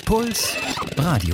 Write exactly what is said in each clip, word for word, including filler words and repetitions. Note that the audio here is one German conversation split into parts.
Puls Radio.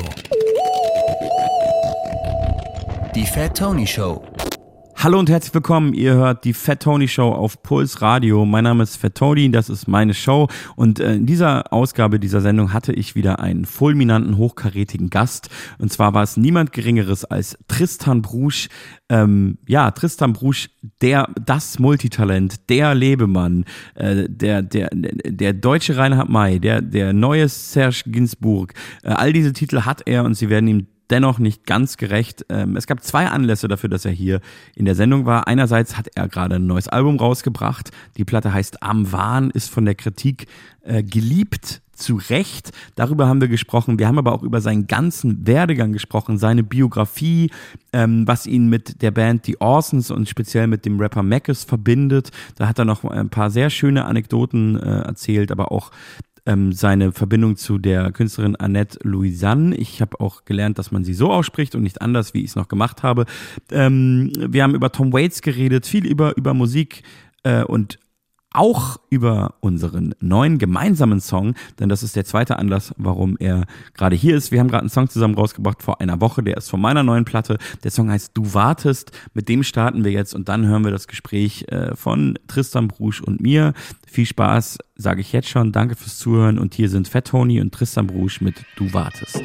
Die Fat Tony Show. Hallo und herzlich willkommen, ihr hört die Fat Tony Show auf Puls Radio. Mein Name ist Fat Tony, das ist meine Show und in dieser Ausgabe dieser Sendung hatte ich wieder einen fulminanten, hochkarätigen Gast und zwar war es niemand Geringeres als Tristan Brusch. Ähm, ja, Tristan Brusch, der, das Multitalent, der Lebemann, äh, der, der, der deutsche Reinhard May, der, der neue Serge Gainsbourg, äh, all diese Titel hat er und sie werden ihm dennoch nicht ganz gerecht. Es gab zwei Anlässe dafür, dass er hier in der Sendung war. Einerseits hat er gerade ein neues Album rausgebracht. Die Platte heißt Am Wahn, ist von der Kritik äh, geliebt, zu Recht. Darüber haben wir gesprochen. Wir haben aber auch über seinen ganzen Werdegang gesprochen, seine Biografie, ähm, was ihn mit der Band The Orsons und speziell mit dem Rapper Mackes verbindet. Da hat er noch ein paar sehr schöne Anekdoten äh, erzählt, aber auch seine Verbindung zu der Künstlerin Annette Louisanne. Ich habe auch gelernt, dass man sie so ausspricht und nicht anders, wie ich es noch gemacht habe. Ähm, wir haben über Tom Waits geredet, viel über, über Musik äh, und auch über unseren neuen gemeinsamen Song, denn das ist der zweite Anlass, warum er gerade hier ist. Wir haben gerade einen Song zusammen rausgebracht vor einer Woche, der ist von meiner neuen Platte. Der Song heißt Du wartest, mit dem starten wir jetzt und dann hören wir das Gespräch äh, von Tristan Brusch und mir. Viel Spaß, sage ich jetzt schon. Danke fürs Zuhören und hier sind Fat Tony und Tristan Brusch mit Du wartest.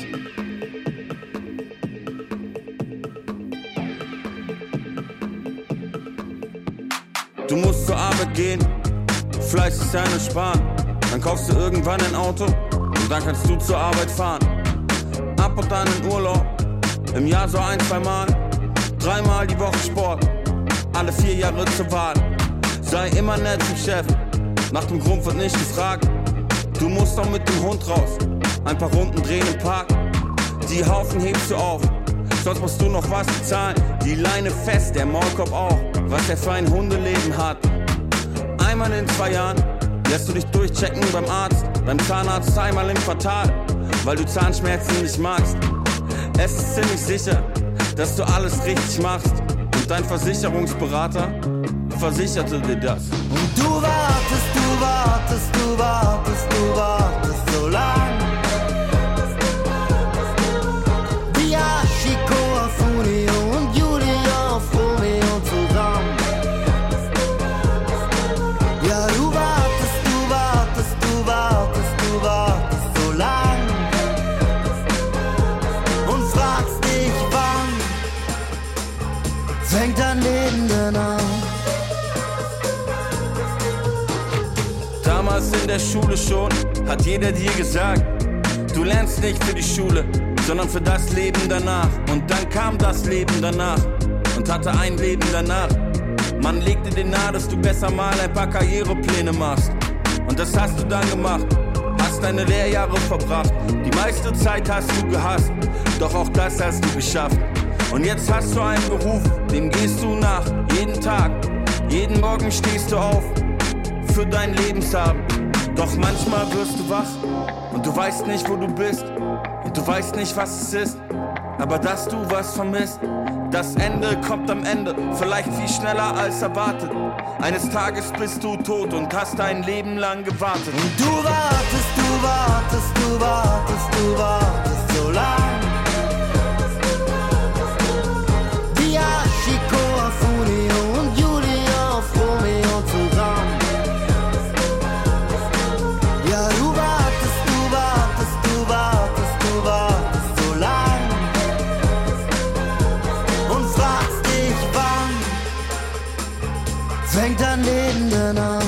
Du musst zur Arbeit gehen, fleißig sein und sparen. Dann kaufst du irgendwann ein Auto und dann kannst du zur Arbeit fahren. Ab und an in Urlaub, im Jahr so ein, zwei Mal. Dreimal die Woche Sport, alle vier Jahre zur Wahl. Sei immer nett zum Chef, nach dem Grund wird nicht gefragt. Du musst auch mit dem Hund raus, ein paar Runden drehen im Park. Die Haufen hebst du auf, sonst musst du noch was bezahlen. Die Leine fest, der Maulkorb auch, was er für ein Hundeleben hat. Einmal in zwei Jahren lässt du dich durchchecken beim Arzt, beim Zahnarzt einmal im Quartal, weil du Zahnschmerzen nicht magst. Es ist ziemlich sicher, dass du alles richtig machst und dein Versicherungsberater versicherte dir das. Und du wartest, du wartest, du wartest, du wartest so lang. Wie Ashiko auf Unio und Julia auf Romeo zusammen. Ja, du wartest, du wartest, du wartest, du wartest so lang. Und fragst dich, wann fängt dein Leben denn an? Damals in der Schule schon hat jeder dir gesagt, du lernst nicht für die Schule, sondern für das Leben danach. Und dann kam das Leben danach und hatte ein Leben danach. Man legte dir nahe, dass du besser mal ein paar Karrierepläne machst. Und das hast du dann gemacht, hast deine Lehrjahre verbracht. Die meiste Zeit hast du gehasst, doch auch das hast du geschafft. Und jetzt hast du einen Beruf, dem gehst du nach, jeden Tag. Jeden Morgen stehst du auf für dein Lebenshaben. Doch manchmal wirst du wach und du weißt nicht, wo du bist. Und du weißt nicht, was es ist, aber dass du was vermisst. Das Ende kommt am Ende, vielleicht viel schneller als erwartet. Eines Tages bist du tot und hast dein Leben lang gewartet. Und du wartest, du wartest, du wartest, du wartest so lang. Wie Ashiko auf Unio und Julia auf Romeo zusammen. Ja, du wartest, du wartest, du wartest, du wartest so lang. Und fragst dich, wann fängt dein Leben denn an?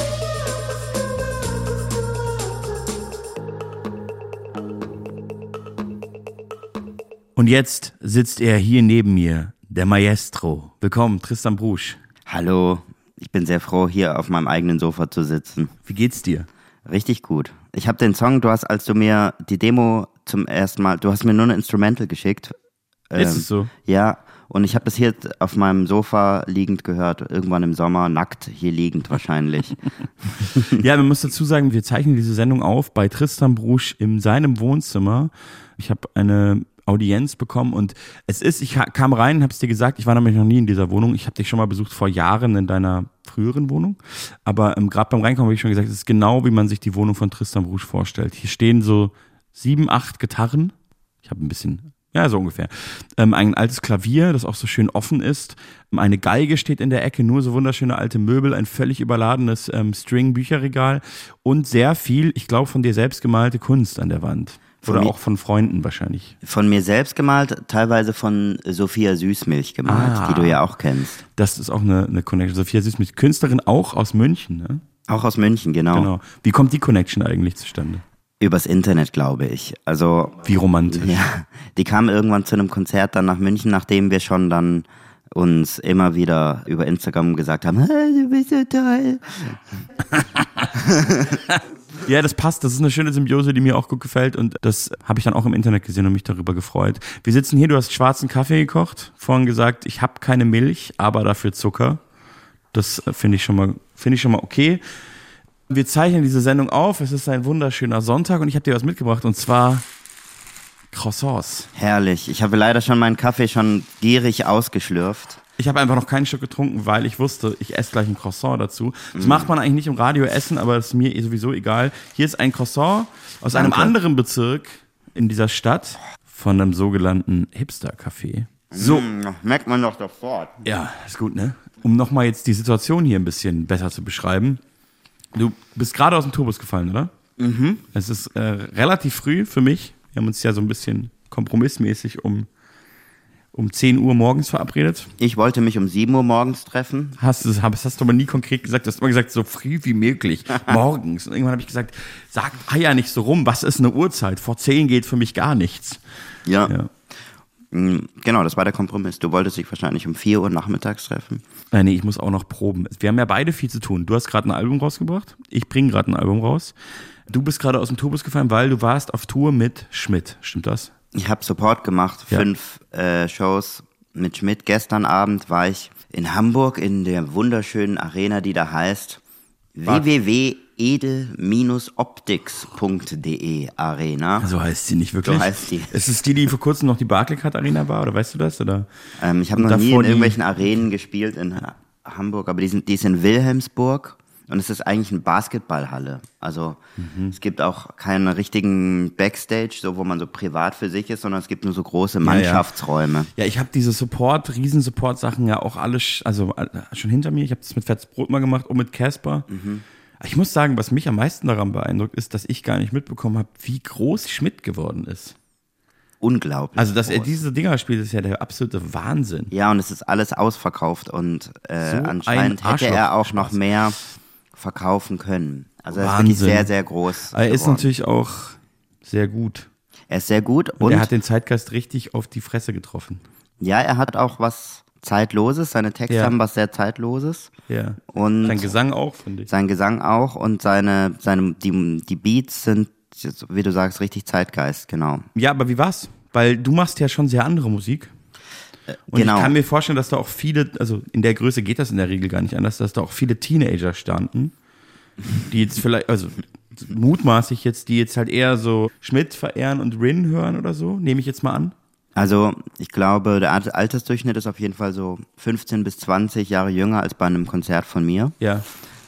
Und jetzt sitzt er hier neben mir, der Maestro. Willkommen, Tristan Brusch. Hallo, ich bin sehr froh, hier auf meinem eigenen Sofa zu sitzen. Wie geht's dir? Richtig gut. Ich habe den Song, du hast, als du mir die Demo zum ersten Mal, du hast mir nur eine Instrumental geschickt. Ähm, Ist es so? Ja, und ich habe das hier auf meinem Sofa liegend gehört, irgendwann im Sommer, nackt hier liegend wahrscheinlich. Ja, man muss dazu sagen, wir zeichnen diese Sendung auf bei Tristan Brusch in seinem Wohnzimmer. Ich habe eine Audienz bekommen und es ist, ich kam rein und habe es dir gesagt, ich war nämlich noch nie in dieser Wohnung. Ich habe dich schon mal besucht vor Jahren in deiner früheren Wohnung, aber ähm, gerade beim Reinkommen habe ich schon gesagt, es ist genau, wie man sich die Wohnung von Tristan Brusch vorstellt. Hier stehen so sieben, acht Gitarren. Ich habe ein bisschen, ja, so ungefähr. Ähm, ein altes Klavier, das auch so schön offen ist. Eine Geige steht in der Ecke, nur so wunderschöne alte Möbel, ein völlig überladenes ähm, String-Bücherregal und sehr viel, ich glaube, von dir selbst gemalte Kunst an der Wand. Oder auch von Freunden wahrscheinlich. Von mir selbst gemalt, teilweise von Sophia Süßmilch gemalt, Ah. die du ja auch kennst. Das ist auch eine, eine Connection. Sophia Süßmilch, Künstlerin auch aus München, ne? Auch aus München, genau. Genau. Wie kommt die Connection eigentlich zustande? Übers Internet, glaube ich. Also, Wie romantisch. ja, die kam irgendwann zu einem Konzert dann nach München, nachdem wir schon dann uns immer wieder über Instagram gesagt haben, hey, du bist so toll. Ja, das passt. Das ist eine schöne Symbiose, die mir auch gut gefällt. Und das habe ich dann auch im Internet gesehen und mich darüber gefreut. Wir sitzen hier, du hast schwarzen Kaffee gekocht. Vorhin gesagt, ich habe keine Milch, aber dafür Zucker. Das finde ich schon mal, finde ich schon mal okay. Wir zeichnen diese Sendung auf. Es ist ein wunderschöner Sonntag und ich habe dir was mitgebracht. Und zwar Croissants. Herrlich. Ich habe leider schon meinen Kaffee schon gierig ausgeschlürft. Ich habe einfach noch keinen Stück getrunken, weil ich wusste, ich esse gleich ein Croissant dazu. Das mm. macht man eigentlich nicht im Radio essen, aber das ist mir sowieso egal. Hier ist ein Croissant aus Danke. einem anderen Bezirk in dieser Stadt von einem sogenannten Hipster-Café. So. Mm, merkt man doch sofort. Ja, ist gut, ne? Um nochmal jetzt die Situation hier ein bisschen besser zu beschreiben. Du bist gerade aus dem Tourbus gefallen, oder? Mhm. Es ist äh, relativ früh für mich. Wir haben uns ja so ein bisschen kompromissmäßig um um zehn Uhr morgens verabredet. Ich wollte mich um sieben Uhr morgens treffen. Hast du, das hast du aber nie konkret gesagt. Du hast immer gesagt, so früh wie möglich, morgens. Und irgendwann habe ich gesagt, sag ja nicht so rum, was ist eine Uhrzeit? Vor zehn geht für mich gar nichts. Ja. Ja. Genau, das war der Kompromiss. Du wolltest dich wahrscheinlich um vier Uhr nachmittags treffen. Nein, nee, ich muss auch noch proben. Wir haben ja beide viel zu tun. Du hast gerade ein Album rausgebracht. Ich bringe gerade ein Album raus. Du bist gerade aus dem Tourbus gefallen, weil du warst auf Tour mit Schmidt. Stimmt das? Ich habe Support gemacht, Ja. fünf äh, Shows mit Schmidt. Gestern Abend war ich in Hamburg in der wunderschönen Arena, die da heißt War- w w w punkt edel Bindestrich optics punkt d e Arena. So heißt sie nicht wirklich. So heißt die. Ist es die, die vor kurzem noch die Barclaycard Arena war, oder weißt du das? Oder? Ähm, ich habe noch davor nie in die- irgendwelchen Arenen gespielt in Hamburg, aber die, sind, die ist in Wilhelmsburg. Und es ist eigentlich eine Basketballhalle. Also Mhm. es gibt auch keinen richtigen Backstage, so wo man so privat für sich ist, sondern es gibt nur so große ja. Mannschaftsräume. Ja, ich habe diese Support, Riesen-Support-Sachen ja auch alle, sch- also äh, schon hinter mir. Ich habe das mit Fettes Brot mal gemacht und mit Casper. Mhm. Ich muss sagen, was mich am meisten daran beeindruckt, ist, dass ich gar nicht mitbekommen habe, wie groß Schmidt geworden ist. Unglaublich. Also, dass er groß. diese Dinger spielt, ist ja der absolute Wahnsinn. Ja, und es ist alles ausverkauft und äh, So ein anscheinend hätte Arschloch. er auch noch mehr verkaufen können. Also er ist Wahnsinn. wirklich sehr, sehr groß. Aber er ist geworden. natürlich auch sehr gut. Er ist sehr gut Und und er hat den Zeitgeist richtig auf die Fresse getroffen. ja, er hat auch was Zeitloses. Seine Texte Ja. haben was sehr Zeitloses. Ja. Und Sein Gesang auch, finde ich. sein Gesang auch und seine, seine die, die Beats sind, wie du sagst, richtig Zeitgeist, genau. Ja, aber wie war's? Weil du machst ja schon sehr andere Musik. Und genau. ich kann mir vorstellen, dass da auch viele, also in der Größe geht das in der Regel gar nicht anders, dass da auch viele Teenager standen, die jetzt vielleicht, also mutmaßlich jetzt, die jetzt halt eher so Schmidt verehren und Rin hören oder so, nehme ich jetzt mal an. Also ich glaube, der Al- Altersdurchschnitt ist auf jeden Fall so fünfzehn bis zwanzig Jahre jünger als bei einem Konzert von mir. Ja.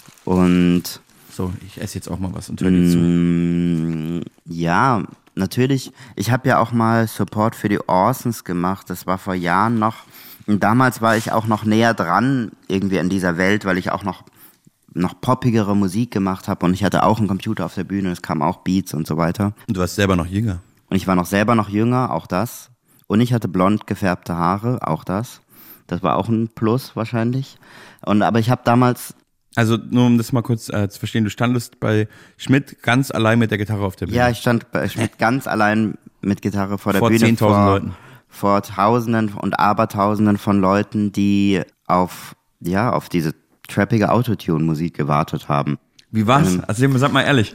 Und So, ich esse jetzt auch mal was und höre dir zu. Mm, ja, natürlich. Ich habe ja auch mal Support für die Orsons gemacht. Das war vor Jahren noch. Und damals war ich auch noch näher dran irgendwie an dieser Welt, weil ich auch noch noch poppigere Musik gemacht habe und ich hatte auch einen Computer auf der Bühne. Es kamen auch Beats und so weiter. Und du warst selber noch jünger. Und ich war noch selber noch jünger, auch das. Und ich hatte blond gefärbte Haare, auch das. Das war auch ein Plus wahrscheinlich. Und aber ich habe damals Also nur um das mal kurz äh, zu verstehen, du standest bei Schmidt ganz allein mit der Gitarre auf der Bühne. Ja, ich stand bei Schmidt ganz allein mit Gitarre vor der Vor Bühne zehntausend vor, Leuten. vor Tausenden und Abertausenden von Leuten, die auf ja auf diese trappige Autotune-Musik gewartet haben. Wie war's? Ähm, Also sag mal ehrlich.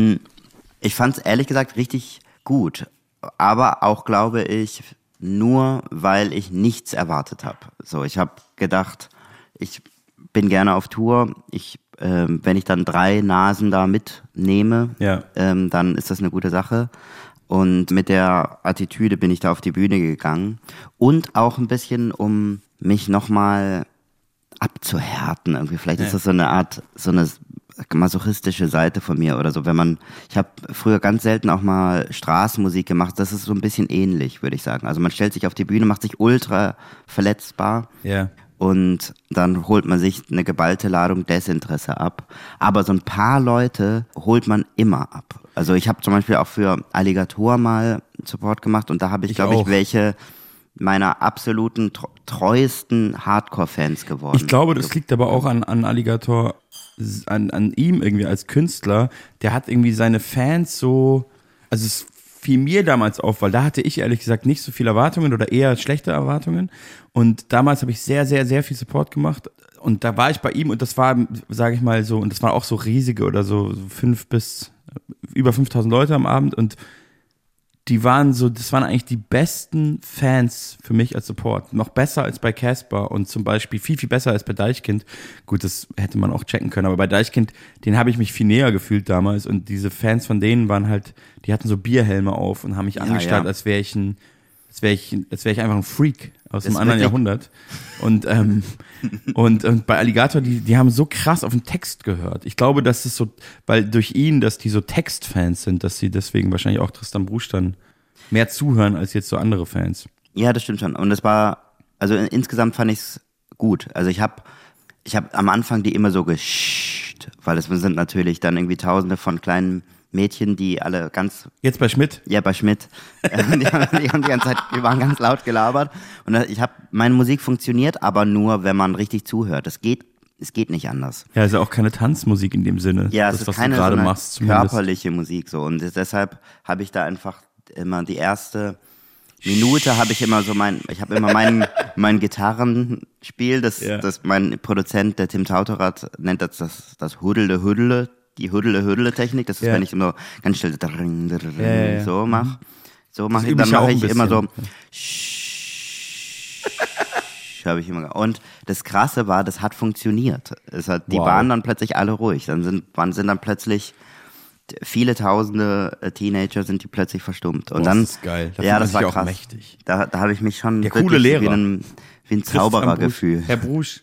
Ich fand es ehrlich gesagt richtig gut, aber auch glaube ich nur, weil ich nichts erwartet habe. So, ich habe gedacht, ich bin gerne auf Tour. Ich, ähm, wenn ich dann drei Nasen da mitnehme, Ja. ähm, dann ist das eine gute Sache. Und mit der Attitüde bin ich da auf die Bühne gegangen. Und auch ein bisschen, um mich nochmal abzuhärten irgendwie. Vielleicht Ja. ist das so eine Art, so eine masochistische Seite von mir oder so. Wenn man, ich habe früher ganz selten auch mal Straßenmusik gemacht. Das ist so ein bisschen ähnlich, würde ich sagen. Also man stellt sich auf die Bühne, macht sich ultra verletzbar. Ja. Yeah. Und dann holt man sich eine geballte Ladung Desinteresse ab. Aber so ein paar Leute holt man immer ab. Also ich habe zum Beispiel auch für Alligator mal Support gemacht und da habe ich, ich glaube ich, welche meiner absoluten treuesten Hardcore-Fans geworden. Ich glaube, das liegt aber auch an, an Alligator, an, an ihm irgendwie als Künstler. Der hat irgendwie seine Fans so, also es fiel mir damals auf, weil da hatte ich ehrlich gesagt nicht so viele Erwartungen oder eher schlechte Erwartungen. Und damals habe ich sehr, sehr, sehr viel Support gemacht. Und da war ich bei ihm und das war, sage ich mal so, und das waren auch so riesige oder so fünf bis über fünftausend Leute am Abend und die waren so, das waren eigentlich die besten Fans für mich als Support. Noch besser als bei Casper und zum Beispiel viel, viel besser als bei Deichkind. Gut, das hätte man auch checken können, aber bei Deichkind, den habe ich mich viel näher gefühlt damals und diese Fans von denen waren halt, die hatten so Bierhelme auf und haben mich ja, angestarrt, ja. als wäre ich ein, als wäre ich, als wäre ich einfach ein Freak aus das einem anderen Jahrhundert. Und, ähm, und, und bei Alligator, die, die haben so krass auf den Text gehört. Ich glaube, dass es so, weil durch ihn, dass die so Textfans sind, dass sie deswegen wahrscheinlich auch Tristan Brusch dann mehr zuhören als jetzt so andere Fans. Ja, das stimmt schon. Und es war, also in, insgesamt fand ich es gut. Also ich habe ich hab am Anfang die immer so geschscht, weil es sind natürlich dann irgendwie tausende von kleinen Mädchen, die alle ganz... Jetzt bei Schmidt? Ja, bei Schmidt. die, haben, die haben die ganze Zeit, die waren ganz laut gelabert. Und ich habe, meine Musik funktioniert aber nur, wenn man richtig zuhört. Das geht, es geht nicht anders. Ja, also auch keine Tanzmusik in dem Sinne. Ja, das, es ist was keine du gerade so machst, zumindest. Körperliche Musik so. Und deshalb habe ich da einfach immer die erste Minute habe ich immer so mein, ich habe immer mein, mein Gitarrenspiel, das, ja. das mein Produzent, der Tim Tautorat, nennt das das, das Huddle Huddle. Die Hüddele-Hüddele-Technik, das ist, ja. wenn ich immer ganz still ja, ja, ja. so mache. So mache ich, dann mache ich immer so habe ich immer. Und das Krasse war, das hat funktioniert. Es hat, die wow. waren dann plötzlich alle ruhig. Dann sind, waren, sind dann plötzlich viele tausende Teenager sind die plötzlich verstummt. Und oh, dann, das ist geil. Da ja, das war auch krass. Mächtig. Da, da habe ich mich schon der coole Lehrer. wie ein, wie ein Zauberergefühl. Herr Brusch.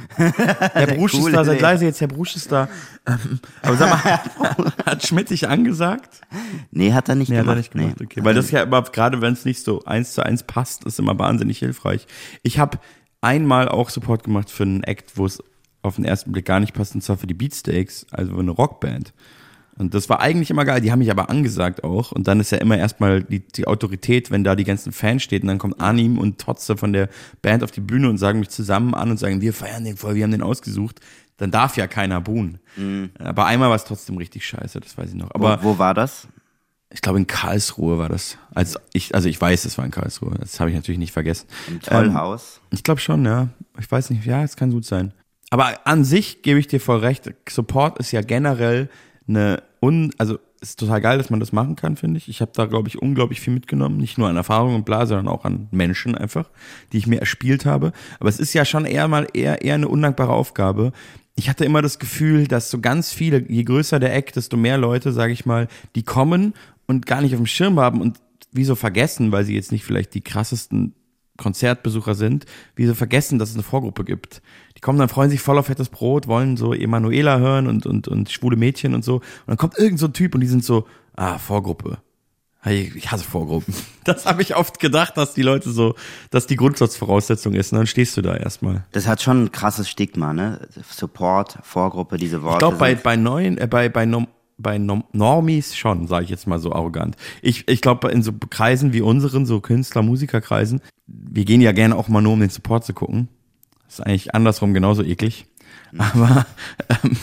Herr Brusch ist da, seid leise jetzt, Herr Brusch ist da. Ähm, aber sag mal, hat Schmidt dich angesagt? Nee, hat er nicht nee, gemacht. Hat er nicht gemacht. Nee. Okay. Weil das ja immer, gerade wenn es nicht so eins zu eins passt, ist immer wahnsinnig hilfreich. Ich habe einmal auch Support gemacht für einen Act, wo es auf den ersten Blick gar nicht passt, und zwar für die Beatsteaks, also eine Rockband. Und das war eigentlich immer geil, die haben mich aber angesagt auch. Und dann ist ja immer erstmal die, die Autorität, wenn da die ganzen Fans stehen, und dann kommt Arnim und Totze von der Band auf die Bühne und sagen mich zusammen an und sagen, wir feiern den voll, wir haben den ausgesucht. Dann darf ja keiner buhen. Mhm. Aber einmal war es trotzdem richtig scheiße, das weiß ich noch. Aber wo, wo war das? Ich glaube in Karlsruhe war das. Also ich, also ich weiß, es war in Karlsruhe. Das habe ich natürlich nicht vergessen. Im Tollhaus? Ähm, ich glaube schon, ja. Ich weiß nicht, ja, es kann gut sein. Aber an sich gebe ich dir voll recht. Support ist ja generell eine, un, also ist total geil, dass man das machen kann, finde ich. Ich habe da, glaube ich, unglaublich viel mitgenommen. Nicht nur an Erfahrung und bla, sondern auch an Menschen einfach, die ich mir erspielt habe. Aber es ist ja schon eher mal eher, eher eine undankbare Aufgabe. Ich hatte immer das Gefühl, dass so ganz viele, je größer der Act, desto mehr Leute, sage ich mal, die kommen und gar nicht auf dem Schirm haben und wieso vergessen, weil sie jetzt nicht vielleicht die krassesten Konzertbesucher sind, wieso vergessen, dass es eine Vorgruppe gibt. Die kommen dann, freuen sich voll auf fettes Brot, wollen so Emanuela hören und, und, und schwule Mädchen und so. Und dann kommt irgend so ein Typ und die sind so, ah, Vorgruppe. Hey, ich hasse Vorgruppen. Das habe ich oft gedacht, dass die Leute so, dass die Grundsatzvoraussetzung ist. Und dann stehst du da erstmal. Das hat schon ein krasses Stigma, ne? Support, Vorgruppe, diese Worte. Ich glaube, bei, bei neuen, äh, bei, bei, Nom, bei Nom, Normies schon, sage ich jetzt mal so arrogant. Ich, ich glaube, in so Kreisen wie unseren, so Künstler-, Musikerkreisen, wir gehen ja gerne auch mal nur, um den Support zu gucken. Das ist eigentlich andersrum genauso eklig. Aber, ähm,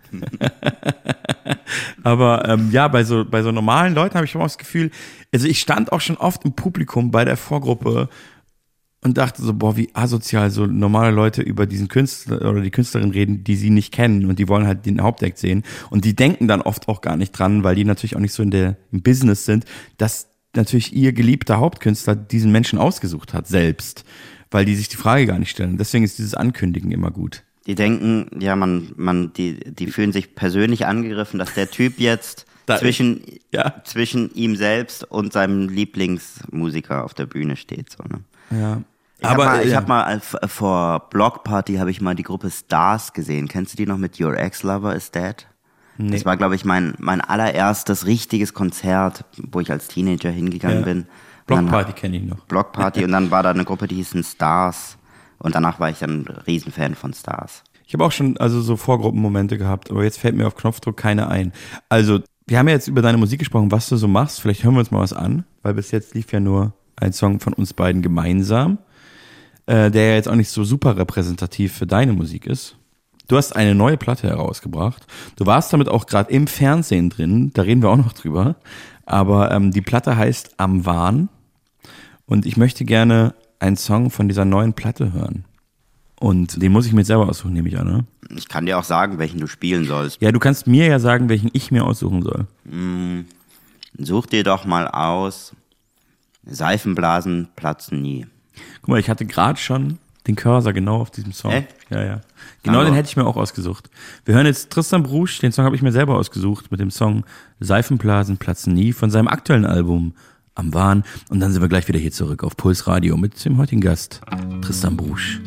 aber ähm, ja, bei so bei so normalen Leuten habe ich immer das Gefühl, also ich stand auch schon oft im Publikum bei der Vorgruppe und dachte so, boah, wie asozial so normale Leute über diesen Künstler oder die Künstlerin reden, die sie nicht kennen und die wollen halt den Hauptact sehen und die denken dann oft auch gar nicht dran, weil die natürlich auch nicht so in der im Business sind, dass natürlich ihr geliebter Hauptkünstler diesen Menschen ausgesucht hat, selbst, weil die sich die Frage gar nicht stellen. Deswegen ist dieses Ankündigen immer gut. Die denken, ja, man, man, die, die fühlen sich persönlich angegriffen, dass der Typ jetzt da zwischen, ja. zwischen ihm selbst und seinem Lieblingsmusiker auf der Bühne steht, so, ne? Ja. Ich Aber habe mal, ich ja. hab mal vor Block Party habe ich mal die Gruppe Stars gesehen. Kennst du die noch mit Your Ex-Lover is Dead? Nee. Das war, glaube ich, mein, mein allererstes richtiges Konzert, wo ich als Teenager hingegangen Ja. bin. Blockparty kenne ich noch. Blockparty und dann war da eine Gruppe, die hießen Stars. Und danach war ich dann ein Riesenfan von Stars. Ich habe auch schon also so Vorgruppenmomente gehabt, aber jetzt fällt mir auf Knopfdruck keine ein. Also, wir haben ja jetzt über deine Musik gesprochen, was du so machst. Vielleicht hören wir uns mal was an, weil bis jetzt lief ja nur ein Song von uns beiden gemeinsam, äh, der ja jetzt auch nicht so super repräsentativ für deine Musik ist. Du hast eine neue Platte herausgebracht. Du warst damit auch gerade im Fernsehen drin, da reden wir auch noch drüber. Aber ähm, die Platte heißt Am Wahn und ich möchte gerne einen Song von dieser neuen Platte hören. Und den muss ich mir jetzt selber aussuchen, nehme ich an, ne? Ich kann dir auch sagen, welchen du spielen sollst. Ja, du kannst mir ja sagen, welchen ich mir aussuchen soll. Such dir doch mal aus. Seifenblasen platzen nie. Guck mal, ich hatte gerade schon den Cursor genau auf diesem Song. Echt? Ja, ja. Genau Aber- den hätte ich mir auch ausgesucht. Wir hören jetzt Tristan Brusch, den Song habe ich mir selber ausgesucht, mit dem Song Seifenblasen platzen nie von seinem aktuellen Album Am Wahn. Und dann sind wir gleich wieder hier zurück auf Puls Radio mit dem heutigen Gast, Tristan Brusch.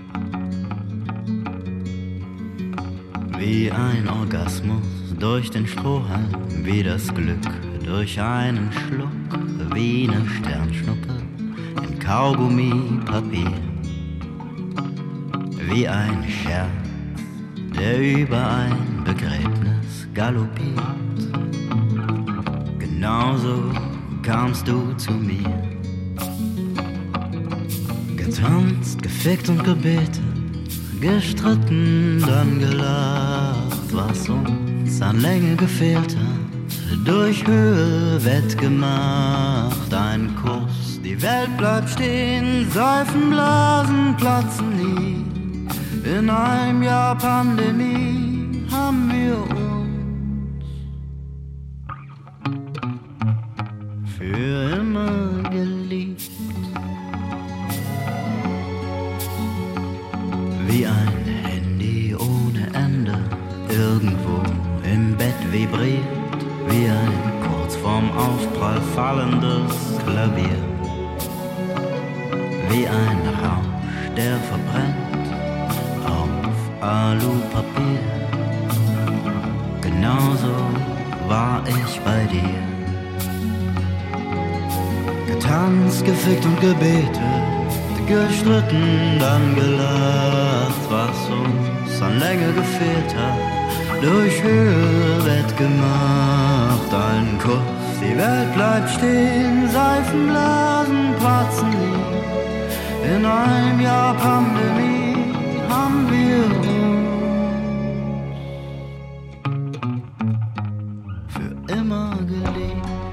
Wie ein Orgasmus durch den Strohhalm, wie das Glück durch einen Schluck, wie eine Sternschnuppe in Kaugummipapier, wie ein Scherz, der über ein Begräbnis galoppiert. Genauso kamst du zu mir, getanzt, gefickt und gebetet, gestritten, dann gelacht, was uns an Länge gefehlt hat, durch Höhe wettgemacht, ein Kuss, die Welt bleibt stehen, Seifenblasen platzen nie, in einem Jahr Pandemie haben wir uns für immer geliebt. Wie ein Handy ohne Ende, irgendwo im Bett vibriert, wie ein kurz vorm Aufprall fallendes Klavier, wie ein Rausch, der verbrennt auf Alupapier. Genauso war ich bei dir, getanzt, gefickt und gebetet, gestritten, dann gelacht, was uns an Länge gefehlt hat, durch Höhe wettgemacht, ein Kuss, die Welt bleibt stehen, Seifenblasen platzen nie, in einem Jahr Pandemie haben wir uns für immer geliebt.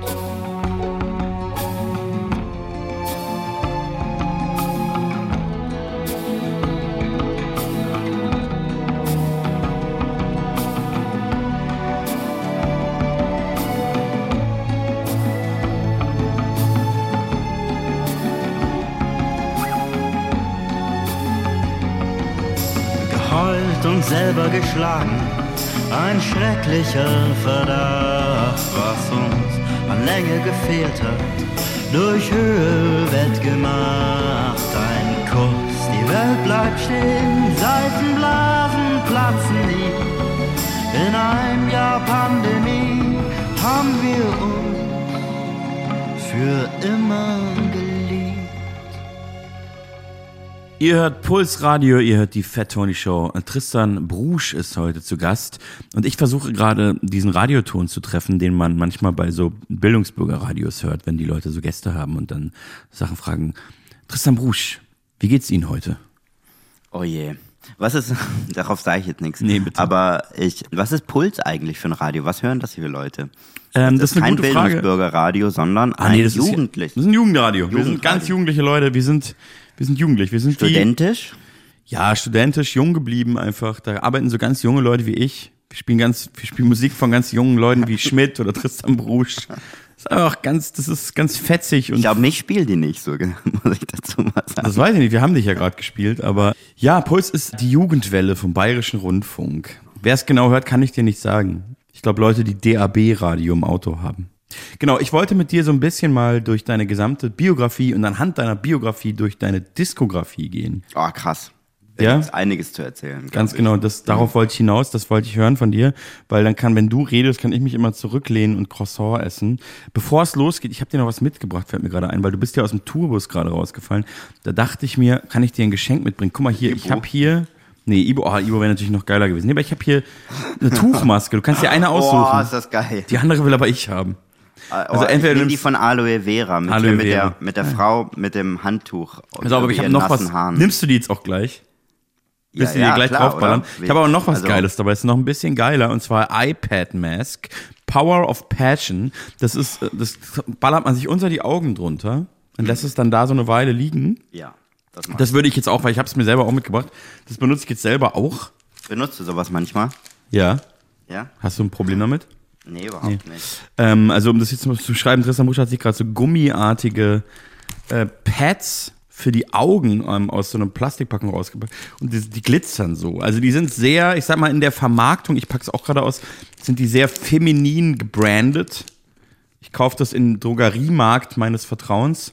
Und selber geschlagen, ein schrecklicher Verdacht, was uns an Länge gefehlt hat, durch Höhe wettgemacht, ein Kuss, die Welt bleibt stehen, Seifenblasen platzen nie, in einem Jahr Pandemie haben wir uns für immer geliebt. Ihr hört Puls Radio, ihr hört die Fat Tony Show. Tristan Brusch ist heute zu Gast und ich versuche gerade diesen Radioton zu treffen, den man manchmal bei so Bildungsbürgerradios hört, wenn die Leute so Gäste haben und dann Sachen fragen. Tristan Brusch, wie geht's Ihnen heute? Oh je. Was ist, darauf sage ich jetzt nichts. Nee, bitte. Aber ich, was ist Puls eigentlich für ein Radio? Was hören das für Leute? Ähm, das, das ist eine kein gute Frage. Bildungsbürgerradio, sondern Ah, nee, ein das ist, Jugendlich. das ist ein Jugendradio. Wir sind Jugendradio. ganz jugendliche Leute. Wir sind, wir sind jugendlich. Wir sind Studentisch? Die, ja, studentisch, jung geblieben einfach. Da arbeiten so ganz junge Leute wie ich. Wir spielen ganz, wir spielen Musik von ganz jungen Leuten wie Schmidt oder Tristan Brusch. Das ist einfach ganz, das ist ganz fetzig und Ich glaube, mich spielen die nicht so, muss ich dazu mal sagen. das weiß ich nicht, wir haben dich ja gerade gespielt, aber ja, Puls ist die Jugendwelle vom Bayerischen Rundfunk. Wer es genau hört, kann ich dir nicht sagen. Ich glaube, Leute, die D A B-Radio im Auto haben. Genau, ich wollte mit dir so ein bisschen mal durch deine gesamte Biografie und anhand deiner Biografie durch deine Diskografie gehen. Oh, krass. Da Ja? gibt's einiges zu erzählen. Ganz glaub genau, das, darauf wollte ich hinaus, das wollte ich hören von dir, weil dann kann, wenn du redest, kann ich mich immer zurücklehnen und Croissant essen. Bevor es losgeht, ich habe dir noch was mitgebracht, fällt mir gerade ein, weil du bist ja aus dem Tourbus gerade rausgefallen. Da dachte ich mir, kann ich dir ein Geschenk mitbringen? Guck mal hier, ich habe hier, nee, Ibo, oh, Ibo wäre natürlich noch geiler gewesen. Nee, aber ich habe hier eine Tuchmaske, du kannst dir eine aussuchen. Oh, ist das geil. Die andere will aber ich haben. Also entweder ich nehme nimmst- die von Aloe Vera, mit, Aloe hier, mit, Vera. der, mit der Frau mit dem Handtuch. Und Pass auf, aber ich habe ihren noch was. nassen Haaren. Nimmst du die jetzt auch gleich? Ja, Willst du dir ja, gleich klar, draufballern? oder? Ich habe aber noch was Also- Geiles dabei. Das ist noch ein bisschen geiler. Und zwar iPad Mask. Power of Passion. Das ist, das ballert man sich unter die Augen drunter und lässt es dann da so eine Weile liegen. Ja, das mach Das würde ich jetzt auch, weil ich habe es mir selber auch mitgebracht. Das benutze ich jetzt selber auch. ich. Benutzt du sowas manchmal? Ja. Ja? Hast du ein Problem damit? Nee, überhaupt nicht. Ähm, also um das jetzt mal zu schreiben, Tristan Busch hat sich gerade so gummiartige äh, Pads für die Augen ähm, aus so einem Plastikpackung rausgepackt und die, die glitzern so. Also die sind sehr, ich sag mal in der Vermarktung, ich pack's auch gerade aus, sind die sehr feminin gebrandet. Ich kaufe das im Drogeriemarkt meines Vertrauens.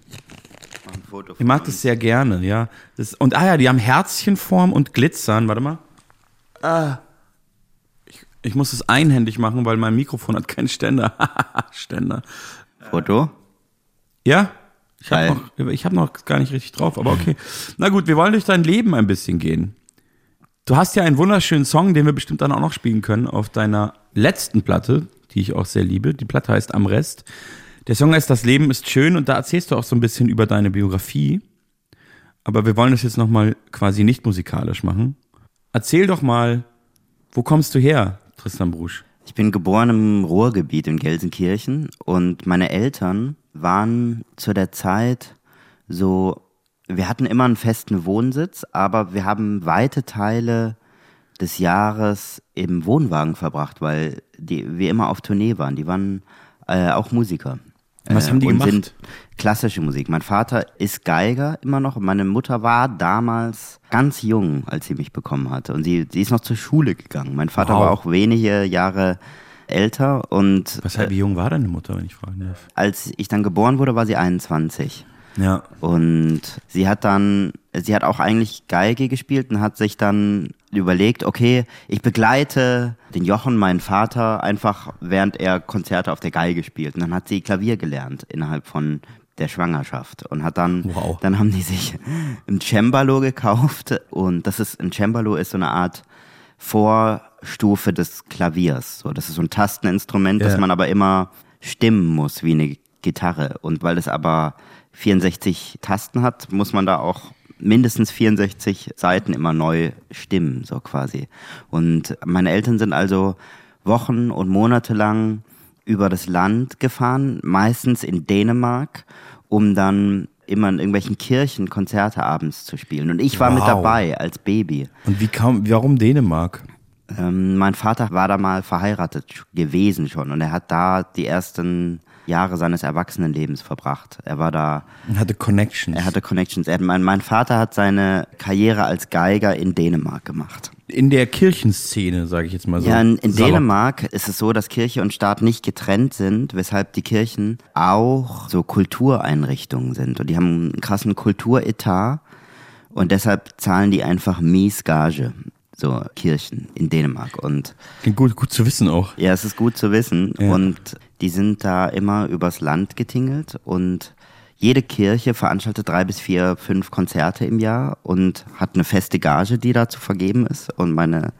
Mach ein Foto Ich von mag uns. das sehr gerne, ja. Das, und ah ja, die haben Herzchenform und glitzern. Warte mal. Ah. Ich, ich muss es einhändig machen, weil mein Mikrofon hat keinen Ständer. Ständer. Foto? Ja? Ich Geil. habe noch, ich hab noch gar nicht richtig drauf, aber okay. Na gut, wir wollen durch dein Leben ein bisschen gehen. Du hast ja einen wunderschönen Song, den wir bestimmt dann auch noch spielen können auf deiner letzten Platte, die ich auch sehr liebe. Die Platte heißt Am Rest. Der Song heißt Das Leben ist schön und da erzählst du auch so ein bisschen über deine Biografie. Aber wir wollen das jetzt nochmal quasi nicht musikalisch machen. Erzähl doch mal, wo kommst du her, Tristan Busch? Ich bin geboren im Ruhrgebiet in Gelsenkirchen und meine Eltern waren zu der Zeit so, wir hatten immer einen festen Wohnsitz, aber wir haben weite Teile des Jahres im Wohnwagen verbracht, weil die, wir immer auf Tournee waren. Die waren äh, auch Musiker. Was haben die und gemacht? Sind klassische Musik. Mein Vater ist Geiger immer noch. Meine Mutter war damals ganz jung, als sie mich bekommen hatte. Und sie, sie ist noch zur Schule gegangen. Mein Vater Wow. war auch wenige Jahre älter. Und Weshalb, wie jung war deine Mutter, wenn ich fragen darf? als ich dann geboren wurde, war sie einundzwanzig. Ja. Und sie hat dann, sie hat auch eigentlich Geige gespielt und hat sich dann überlegt, okay, ich begleite den Jochen, meinen Vater, einfach während er Konzerte auf der Geige spielt. Und dann hat sie Klavier gelernt innerhalb von der Schwangerschaft und hat dann, Wow. dann haben die sich ein Cembalo gekauft und das ist, ein Cembalo ist so eine Art Vorstufe des Klaviers. So, das ist so ein Tasteninstrument, Ja. das man aber immer stimmen muss wie eine Gitarre. Und weil es aber vierundsechzig Tasten hat, muss man da auch mindestens vierundsechzig Seiten immer neu stimmen, so quasi. Und meine Eltern sind also Wochen und Monate lang über das Land gefahren, meistens in Dänemark, um dann immer in irgendwelchen Kirchen Konzerte abends zu spielen. Und ich war mit Wow. dabei als Baby. Und wie kam, warum Dänemark? Ähm, mein Vater war da mal verheiratet gewesen schon und er hat da die ersten Jahre seines Erwachsenenlebens verbracht. Er war da, Und hatte Connections. er hatte Connections. Er, mein, mein Vater hat seine Karriere als Geiger in Dänemark gemacht. in der Kirchenszene, sage ich jetzt mal so. Ja, in, in salopp. Dänemark ist es so, dass Kirche und Staat nicht getrennt sind, weshalb die Kirchen auch so Kultureinrichtungen sind. Und die haben einen krassen Kulturetat und deshalb zahlen die einfach mies Gage. So Kirchen in Dänemark. Und Klingt gut, gut zu wissen auch. ja, es ist gut zu wissen. Ja. Und die sind da immer übers Land getingelt und jede Kirche veranstaltet drei bis vier, fünf Konzerte im Jahr und hat eine feste Gage, die da zu vergeben ist. Und meine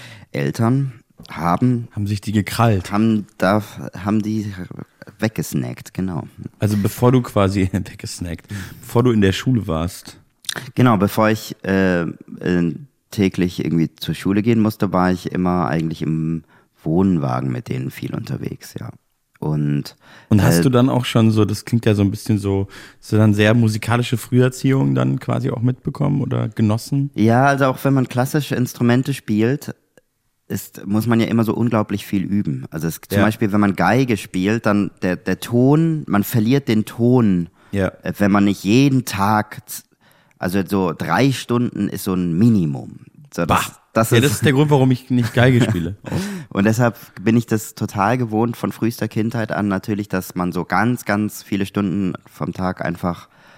Eltern haben, Haben sich die gekrallt. haben da, haben die weggesnackt, genau. Also bevor du quasi, weggesnackt, bevor du in der Schule warst. Genau, bevor ich äh, äh, täglich irgendwie zur Schule gehen musste, war ich immer eigentlich im Wohnwagen mit denen viel unterwegs, ja. Und, Und hast äh, du dann auch schon so, das klingt ja so ein bisschen so, hast du dann sehr musikalische Früherziehung dann quasi auch mitbekommen oder genossen? Ja, also auch wenn man klassische Instrumente spielt, ist, muss man ja immer so unglaublich viel üben. Also es, zum Ja. Beispiel, wenn man Geige spielt, dann der, der Ton, man verliert den Ton, Ja. äh, wenn man nicht jeden Tag, z- also so drei Stunden ist so ein Minimum. So, das, das ja, ist, das ist der Grund, warum ich nicht Geige spiele. und deshalb bin ich das total gewohnt von frühester Kindheit an natürlich, dass man so ganz, ganz viele Stunden vom Tag einfach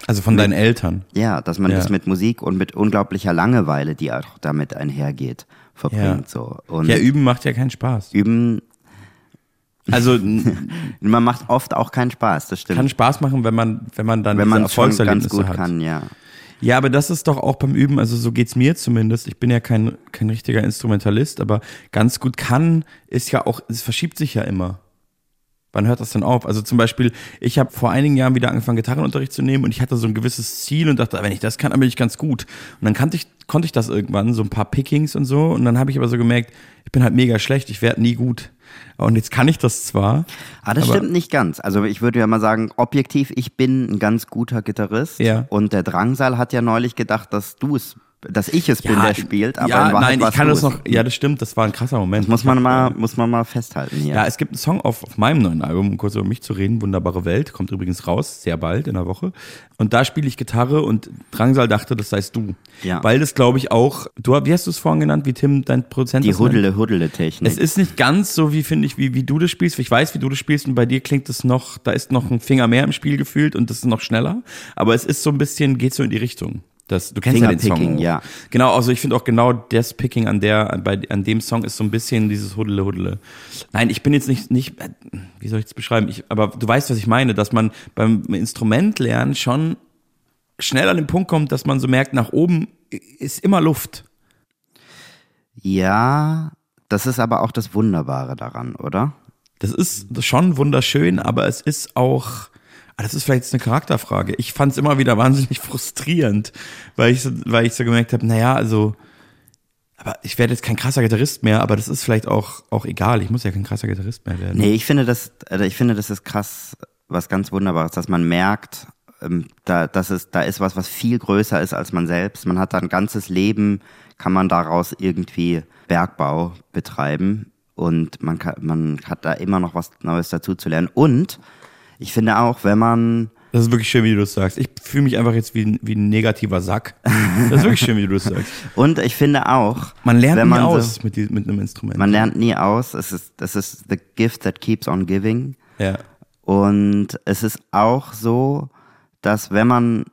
Also von mit, deinen Eltern. Ja, dass man Ja. das mit Musik und mit unglaublicher Langeweile, die auch damit einhergeht, verbringt. Ja. So. Und Ja, üben macht ja keinen Spaß. üben, Also n- man macht oft auch keinen Spaß, das stimmt. kann Spaß machen, wenn man, wenn man dann Wenn diese man es schon ganz Erfolgserlebnisse gut hat. kann, ja. Ja, aber das ist doch auch beim Üben, also so geht's mir zumindest. Ich bin ja kein, kein richtiger Instrumentalist, aber ganz gut kann ist ja auch, es verschiebt sich ja immer. Wann hört das denn auf? Also zum Beispiel, ich habe vor einigen Jahren wieder angefangen, Gitarrenunterricht zu nehmen und ich hatte so ein gewisses Ziel und dachte, wenn ich das kann, dann bin ich ganz gut. Und dann kannte ich, konnte ich das irgendwann, so ein paar Pickings und so. Und dann habe ich aber so gemerkt, ich bin halt mega schlecht, ich werde nie gut. Und jetzt kann ich das zwar. Ah, das aber, stimmt nicht ganz. Also ich würde ja mal sagen, objektiv, ich bin ein ganz guter Gitarrist. Ja. Und der Drangsal hat ja neulich gedacht, dass du es, dass ich es bin, der spielt. Aber ja, in Wahrheit nein, ich warst kann du das es. noch, ja, das stimmt, das war ein krasser Moment. Das muss Ich man hab, mal, äh, muss man mal festhalten hier. Ja, es gibt einen Song auf, auf meinem neuen Album, um kurz über mich zu reden, Wunderbare Welt, kommt übrigens raus, sehr bald, in einer Woche. Und da spiele ich Gitarre und Drangsal dachte, das seist du. Ja. Weil das, glaube ich, auch, du, wie hast du es vorhin genannt, wie Tim, dein Produzent Die das nennt? Huddele-Huddele-Technik. Es ist nicht ganz so, wie finde ich, wie, wie du das spielst. Ich weiß, wie du das spielst und bei dir klingt es noch, da ist noch ein Finger mehr im Spiel gefühlt und das ist noch schneller. Aber es ist so ein bisschen, geht so in die Richtung. Das, du kennst ja den Song. Fingerpicking, auch. ja. Genau, also ich finde auch genau das Picking an der, bei, an dem Song ist so ein bisschen dieses Huddele Huddele. Nein, ich bin jetzt nicht, nicht, wie soll ich das beschreiben? Ich, aber du weißt, was ich meine, dass man beim Instrument lernen schon schnell an den Punkt kommt, dass man so merkt, nach oben ist immer Luft. Ja, das ist aber auch das Wunderbare daran, oder? Das ist schon wunderschön, aber es ist auch, ah, das ist vielleicht jetzt eine Charakterfrage. Ich fand es immer wieder wahnsinnig frustrierend, weil ich so, weil ich so gemerkt habe, naja, also, aber ich werde jetzt kein krasser Gitarrist mehr, aber das ist vielleicht auch, auch egal. Ich muss ja kein krasser Gitarrist mehr werden. Nee, ich finde das, also ich finde, das ist krass, was ganz Wunderbares, dass man merkt, ähm, da, dass es, da ist was, was viel größer ist als man selbst. Man hat da ein ganzes Leben, kann man daraus irgendwie Bergbau betreiben und man kann, man hat da immer noch was Neues dazu zu lernen. Und ich finde auch, wenn man Das ist wirklich schön, wie du das sagst. Ich fühle mich einfach jetzt wie ein, wie ein negativer Sack. Das ist wirklich schön, wie du das sagst. und ich finde auch, Man lernt wenn nie man aus so, mit, die, mit einem Instrument. man lernt nie aus. Es ist, das ist the gift that keeps on giving. Ja. Und es ist auch so, dass wenn man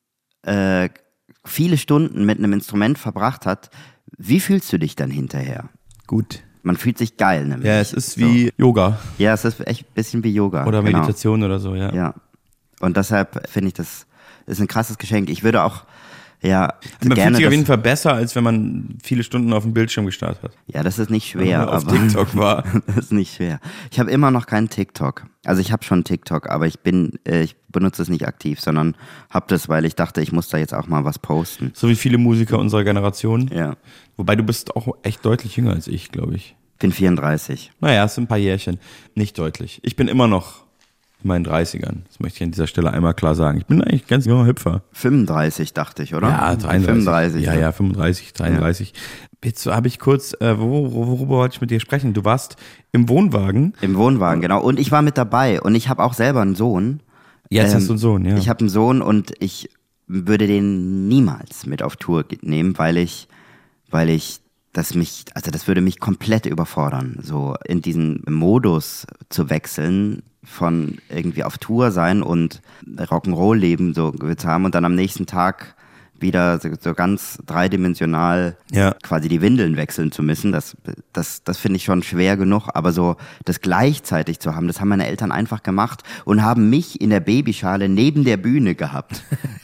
äh, viele Stunden mit einem Instrument verbracht hat, wie fühlst du dich dann hinterher? Gut. Man fühlt sich geil nämlich. Ja, es ist wie Yoga Ja, es ist echt ein bisschen wie Yoga. oder genau. Meditation oder so, ja. Ja. Und deshalb finde ich, das ist ein krasses Geschenk. Ich würde auch, ja, Man gerne fühlt sich auf das, jeden Fall besser, als wenn man viele Stunden auf dem Bildschirm gestarrt hat. ja, das ist nicht Wenn schwer. man auf aber TikTok war. Das ist nicht schwer. Ich habe immer noch keinen TikTok. Also ich habe schon TikTok, aber ich bin, äh, ich benutze es nicht aktiv, sondern habe das, weil ich dachte, ich muss da jetzt auch mal was posten. So wie viele Musiker unserer Generation. Ja. Wobei du bist auch echt deutlich jünger als ich, glaube ich. Bin vierunddreißig. Naja, es sind ein paar Jährchen. Nicht deutlich. Ich bin immer noch in meinen dreißigern. Das möchte ich an dieser Stelle einmal klar sagen. Ich bin eigentlich ein ganz junger Hüpfer. fünfunddreißig dachte ich, oder? Ja, dreiunddreißig. fünfunddreißig. Ja, ja, fünfunddreißig, dreiunddreißig. Jetzt habe ich kurz, äh, wo, wo, worüber wollte ich mit dir sprechen? Du warst im Wohnwagen. Im Wohnwagen, genau. Und ich war mit dabei. Und ich habe auch selber einen Sohn. Jetzt Ähm, hast du einen Sohn, ja. Ich habe einen Sohn und ich würde den niemals mit auf Tour nehmen, weil ich, weil ich das mich, also das würde mich komplett überfordern, so in diesen Modus zu wechseln, von irgendwie auf Tour sein und Rock'n'Roll-Leben so zu haben und dann am nächsten Tag wieder so, so ganz dreidimensional Ja. quasi die Windeln wechseln zu müssen, das, das, das finde ich schon schwer genug, aber so das gleichzeitig zu haben, das haben meine Eltern einfach gemacht und haben mich in der Babyschale neben der Bühne gehabt,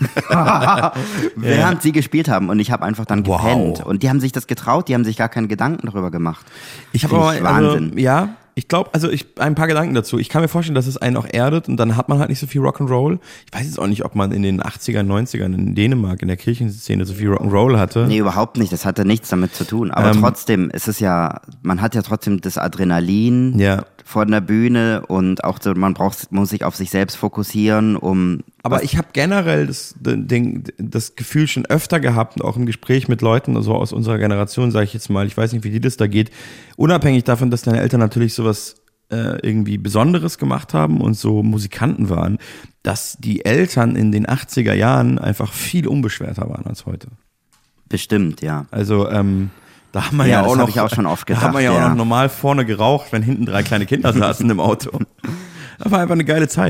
während sie gespielt haben und ich habe einfach dann Wow. gepennt und die haben sich das getraut, die haben sich gar keine Gedanken darüber gemacht. Ich habe Finde aber, ich also, Wahnsinn. ja, ich glaube, also ich ein paar Gedanken dazu. Ich kann mir vorstellen, dass es einen auch erdet und dann hat man halt nicht so viel Rock'n'Roll. Ich weiß jetzt auch nicht, ob man in den achtzigern, neunzigern in Dänemark in der Kirchenszene so viel Rock'n'Roll hatte. Nee, überhaupt nicht. Das hatte nichts damit zu tun. Aber Ähm, trotzdem, es ist ja, man hat ja trotzdem das Adrenalin Ja. vor der Bühne und auch so, man braucht, muss sich auf sich selbst fokussieren, um. Aber was- ich habe generell das, den, das Gefühl schon öfter gehabt, auch im Gespräch mit Leuten also aus unserer Generation, sage ich jetzt mal, ich weiß nicht, wie dir das da geht, unabhängig davon, dass deine Eltern natürlich sowas äh, irgendwie Besonderes gemacht haben und so Musikanten waren, dass die Eltern in den achtziger Jahren einfach viel unbeschwerter waren als heute. Bestimmt, ja. Also ähm, da haben wir Ja, ja, das auch hab noch, ich auch schon oft da haben wir ja, gedacht, auch ja. noch normal vorne geraucht, wenn hinten drei kleine Kinder saßen im Auto. Das war einfach eine geile Zeit.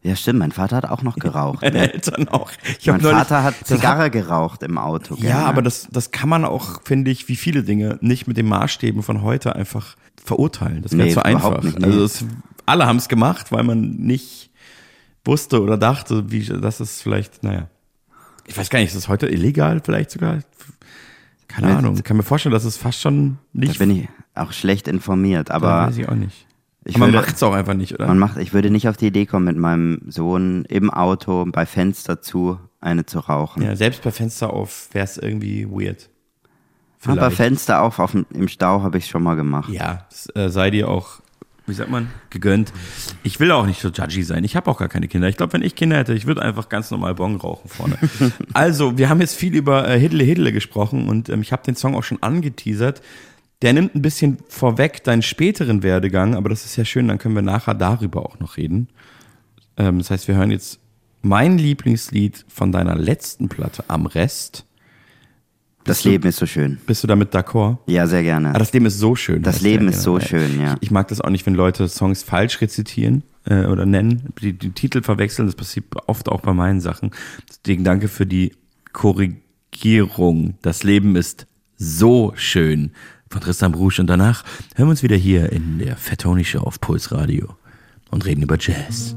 Ja, stimmt, mein Vater hat auch noch geraucht. Meine Ne? Eltern auch. Ich hab Mein neulich- Vater hat das Zigarre hat- geraucht im Auto. Ja, gerne. aber das, das kann man auch, finde ich, wie viele Dinge, nicht mit den Maßstäben von heute einfach verurteilen. Das wäre Nee, zu einfach. überhaupt nicht, nee. Also es, alle haben es gemacht, weil man nicht wusste oder dachte, wie das ist vielleicht, naja. Ich weiß gar nicht, ist das heute illegal vielleicht sogar? Keine Ja, Ahnung. Ich kann mir vorstellen, dass es fast schon Da nicht. bin ich auch schlecht informiert, aber aber weiß ich auch nicht. ich Aber man würde- macht es auch einfach nicht, oder? man macht, ich würde nicht auf die Idee kommen, mit meinem Sohn im Auto bei Fenster zu eine zu rauchen. Ja, selbst bei Fenster auf wäre es irgendwie weird. Aber Vielleicht. Fenster auf, auf dem, im Stau habe ich schon mal gemacht. Ja, es, äh, sei dir auch, wie sagt man, gegönnt. Ich will auch nicht so judgy sein. Ich habe auch gar keine Kinder. Ich glaube, wenn ich Kinder hätte, ich würde einfach ganz normal Bong rauchen vorne. Also, wir haben jetzt viel über äh, Hiddle Hiddle gesprochen und ähm, ich habe den Song auch schon angeteasert. Der nimmt ein bisschen vorweg deinen späteren Werdegang, aber das ist ja schön, dann können wir nachher darüber auch noch reden. Ähm, das heißt, wir hören jetzt mein Lieblingslied von deiner letzten Platte, Am Rest. Das Leben ist so schön. Bist du damit d'accord? Ja, sehr gerne. Ah, das Leben ist so schön. Das heißt Leben der, ist so genau. schön, ja. Ich, ich mag das auch nicht, wenn Leute Songs falsch rezitieren äh, oder nennen, die, die Titel verwechseln. Das passiert oft auch bei meinen Sachen. Deswegen danke für die Korrigierung. Das Leben ist so schön. Von Tristan Brusch. Und danach hören wir uns wieder hier in der Fat Tony Show auf Puls Radio und reden über Jazz.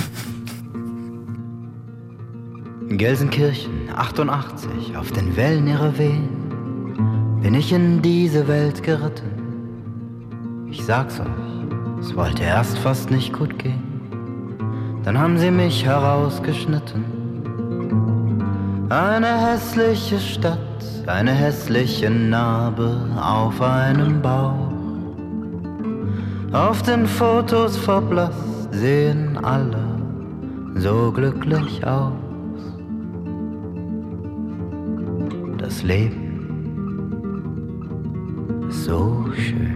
Gelsenkirchen, achtundachtzig, auf den Wellen ihrer Wehen bin ich in diese Welt geritten. Ich sag's euch, es wollte erst fast nicht gut gehen, dann haben sie mich herausgeschnitten. Eine hässliche Stadt, eine hässliche Narbe auf einem Bauch. Auf den Fotos verblasst sehen alle so glücklich aus. Das Leben ist so schön.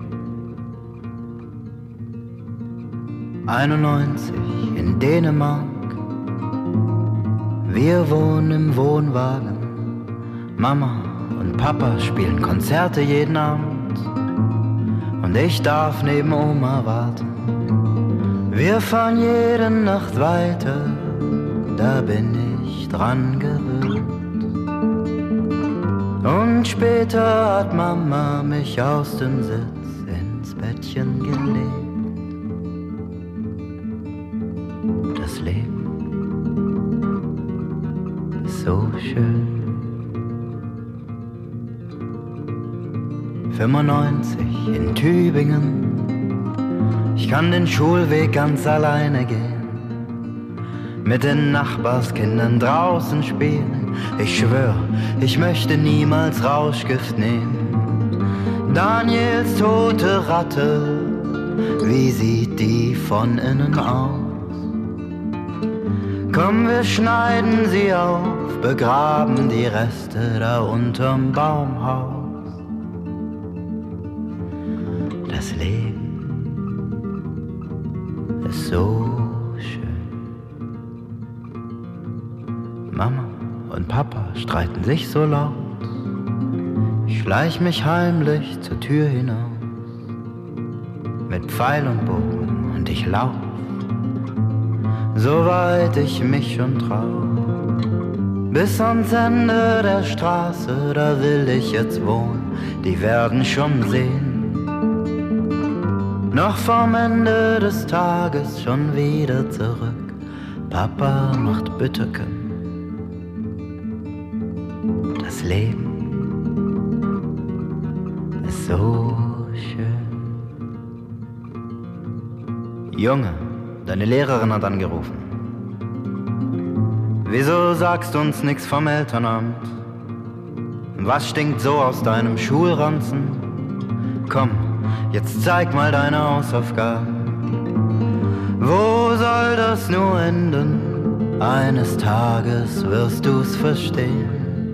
einundneunzig in Dänemark. Wir wohnen im Wohnwagen. Mama und Papa spielen Konzerte jeden Abend. Und ich darf neben Oma warten. Wir fahren jede Nacht weiter. Da bin ich dran gewöhnt. Und später hat Mama mich aus dem Sitz ins Bettchen gelegt. Das Leben ist so schön. fünfundneunzig in Tübingen. Ich kann den Schulweg ganz alleine gehen. Mit den Nachbarskindern draußen spielen. Ich schwör, ich möchte niemals Rauschgift nehmen. Daniels tote Ratte, wie sieht die von innen aus? Komm, wir schneiden sie auf, begraben die Reste da unterm Baumhaus. Das Leben ist so schön. Mama und Papa streiten sich so laut. Ich schleich mich heimlich zur Tür hinaus. Mit Pfeil und Bogen und ich lauf, soweit ich mich schon trau. Bis ans Ende der Straße, da will ich jetzt wohnen. Die werden schon sehen. Noch vorm Ende des Tages schon wieder zurück. Papa macht Bütterken. Das Leben ist so schön. Junge, deine Lehrerin hat angerufen. Wieso sagst du uns nix vom Elternamt? Was stinkt so aus deinem Schulranzen? Komm, jetzt zeig mal deine Hausaufgaben. Wo soll das nur enden? Eines Tages wirst du's verstehen.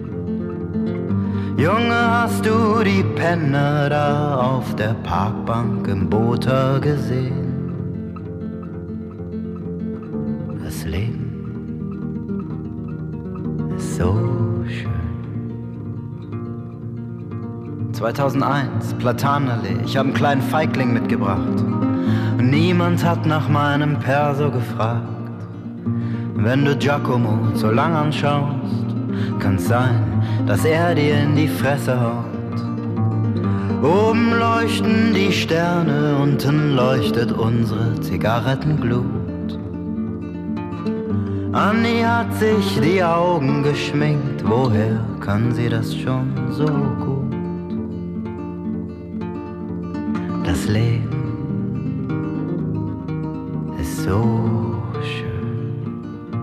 Junge, hast du die Penner da auf der Parkbank im Boter gesehen? Das Leben ist so schön. zweitausendeins, Platanallee, ich hab einen kleinen Feigling mitgebracht. Und niemand hat nach meinem Perso gefragt. Wenn du Giacomo so lang anschaust, kann's sein, dass er dir in die Fresse haut. Oben leuchten die Sterne, unten leuchtet unsere Zigarettenglut. Anni hat sich die Augen geschminkt, woher kann sie das schon so gut? Das Leben ist so schön.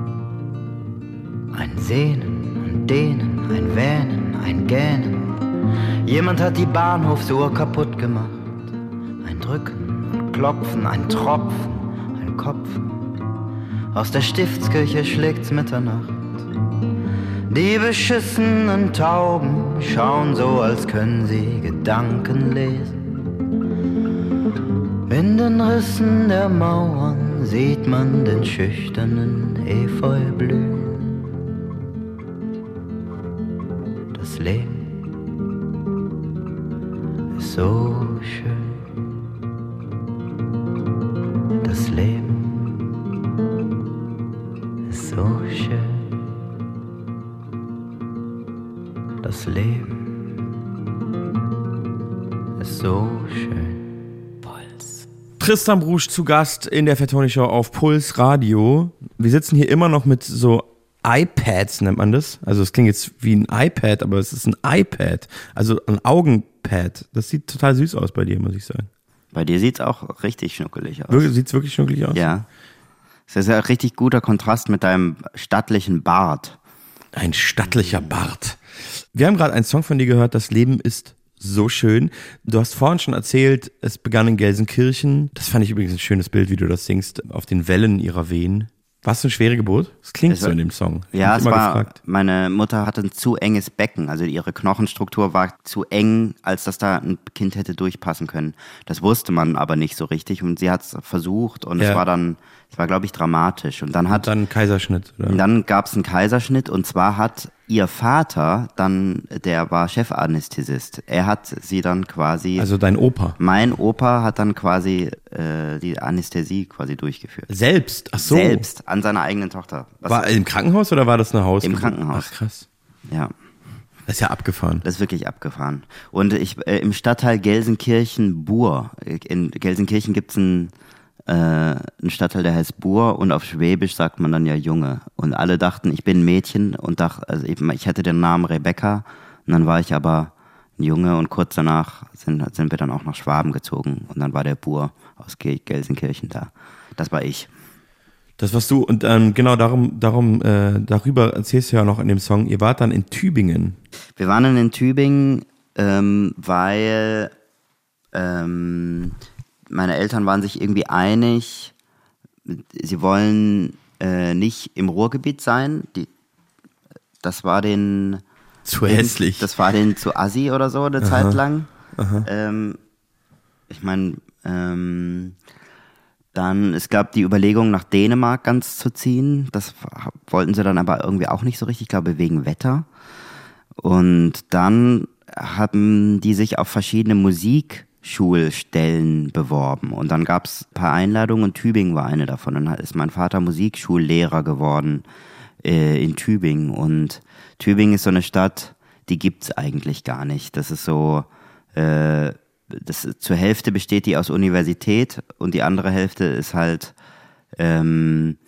Ein Sehnen und Dehnen, ein Wähnen, ein Gähnen. Jemand hat die Bahnhofsuhr kaputt gemacht. Ein Drücken und Klopfen, ein Tropfen, ein Kopfen. Aus der Stiftskirche schlägt's Mitternacht. Die beschissenen Tauben schauen so, als können sie Gedanken lesen. In den Rissen der Mauern sieht man den schüchternen Efeu blühen. Das Leben ist so schön. Das Leben ist so schön. Das Leben ist so schön. Tristan Brusch zu Gast in der Fat Tony Show auf Puls Radio. Wir sitzen hier immer noch mit so iPads, nennt man das. Also es klingt jetzt wie ein iPad, aber es ist ein iPad. Also ein Augenpad. Das sieht total süß aus bei dir, muss ich sagen. Bei dir sieht's auch richtig schnuckelig aus. Wirklich, sieht's wirklich schnuckelig aus? Ja. Es ist ja ein richtig guter Kontrast mit deinem stattlichen Bart. Ein stattlicher Bart. Wir haben gerade einen Song von dir gehört, Das Leben ist so schön. Du hast vorhin schon erzählt, es begann in Gelsenkirchen. Das fand ich übrigens ein schönes Bild, wie du das singst, auf den Wellen ihrer Wehen. Warst du eine schwere Geburt? Das klingt es so in dem Song. Ich ja, es war, gefragt. Meine Mutter hatte ein zu enges Becken, also ihre Knochenstruktur war zu eng, als dass da ein Kind hätte durchpassen können. Das wusste man aber nicht so richtig und sie hat es versucht und ja. es war dann, es war glaube ich dramatisch. Und dann hat und dann ein Kaiserschnitt. Oder? Und dann gab es einen Kaiserschnitt und zwar hat ihr Vater dann, der war Chefanästhesist, er hat sie dann quasi... Also dein Opa? Mein Opa hat dann quasi äh, die Anästhesie quasi durchgeführt. Selbst? Ach so. Selbst, an seiner eigenen Tochter. Was war im Krankenhaus oder war das eine Haus? Im Krankenhaus. Ach krass. Ja. Das ist ja abgefahren. Das ist wirklich abgefahren. Und ich äh, im Stadtteil Gelsenkirchen-Bur, in Gelsenkirchen gibt's einen äh, einen Stadtteil, der heißt Bur und auf Schwäbisch sagt man dann ja Junge. Und alle dachten, ich bin ein Mädchen und dachte, also ich, ich hätte den Namen Rebecca und dann war ich aber ein Junge und kurz danach sind, sind wir dann auch nach Schwaben gezogen und dann war der Bur aus Gelsenkirchen da. Das war ich. Das warst du und ähm, genau darum, darum äh, darüber erzählst du ja noch in dem Song, ihr wart dann in Tübingen. Wir waren dann in Tübingen, ähm, weil ähm, meine Eltern waren sich irgendwie einig, sie wollen äh, nicht im Ruhrgebiet sein. Die, das war den zu hässlich. Das war den zu assi oder so eine Aha. Zeit lang. Aha. Ähm, ich meine, ähm, dann, es gab die Überlegung, nach Dänemark ganz zu ziehen. Das wollten sie dann aber irgendwie auch nicht so richtig, ich glaube wegen Wetter. Und dann haben die sich auf verschiedene Musikschulstellen beworben. Und dann gab es ein paar Einladungen und Tübingen war eine davon. Dann ist mein Vater Musikschullehrer geworden äh, in Tübingen. Und Tübingen ist so eine Stadt, die gibt's eigentlich gar nicht. Das ist so... Äh, Das, zur Hälfte besteht die aus Universität und die andere Hälfte ist halt ähm,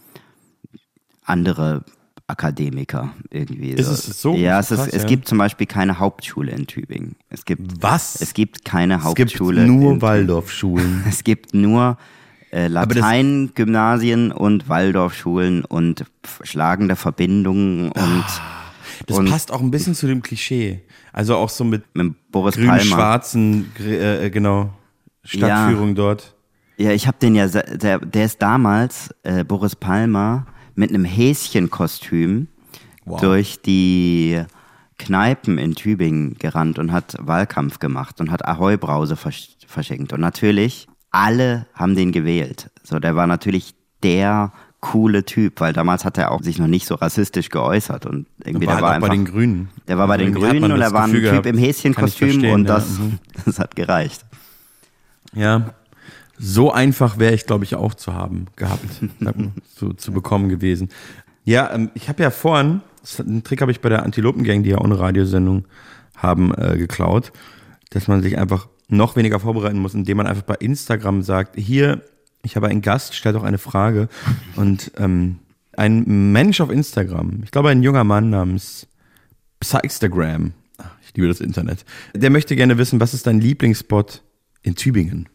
andere Akademiker irgendwie. Ist es so? Ja, es, ist, Krass, es ja. gibt zum Beispiel keine Hauptschule in Tübingen. Es gibt Was? Es gibt keine es Hauptschule. Es gibt nur in Waldorfschulen. Es gibt nur äh, Latein-Gymnasien und Waldorfschulen und schlagende Verbindungen und Das und passt auch ein bisschen zu dem Klischee. Also auch so mit, mit Boris Palmer. grün-schwarzen, äh, genau, Stadtführung Ja. dort. Ja, ich habe den ja, der, der ist damals, äh, Boris Palmer, mit einem Häschenkostüm Wow. durch die Kneipen in Tübingen gerannt und hat Wahlkampf gemacht und hat Ahoi-Brause versch- verschenkt. Und natürlich, alle haben den gewählt. So, der war natürlich der coole Typ, weil damals hat er auch sich noch nicht so rassistisch geäußert und irgendwie war der war halt auch einfach, bei den Grünen. der war bei den Irgendwie hat Grünen man und das er war ein Gefühl Typ gehabt, im kann ich Häschenkostüm verstehen, und ja. das, Mhm. das hat gereicht. Ja, so einfach wäre ich, glaube ich, auch zu haben gehabt, zu, zu bekommen gewesen. Ja, ähm, ich habe ja vorhin, das, einen Trick habe ich bei der Antilopen-Gang, die ja auch eine Radiosendung haben, äh, geklaut, dass man sich einfach noch weniger vorbereiten muss, indem man einfach bei Instagram sagt, hier, ich habe einen Gast, stellt doch eine Frage. Und ähm, ein Mensch auf Instagram, ich glaube ein junger Mann namens Psychstagram, ich liebe das Internet, der möchte gerne wissen, was ist dein Lieblingsspot in Tübingen?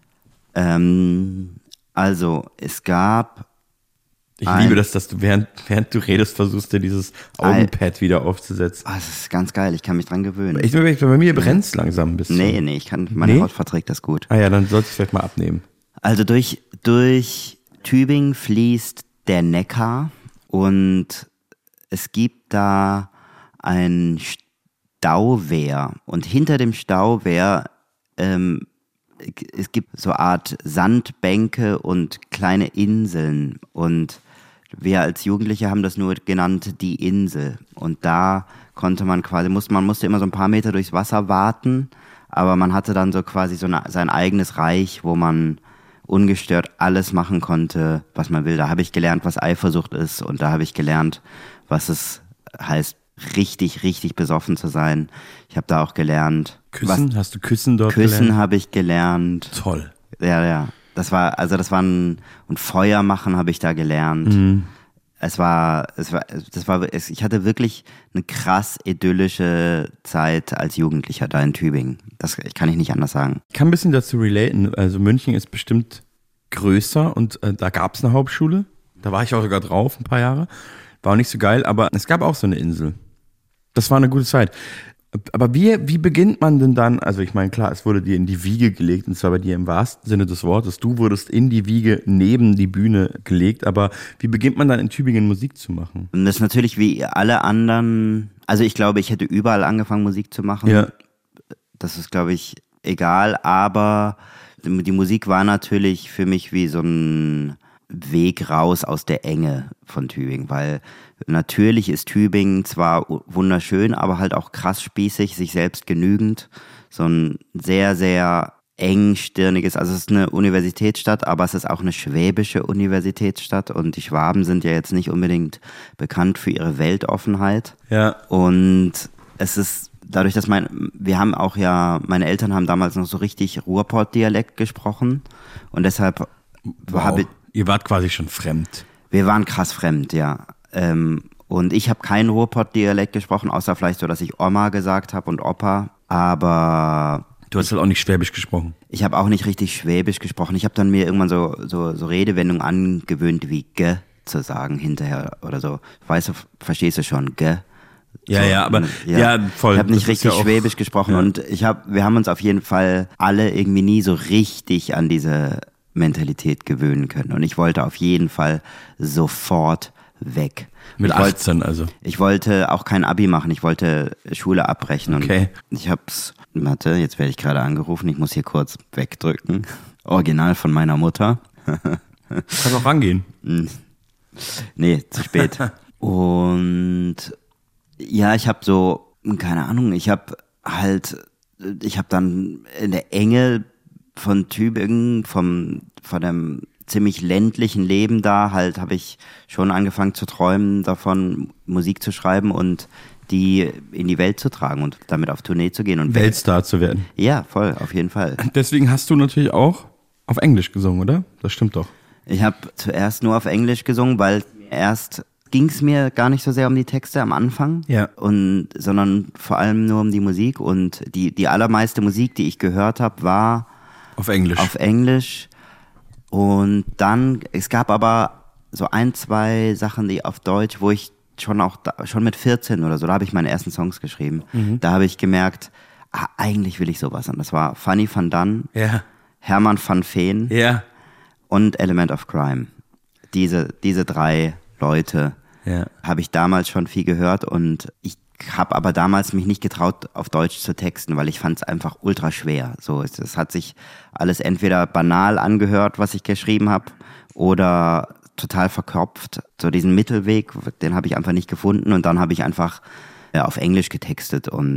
Ähm, also, es gab... Ich ein, liebe das, dass du während, während du redest, versuchst dir dieses Augenpad wieder aufzusetzen. Oh, das ist ganz geil, ich kann mich dran gewöhnen. Ich, bei mir brennt es langsam ein bisschen. Nee, nee, ich kann, meine Nee? Haut verträgt das gut. Ah ja, dann sollst du es vielleicht mal abnehmen. Also durch, durch Tübingen fließt der Neckar und es gibt da ein Stauwehr und hinter dem Stauwehr ähm, es gibt so eine Art Sandbänke und kleine Inseln und wir als Jugendliche haben das nur genannt die Insel und da konnte man quasi, musste, man musste immer so ein paar Meter durchs Wasser warten, aber man hatte dann so quasi so eine, sein eigenes Reich, wo man ungestört alles machen konnte, was man will. Da habe ich gelernt, was Eifersucht ist und da habe ich gelernt, was es heißt, richtig, richtig besoffen zu sein. Ich habe da auch gelernt. Küssen? Was, Hast du Küssen dort Küssen gelernt? habe ich gelernt. Toll. Ja, ja. Das war, also das war ein, und Feuer machen habe ich da gelernt. Mhm. Es war, es war, das war, es, ich hatte wirklich eine krass idyllische Zeit als Jugendlicher da in Tübingen. Das kann ich nicht anders sagen. Ich kann ein bisschen dazu relaten. Also München ist bestimmt größer und äh, da gab es eine Hauptschule. Da war ich auch sogar drauf ein paar Jahre. War auch nicht so geil, aber es gab auch so eine Insel. Das war eine gute Zeit. Aber wie, wie beginnt man denn dann, also ich meine, klar, es wurde dir in die Wiege gelegt, und zwar bei dir im wahrsten Sinne des Wortes. Du wurdest in die Wiege neben die Bühne gelegt, aber wie beginnt man dann in Tübingen Musik zu machen? Und das ist natürlich wie alle anderen, also ich glaube, ich hätte überall angefangen Musik zu machen. Ja. Das ist, glaube ich, egal, aber die Musik war natürlich für mich wie so ein Weg raus aus der Enge von Tübingen, weil natürlich ist Tübingen zwar wunderschön, aber halt auch krass spießig, sich selbst genügend. So ein sehr, sehr engstirniges, also es ist eine Universitätsstadt, aber es ist auch eine schwäbische Universitätsstadt und die Schwaben sind ja jetzt nicht unbedingt bekannt für ihre Weltoffenheit. Ja. Und es ist dadurch, dass mein, wir haben auch ja, meine Eltern haben damals noch so richtig Ruhrpott-Dialekt gesprochen und deshalb Wow. habe ich, Ihr wart quasi schon fremd. wir waren krass fremd, ja. Ähm, und ich habe keinen Ruhrpott-Dialekt gesprochen, außer vielleicht so, dass ich Oma gesagt habe und Opa. Aber Du hast halt auch nicht Schwäbisch gesprochen. ich habe auch nicht richtig Schwäbisch gesprochen. Ich habe dann mir irgendwann so, so, so Redewendungen angewöhnt, wie ge zu sagen hinterher oder so. Weißt du, verstehst du schon, ge? Ja, So, ja, aber ja, voll. Ich habe nicht Das ist richtig ja auch- Schwäbisch gesprochen Ja. und ich hab, wir haben uns auf jeden Fall alle irgendwie nie so richtig an diese Mentalität gewöhnen können. Und ich wollte auf jeden Fall sofort weg. Mit ich wollte, achtzehn also. ich wollte auch kein Abi machen, ich wollte Schule abbrechen. Okay. Und ich hab's, warte, jetzt werde ich gerade angerufen, ich muss hier kurz wegdrücken. Original von meiner Mutter. Kannst auch rangehen. Nee, zu spät. Und ja, ich habe so, keine Ahnung, ich habe halt, ich habe dann in der Enge von Tübingen, vom, von dem ziemlich ländlichen Leben da, halt habe ich schon angefangen zu träumen davon, Musik zu schreiben und die in die Welt zu tragen und damit auf Tournee zu gehen. Und Weltstar zu werden. Ja, voll, auf jeden Fall. Deswegen hast du natürlich auch auf Englisch gesungen, oder? Das stimmt doch. Ich habe zuerst nur auf Englisch gesungen, weil erst ging es mir gar nicht so sehr um die Texte am Anfang, Ja. und sondern vor allem nur um die Musik. Und die, die allermeiste Musik, die ich gehört habe, war Auf Englisch. auf Englisch. Und dann, es gab aber so ein, zwei Sachen, die auf Deutsch, wo ich schon auch, da, schon mit vierzehn oder so, da habe ich meine ersten Songs geschrieben. Mhm. Da habe ich gemerkt, ah, eigentlich will ich sowas. Und das war Fanny van Dan, Ja. Hermann van Veen Ja. und Element of Crime. Diese, diese drei Leute Ja. habe ich damals schon viel gehört und ich habe aber damals mich nicht getraut, auf Deutsch zu texten, weil ich fand es einfach ultra schwer. So, es, es hat sich alles entweder banal angehört, was ich geschrieben habe, oder total verkopft. So diesen Mittelweg, den habe ich einfach nicht gefunden und dann habe ich einfach ja, auf Englisch getextet und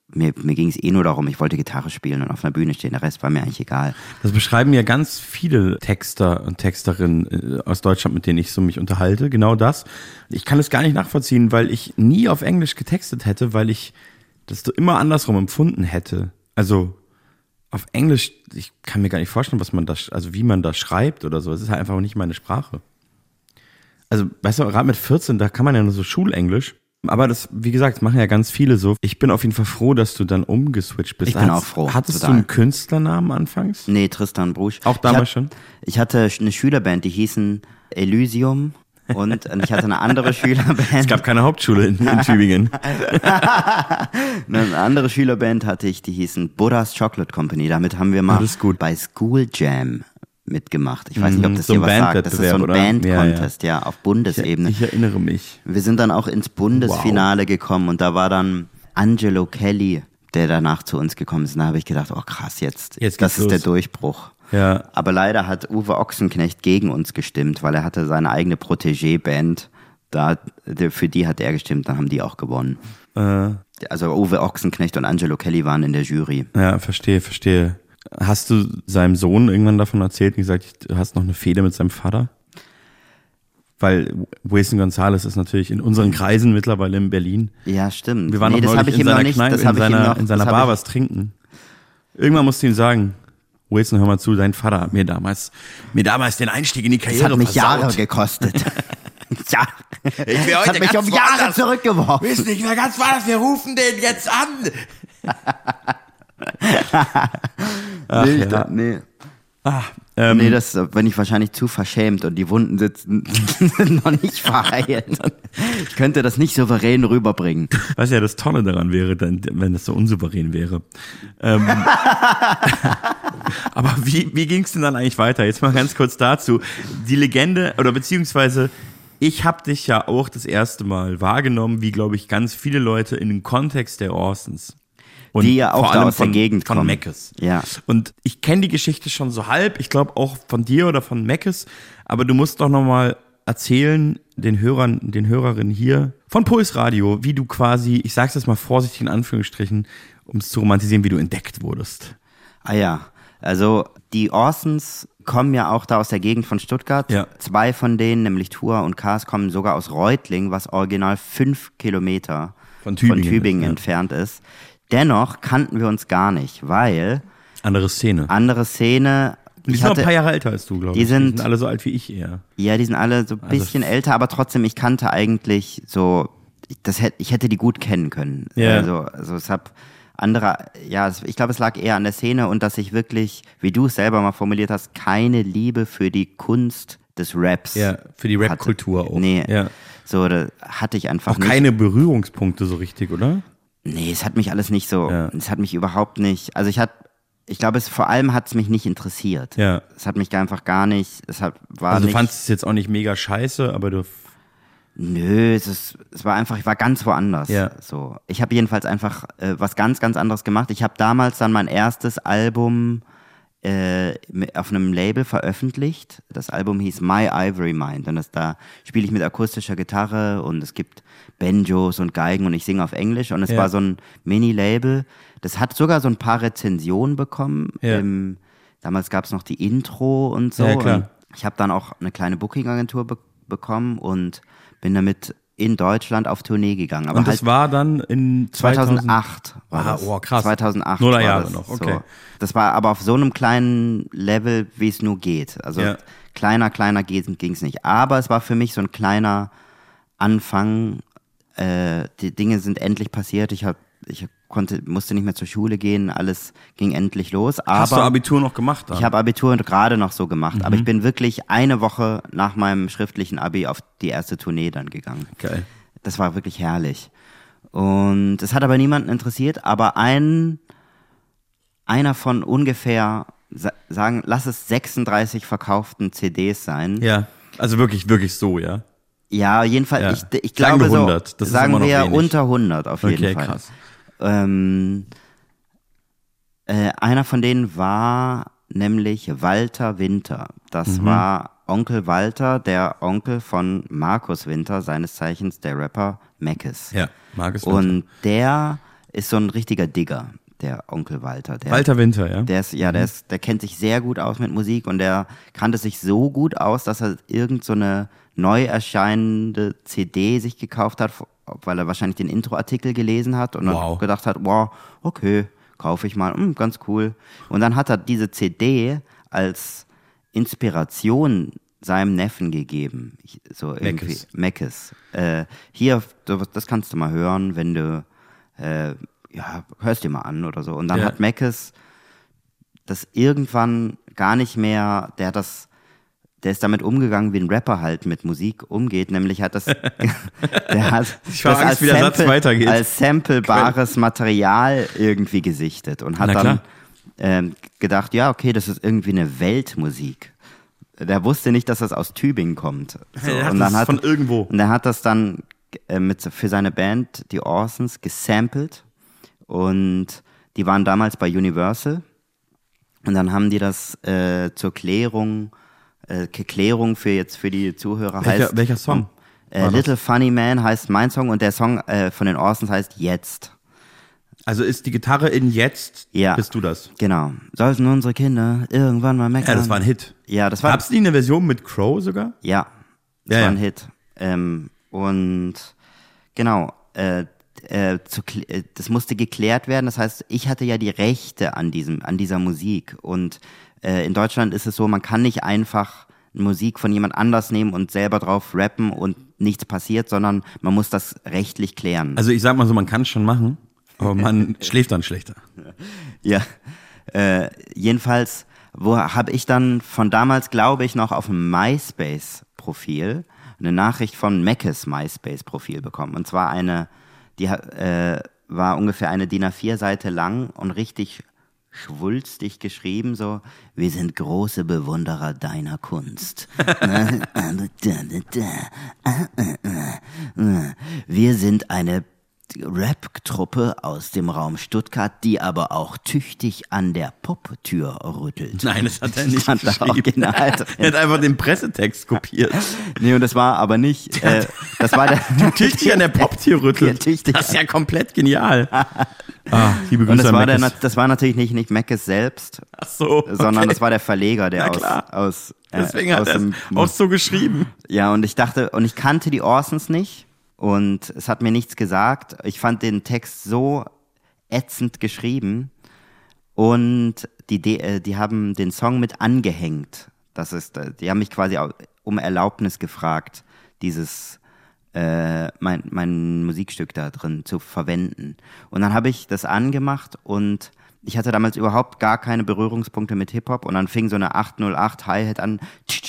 mir, mir ging es eh nur darum, ich wollte Gitarre spielen und auf einer Bühne stehen, der Rest war mir eigentlich egal. Das beschreiben ja ganz viele Texter und Texterinnen aus Deutschland, mit denen ich so mich unterhalte, genau das. Ich kann es gar nicht nachvollziehen, weil ich nie auf Englisch getextet hätte, weil ich das so immer andersrum empfunden hätte. Also auf Englisch, ich kann mir gar nicht vorstellen, was man da, also wie man da schreibt oder so. Es ist halt einfach nicht meine Sprache. Also, weißt du, gerade mit vierzehn, da kann man ja nur so Schulenglisch. Aber das, wie gesagt, das machen ja ganz viele so. Ich bin auf jeden Fall froh, dass du dann umgeswitcht bist. Ich bin auch froh. Hattest total. du einen Künstlernamen anfangs? Nee, Tristan Brusch. Auch damals ich hat, schon? Ich hatte eine Schülerband, die hießen Elysium. Und, und ich hatte eine andere Schülerband. Es gab keine Hauptschule in, in Tübingen. Eine andere Schülerband hatte ich, die hießen Buddha's Chocolate Company. Damit haben wir mal bei School Jam mitgemacht. Ich weiß nicht, ob das so dir was sagt. Das ist so ein oder? Band-Contest, ja, ja. ja, auf Bundesebene. Ich, ich erinnere mich. Wir sind dann auch ins Bundesfinale wow. gekommen und da war dann Angelo Kelly, der danach zu uns gekommen ist. Und da habe ich gedacht, oh krass, jetzt, jetzt das ist los. Der Durchbruch. Ja. Aber leider hat Uwe Ochsenknecht gegen uns gestimmt, weil er hatte seine eigene Protégé-Band. Da, für die hat er gestimmt, dann haben die auch gewonnen. Äh. Also Uwe Ochsenknecht und Angelo Kelly waren in der Jury. Ja, verstehe, verstehe. Hast du seinem Sohn irgendwann davon erzählt und gesagt, du hast noch eine Fehde mit seinem Vater? Weil Weston Gonzales ist natürlich in unseren Kreisen mittlerweile in Berlin. Ja, stimmt. Wir waren nee, noch neulich in seiner Kneipe, in seiner, in seiner Bar was trinken. Irgendwann musst du ihm sagen, Wilson, hör mal zu, dein Vater hat mir damals, mir damals den Einstieg in die Karriere versaut. Das hat mich versaut. Jahre gekostet. Ja. Ich will heute das hat mich um Jahre zurückgeworfen. Wisst nicht mehr ganz woanders, wir rufen den jetzt an. Ach, nee, ja. nee. Ah, ähm, nee, das bin ich wahrscheinlich zu verschämt und die Wunden sitzen, sind noch nicht verheilt. Ich könnte das nicht souverän rüberbringen. Was ja das Tolle daran wäre, wenn das so unsouverän wäre. Ähm, aber wie, wie ging es denn dann eigentlich weiter? Jetzt mal ganz kurz dazu. Die Legende, oder beziehungsweise ich habe dich ja auch das erste Mal wahrgenommen, wie, glaube ich, ganz viele Leute in den Kontext der Orsons. Und die ja auch vor allem da aus von, der Gegend von kommen. Meckes. Ja. Und ich kenne die Geschichte schon so halb, ich glaube auch von dir oder von Meckes, aber du musst doch nochmal erzählen, den Hörern, den Hörerinnen hier von Puls Radio, wie du quasi, ich sag's jetzt mal vorsichtig in Anführungsstrichen, um es zu romantisieren, wie du entdeckt wurdest. Ah ja, also die Orsons kommen ja auch da aus der Gegend von Stuttgart. Ja. Zwei von denen, nämlich Tua und Kars, kommen sogar aus Reutling, was original fünf Kilometer von Tübingen, von Tübingen ist, ja. entfernt ist. Dennoch kannten wir uns gar nicht, weil... Andere Szene. Andere Szene. Die sind noch ein paar Jahre älter als du, glaube ich. Die sind, die sind alle so alt wie ich eher. Ja, die sind alle so ein also bisschen älter, aber trotzdem, ich kannte eigentlich so, das hätte, ich hätte die gut kennen können. Ja. Also, also es hab andere, ja, ich glaube, es lag eher an der Szene und dass ich wirklich, wie du es selber mal formuliert hast, keine Liebe für die Kunst des Raps. Ja, für die Rap-Kultur auch. Nee, ja. so, da hatte ich einfach auch nicht. Auch keine Berührungspunkte so richtig, oder? Nee, es hat mich alles nicht so, ja. es hat mich überhaupt nicht, also ich hatte, ich glaube, es vor allem hat es mich nicht interessiert. Ja. Es hat mich einfach gar nicht, es hat, war Also du nicht, fandest es jetzt auch nicht mega scheiße, aber du... Nö, es ist, es war einfach, ich war ganz woanders. Ja. So, ich habe jedenfalls einfach äh, was ganz, ganz anderes gemacht. Ich habe damals dann mein erstes Album äh, auf einem Label veröffentlicht. Das Album hieß My Ivory Mind und das, da spiele ich mit akustischer Gitarre und es gibt Banjos und Geigen und ich singe auf Englisch und es Ja. war so ein Mini-Label. Das hat sogar so ein paar Rezensionen bekommen. Ja. Im, damals gab es noch die Intro und so. Ja, klar. Und ich habe dann auch eine kleine Booking-Agentur be- bekommen und bin damit in Deutschland auf Tournee gegangen. Aber Und das halt war dann in zweitausendacht war Ah, das. oh, krass. zweitausendacht Nuller war Jahre das noch, okay. So. Das war aber auf so einem kleinen Level, wie es nur geht. Also Ja. kleiner, kleiner ging es nicht. Aber es war für mich so ein kleiner Anfang. Äh, die Dinge sind endlich passiert. Ich hab, ich konnte, musste nicht mehr zur Schule gehen. Alles ging endlich los. Aber Hast du Abitur noch gemacht? Dann? ich habe Abitur gerade noch so gemacht. Mhm. Aber ich bin wirklich eine Woche nach meinem schriftlichen Abi auf die erste Tournee dann gegangen. Geil. Das war wirklich herrlich. Und es hat aber niemanden interessiert, aber ein, einer von ungefähr, sa- sagen, lass es sechsunddreißig verkauften C Ds sein. Ja, also wirklich, wirklich so, ja? Ja, jedenfalls, Ja. ich, ich Sagen glaube wir hundert, so, das ist sagen immer noch wir wenig. unter hundert auf jeden Okay, Fall. krass. Ähm, äh, einer von denen war nämlich Walter Winter. Das Mhm. war Onkel Walter, der Onkel von Markus Winter, seines Zeichens der Rapper Meckes. Ja, mag es Und der ist so ein richtiger Digger, der Onkel Walter. Der, Walter Winter, ja? Der ist, ja, der ist, der kennt sich sehr gut aus mit Musik und der kannte sich so gut aus, dass er irgend so eine neu erscheinende C D sich gekauft hat, weil er wahrscheinlich den Intro-Artikel gelesen hat und wow. dann gedacht hat, wow, okay, kaufe ich mal, hm, ganz cool. Und dann hat er diese C D als Inspiration seinem Neffen gegeben. Ich, so irgendwie. Meckes. Äh, hier, das kannst du mal hören, wenn du, äh, ja, hörst dir mal an oder so. Und dann ja. hat Meckes das irgendwann gar nicht mehr, der hat das, der ist damit umgegangen, wie ein Rapper halt mit Musik umgeht, nämlich hat das, der hat ich das als, Sample, Satz weitergeht. als samplebares Material irgendwie gesichtet und hat dann ähm, gedacht, ja, okay, das ist irgendwie eine Weltmusik. Der wusste nicht, dass das aus Tübingen kommt. So, er hat und dann das hat, von irgendwo. Und er hat das dann äh, mit, für seine Band, die Orsons, gesampelt. Und die waren damals bei Universal. Und dann haben die das äh, zur Klärung, äh, Klärung für jetzt für die Zuhörer welcher, heißt. Welcher Song? Äh, Little Funny Man heißt mein Song und der Song äh, von den Orsons heißt Jetzt. Also ist die Gitarre in Jetzt, ja, bist du das? Genau. Sollten unsere Kinder irgendwann mal meckern. Ja, das war ein Hit. Ja, das war. Gab's nie eine Version mit Crow sogar? Ja, das ja, war ein ja. Hit. Ähm, und genau, äh, äh, zu, äh, das musste geklärt werden. Das heißt, ich hatte ja die Rechte an diesem, an dieser Musik. Und äh, in Deutschland ist es so, man kann nicht einfach Musik von jemand anders nehmen und selber drauf rappen und nichts passiert, sondern man muss das rechtlich klären. Also ich sag mal so, man kann es schon machen. Aber man schläft dann schlechter. Ja, äh, jedenfalls wo habe ich dann von damals, glaube ich, noch auf dem MySpace-Profil eine Nachricht von Meckes MySpace-Profil bekommen. Und zwar eine, die äh, war ungefähr eine D I N A vier Seite lang und richtig schwulstig geschrieben, so, wir sind große Bewunderer deiner Kunst. Wir sind eine Rap-Truppe aus dem Raum Stuttgart, die aber auch tüchtig an der Pop-Tür rüttelt. Nein, das hat er nicht Stand geschrieben. Er hat einfach den Pressetext kopiert. Nee, und das war aber nicht, äh, das war der... Tüchtig an der Pop-Tür rüttelt. Ja, das ist ja komplett genial. Ah, liebe Grüße und das an war, der, Meckes. das war natürlich nicht, nicht Meckes selbst, Ach so, okay. sondern das war der Verleger, der Na klar. aus... aus äh, Deswegen hat aus er dem, es auch so geschrieben. Ja, und ich dachte, und ich kannte die Orsons nicht. Und es hat mir nichts gesagt. Ich fand den Text so ätzend geschrieben. Und die, die, die haben den Song mit angehängt. Das ist, die haben mich quasi um Erlaubnis gefragt, dieses, äh, mein, mein Musikstück da drin zu verwenden. Und dann habe ich das angemacht und ich hatte damals überhaupt gar keine Berührungspunkte mit Hip-Hop. Und dann fing so eine acht null acht Hi-Hat an.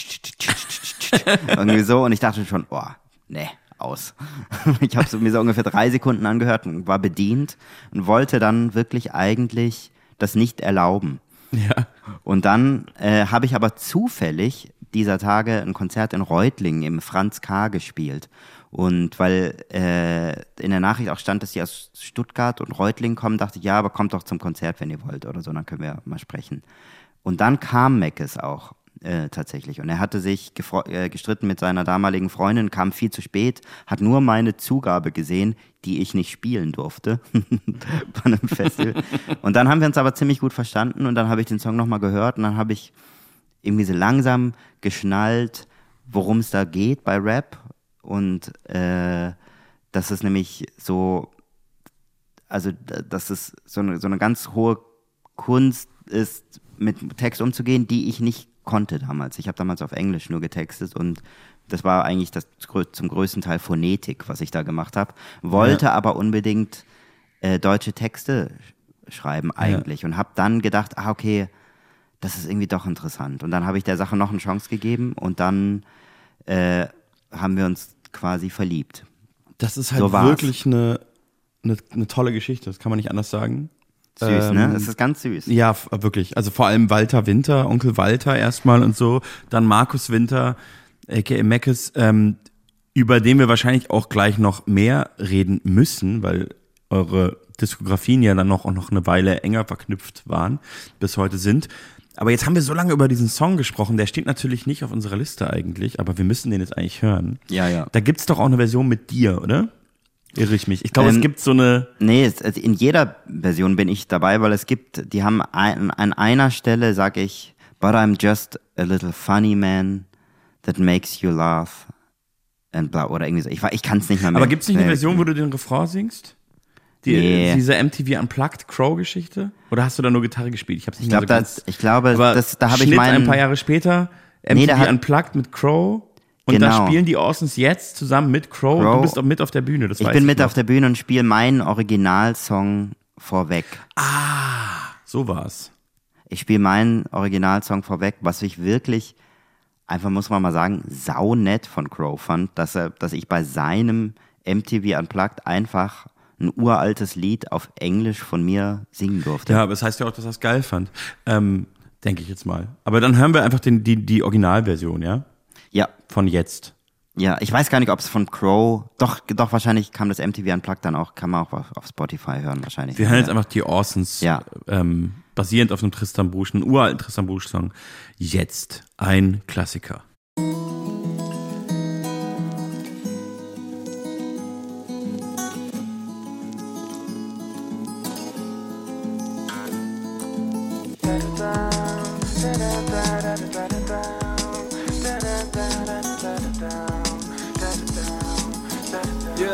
Irgendwie so. Und ich dachte schon, oh, nee. aus. Ich habe so, mir so ungefähr drei Sekunden angehört und war bedient und wollte dann wirklich eigentlich das nicht erlauben. Ja. Und dann äh, habe ich aber zufällig dieser Tage ein Konzert in Reutlingen im Franz K. gespielt. Und weil äh, in der Nachricht auch stand, dass die aus Stuttgart und Reutlingen kommen, dachte ich, ja, aber kommt doch zum Konzert, wenn ihr wollt oder so, dann können wir mal sprechen. Und dann kam Meckes auch. Äh, tatsächlich. Und er hatte sich gefro- äh, gestritten mit seiner damaligen Freundin, kam viel zu spät, hat nur meine Zugabe gesehen, die ich nicht spielen durfte bei einem Festival. Und dann haben wir uns aber ziemlich gut verstanden und dann habe ich den Song nochmal gehört und dann habe ich irgendwie so langsam geschnallt, worum es da geht bei Rap und äh, dass es nämlich so, also dass es so eine, so eine ganz hohe Kunst ist, mit Text umzugehen, die ich nicht konnte damals. Ich habe damals auf Englisch nur getextet und das war eigentlich das zum größten Teil Phonetik, was ich da gemacht habe. Wollte ja. aber unbedingt äh, deutsche Texte schreiben eigentlich ja. und habe dann gedacht, ah okay, das ist irgendwie doch interessant. Und dann habe ich der Sache noch eine Chance gegeben und dann äh, haben wir uns quasi verliebt. Das ist halt so wirklich eine, eine, eine tolle Geschichte, das kann man nicht anders sagen. Süß, ähm, ne? Das ist ganz süß. Ja, f- wirklich. Also vor allem Walter Winter, Onkel Walter erstmal und so, dann Markus Winter, aka Meckes, ähm, über den wir wahrscheinlich auch gleich noch mehr reden müssen, weil eure Diskografien ja dann noch, auch noch eine Weile enger verknüpft waren, bis heute sind. Aber jetzt haben wir so lange über diesen Song gesprochen, der steht natürlich nicht auf unserer Liste eigentlich, aber wir müssen den jetzt eigentlich hören. Ja, ja. Da gibt's doch auch eine Version mit dir, oder? Irre ich mich. Ich glaube, Ähm, es gibt so eine... Nee, es, also in jeder Version bin ich dabei, weil es gibt, die haben ein, an einer Stelle, sag ich, but I'm just a little funny man that makes you laugh and bla, oder irgendwie so. Ich, ich kann es nicht mehr mehr. Aber gibt es nicht eine Version, wo du den Refrain singst? Die, Nee. Diese M T V Unplugged Crow-Geschichte? Oder hast du da nur Gitarre gespielt? Ich hab's nicht Ich mehr glaube, so das, ganz... ich glaube, Aber das, da habe ich Schnitt meinen, ein paar Jahre später, M T V Nee, da hat- Unplugged mit Crow und da Genau. spielen die Awesomes jetzt zusammen mit Crow, und Crow. du bist auch mit auf der Bühne, das ich weiß bin mit noch. auf der Bühne und spiele meinen Originalsong vorweg. So war's. Ich spiele meinen Originalsong vorweg, was ich wirklich, einfach muss man mal sagen, saunett von Crow fand, dass er, dass ich bei seinem M T V Unplugged einfach ein uraltes Lied auf Englisch von mir singen durfte. Ja, aber das heißt ja auch, dass er es geil fand. Ähm, denke ich jetzt mal. Aber dann hören wir einfach den, die, die Originalversion, ja? Ja, Von jetzt. ja, ich weiß gar nicht, ob es von Crow, doch, doch, wahrscheinlich kam das M T V Unplugged dann auch, kann man auch auf, auf Spotify hören, wahrscheinlich. Wir hören ja. jetzt einfach die Awesomes, Ja. ähm, basierend auf einem Tristan Busch, einem uralten Tristan Busch-Song. Jetzt ein Klassiker. Yeah.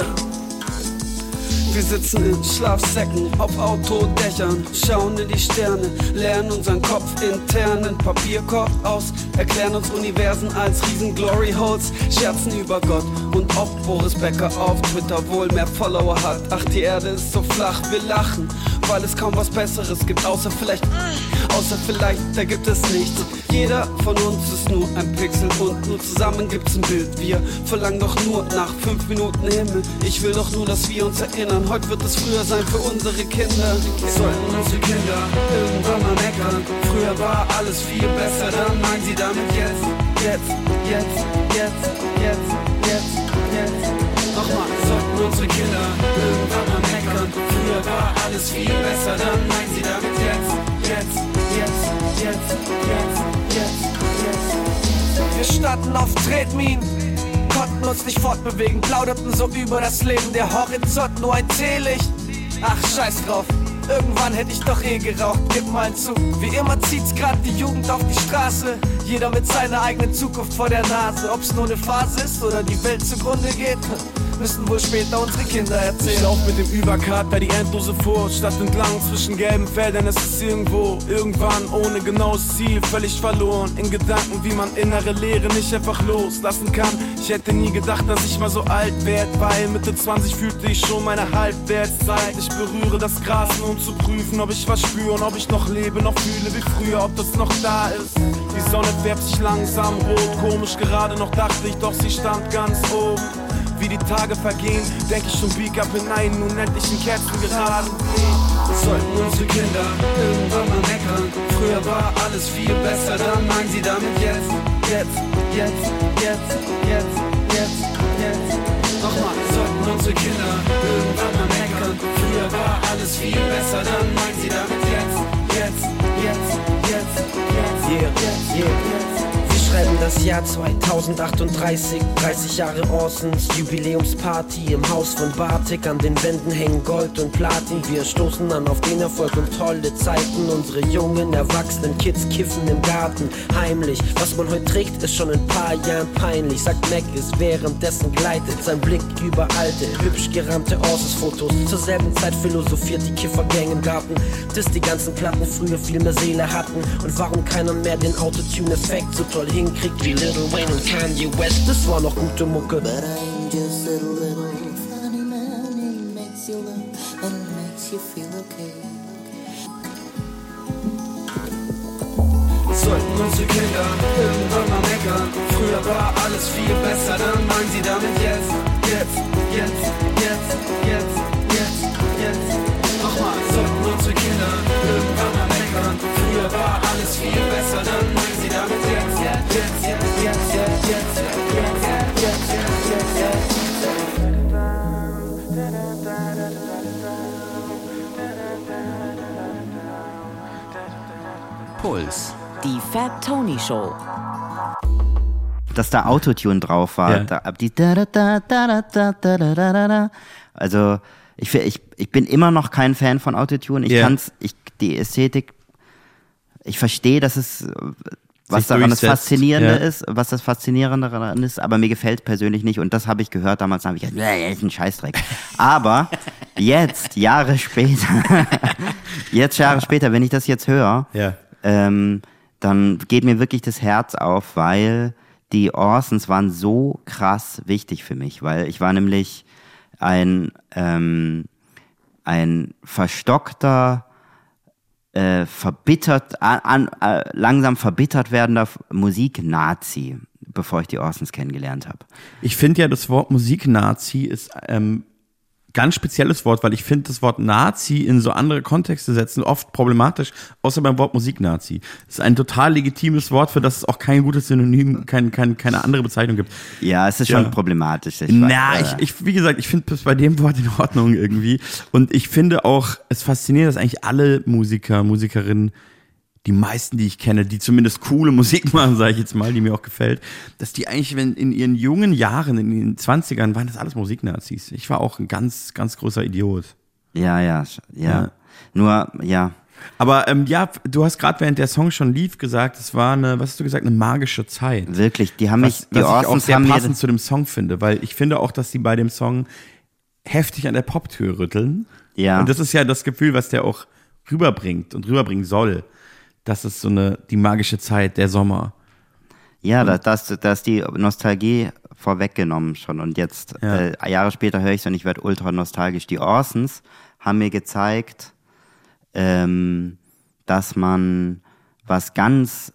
Wir sitzen in Schlafsäcken auf Autodächern, schauen in die Sterne, leeren unseren Kopf internen Papierkorb aus, erklären uns Universen als riesen Glory Holes, scherzen über Gott und ob Boris Becker auf Twitter wohl mehr Follower hat. Ach, die Erde ist so flach, wir lachen, weil es kaum was Besseres gibt, außer vielleicht, außer vielleicht, da gibt es nichts. Jeder von uns ist nur ein Pixel und nur zusammen gibt's ein Bild. Wir verlangen doch nur nach fünf Minuten Himmel. Ich will doch nur, dass wir uns erinnern. Heute wird es früher sein für unsere Kinder. Sollten unsere Kinder irgendwann mal meckern. Früher war alles viel besser, dann meinen sie damit jetzt, jetzt, jetzt, jetzt, jetzt, jetzt, jetzt. Nochmal, sollten unsere Kinder irgendwann mal meckern. Früher war alles viel besser, dann meinen sie damit jetzt, jetzt, jetzt, jetzt, jetzt, jetzt, jetzt. Wir standen auf Tretminen, konnten uns nicht fortbewegen, plauderten so über das Leben, der Horizont nur ein Teelicht. Ach, scheiß drauf, irgendwann hätte ich doch eh geraucht, gib mal zu. Wie immer zieht's grad die Jugend auf die Straße, jeder mit seiner eigenen Zukunft vor der Nase. Ob's nur eine Phase ist oder die Welt zugrunde geht, müssen wohl später unsere Kinder erzählen. Ich lauf mit dem Überkart bei die endlose Furcht, Stadt entlang zwischen gelben Feldern, es ist irgendwo, irgendwann ohne genaues Ziel, völlig verloren in Gedanken, wie man innere Leere nicht einfach loslassen kann. Ich hätte nie gedacht, dass ich mal so alt werd, weil Mitte zwanzig fühlte ich schon meine Halbwertszeit. Ich berühre das Gras, nur um zu prüfen, ob ich was spüre und ob ich noch lebe, noch fühle wie früher, ob das noch da ist. Die Sonne färbt sich langsam rot, komisch gerade noch dachte ich, doch sie stand ganz oben. Wie die Tage vergehen, denk ich schon bieg ab in einen unendlichen Kerzengeraden. Sollten unsere Kinder irgendwann mal meckern, früher war alles viel besser, dann meinen sie damit jetzt, jetzt, jetzt, jetzt, jetzt, jetzt, jetzt. Nochmal, sollten unsere Kinder irgendwann mal meckern, früher war alles viel besser, dann meinen sie damit jetzt, jetzt, jetzt, jetzt, jetzt, Yeah, jetzt, yeah. jetzt. Wir schreiben das Jahr zweitausendachtunddreißig, dreißig Jahre Orsons Jubiläumsparty im Haus von Bartik. An den Wänden hängen Gold und Platin. Wir stoßen an auf den Erfolg und tolle Zeiten. Unsere jungen, erwachsenen Kids kiffen im Garten heimlich. Was man heute trägt, ist schon in ein paar Jahren peinlich. Sagt Mac, ist währenddessen gleitet sein Blick über alte, hübsch gerahmte Orses-Fotos. Zur selben Zeit philosophiert die Kiffergang im Garten, dass die ganzen Platten früher viel mehr Seele hatten. Und warum keiner mehr den Autotune-Effekt so toll hinkriegt wie Lil Wayne und Kanye West. Das war noch gute Mucke. But I'm just a little funny man. He makes you laugh and makes you feel okay. Sollten unsere Kinder irgendwann mal meckern, früher war alles viel besser, dann meinen sie damit jetzt, jetzt, jetzt, jetzt, jetzt, jetzt, jetzt. Nochmal, sollten unsere Kinder irgendwann mal meckern, früher war alles viel besser, dann meinen sie damit jetzt, jetzt, jetzt, jetzt, jetzt, jetzt, jetzt, jetzt, jetzt, jetzt, jetzt. Puls. Die Fat Tony Show. dass da Autotune drauf war. Ja. Da, ab die da, da, da, da, da, da, da, da, da. Also ich, ich, ich bin immer noch kein Fan von Autotune. Ich Ja. kann's, ich, die Ästhetik, ich verstehe, dass es, was Sich daran das durchsetzt. Faszinierende Ja. ist, was das Faszinierende daran ist, aber mir gefällt persönlich nicht und das habe ich gehört, damals habe ich gesagt, nee, das ist ein Scheißdreck. Aber jetzt, Jahre später, jetzt Jahre später, wenn ich das jetzt höre, Ja. ähm, dann geht mir wirklich das Herz auf, weil die Orsons waren so krass wichtig für mich, weil ich war nämlich ein, ähm, ein verstockter, äh, verbittert, an, an, äh, langsam verbittert werdender Musik-Nazi, bevor ich die Orsons kennengelernt habe. Ich finde ja, das Wort Musik-Nazi ist ähm, ganz spezielles Wort, weil ich finde, das Wort Nazi in so andere Kontexte setzen oft problematisch, außer beim Wort Musik-Nazi. Das ist ein total legitimes Wort, für das es auch kein gutes Synonym, kein, kein, keine andere Bezeichnung gibt. Ja, es ist Ja. schon problematisch. Ich Na, weiß, ich, äh, ich, wie gesagt, ich finde das bei dem Wort in Ordnung irgendwie. Und ich finde auch, es fasziniert, dass eigentlich alle Musiker, Musikerinnen, die meisten, die ich kenne, die zumindest coole Musik machen, sage ich jetzt mal, die mir auch gefällt, dass die eigentlich, wenn in ihren jungen Jahren, in den zwanzigern, waren das alles Musiknazis. Ich war auch ein ganz, ganz großer Idiot. ja, ja, ja, Ja. Nur, ja, Aber ähm, ja, du hast gerade während der Song schon lief gesagt, es war eine, was hast du gesagt, eine magische Zeit. wirklich, die haben mich, Was, die was ich auch Orsons sehr haben mir, passend zu dem Song finde, weil ich finde auch, dass sie bei dem Song heftig an der Poptür rütteln. ja, Und das ist ja das Gefühl, was der auch rüberbringt und rüberbringen soll. Das ist so eine, die magische Zeit, der Sommer. ja, da, das, da ist die Nostalgie vorweggenommen schon und jetzt, Ja. äh, Jahre später höre ich es und ich werde ultra nostalgisch. Die Orsons haben mir gezeigt, ähm, dass man was ganz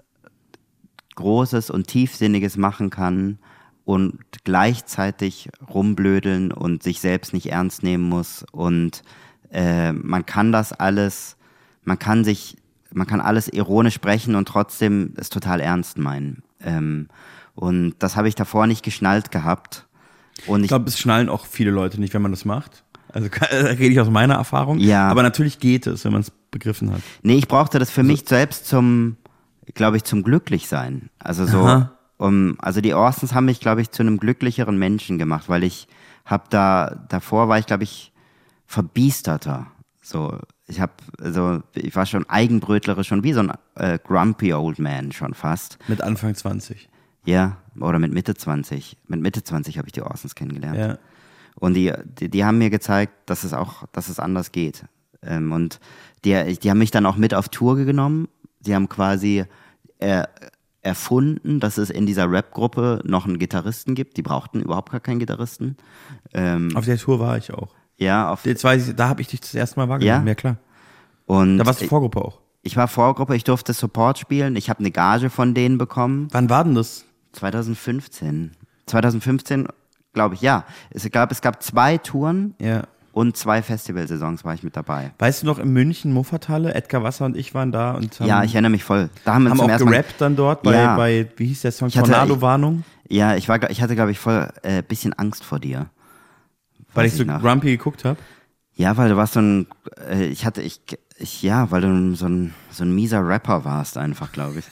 Großes und Tiefsinniges machen kann und gleichzeitig rumblödeln und sich selbst nicht ernst nehmen muss und äh, man kann das alles, man kann sich, man kann alles ironisch sprechen und trotzdem es total ernst meinen. Ähm, und das habe ich davor nicht geschnallt gehabt. Und Ich ich, glaube, es schnallen auch viele Leute nicht, wenn man das macht. Also da rede ich aus meiner Erfahrung. Ja. Aber natürlich geht es, wenn man es begriffen hat. nee, ich brauchte das für mich selbst zum, glaube ich, zum Glücklichsein. Also so, Aha. um, also die Orsons haben mich, glaube ich, zu einem glücklicheren Menschen gemacht, weil ich habe da, davor war ich, glaube ich, verbiesterter. So, ich habe, also ich war schon eigenbrötlerisch, schon wie so ein äh, grumpy old man schon fast. Mit Anfang zwanzig. Ja, oder mit Mitte zwanzig. Mit Mitte zwanzig habe ich die Orsons kennengelernt. Ja. Und die, die, die haben mir gezeigt, dass es auch, dass es anders geht. Ähm, und die, die haben mich dann auch mit auf Tour genommen. Sie haben quasi äh, erfunden, dass es in dieser Rap-Gruppe noch einen Gitarristen gibt. Die brauchten überhaupt gar keinen Gitarristen. Ähm, Auf der Tour war ich auch. ja, auf, Jetzt weiß ich, da habe ich dich das erste Mal wahrgenommen. Ja? Ja, klar. und Da warst du Vorgruppe auch. ich war Vorgruppe, ich durfte Support spielen. Ich habe eine Gage von denen bekommen. Wann war denn das? zwanzig fünfzehn. zwanzig fünfzehn, glaube ich, ja. Es gab, es gab zwei Touren Ja. und zwei Festivalsaisons war ich mit dabei. Weißt du noch, in München, Muffathalle, Edgar Wasser und ich waren da und haben, Ja, ich erinnere mich voll. Da haben wir haben zum auch ersten Mal, gerappt dann dort bei, Ja. bei, wie hieß der Song, Ich hatte- Tornado-Warnung? ja, ich war, ich hatte, glaube ich, voll äh, bisschen Angst vor dir. Weil Weiß ich so noch. grumpy geguckt habe. Ja, weil du warst so ein, äh, ich hatte, ich, ich, ja, weil du so ein, so ein mieser Rapper warst einfach, glaube ich.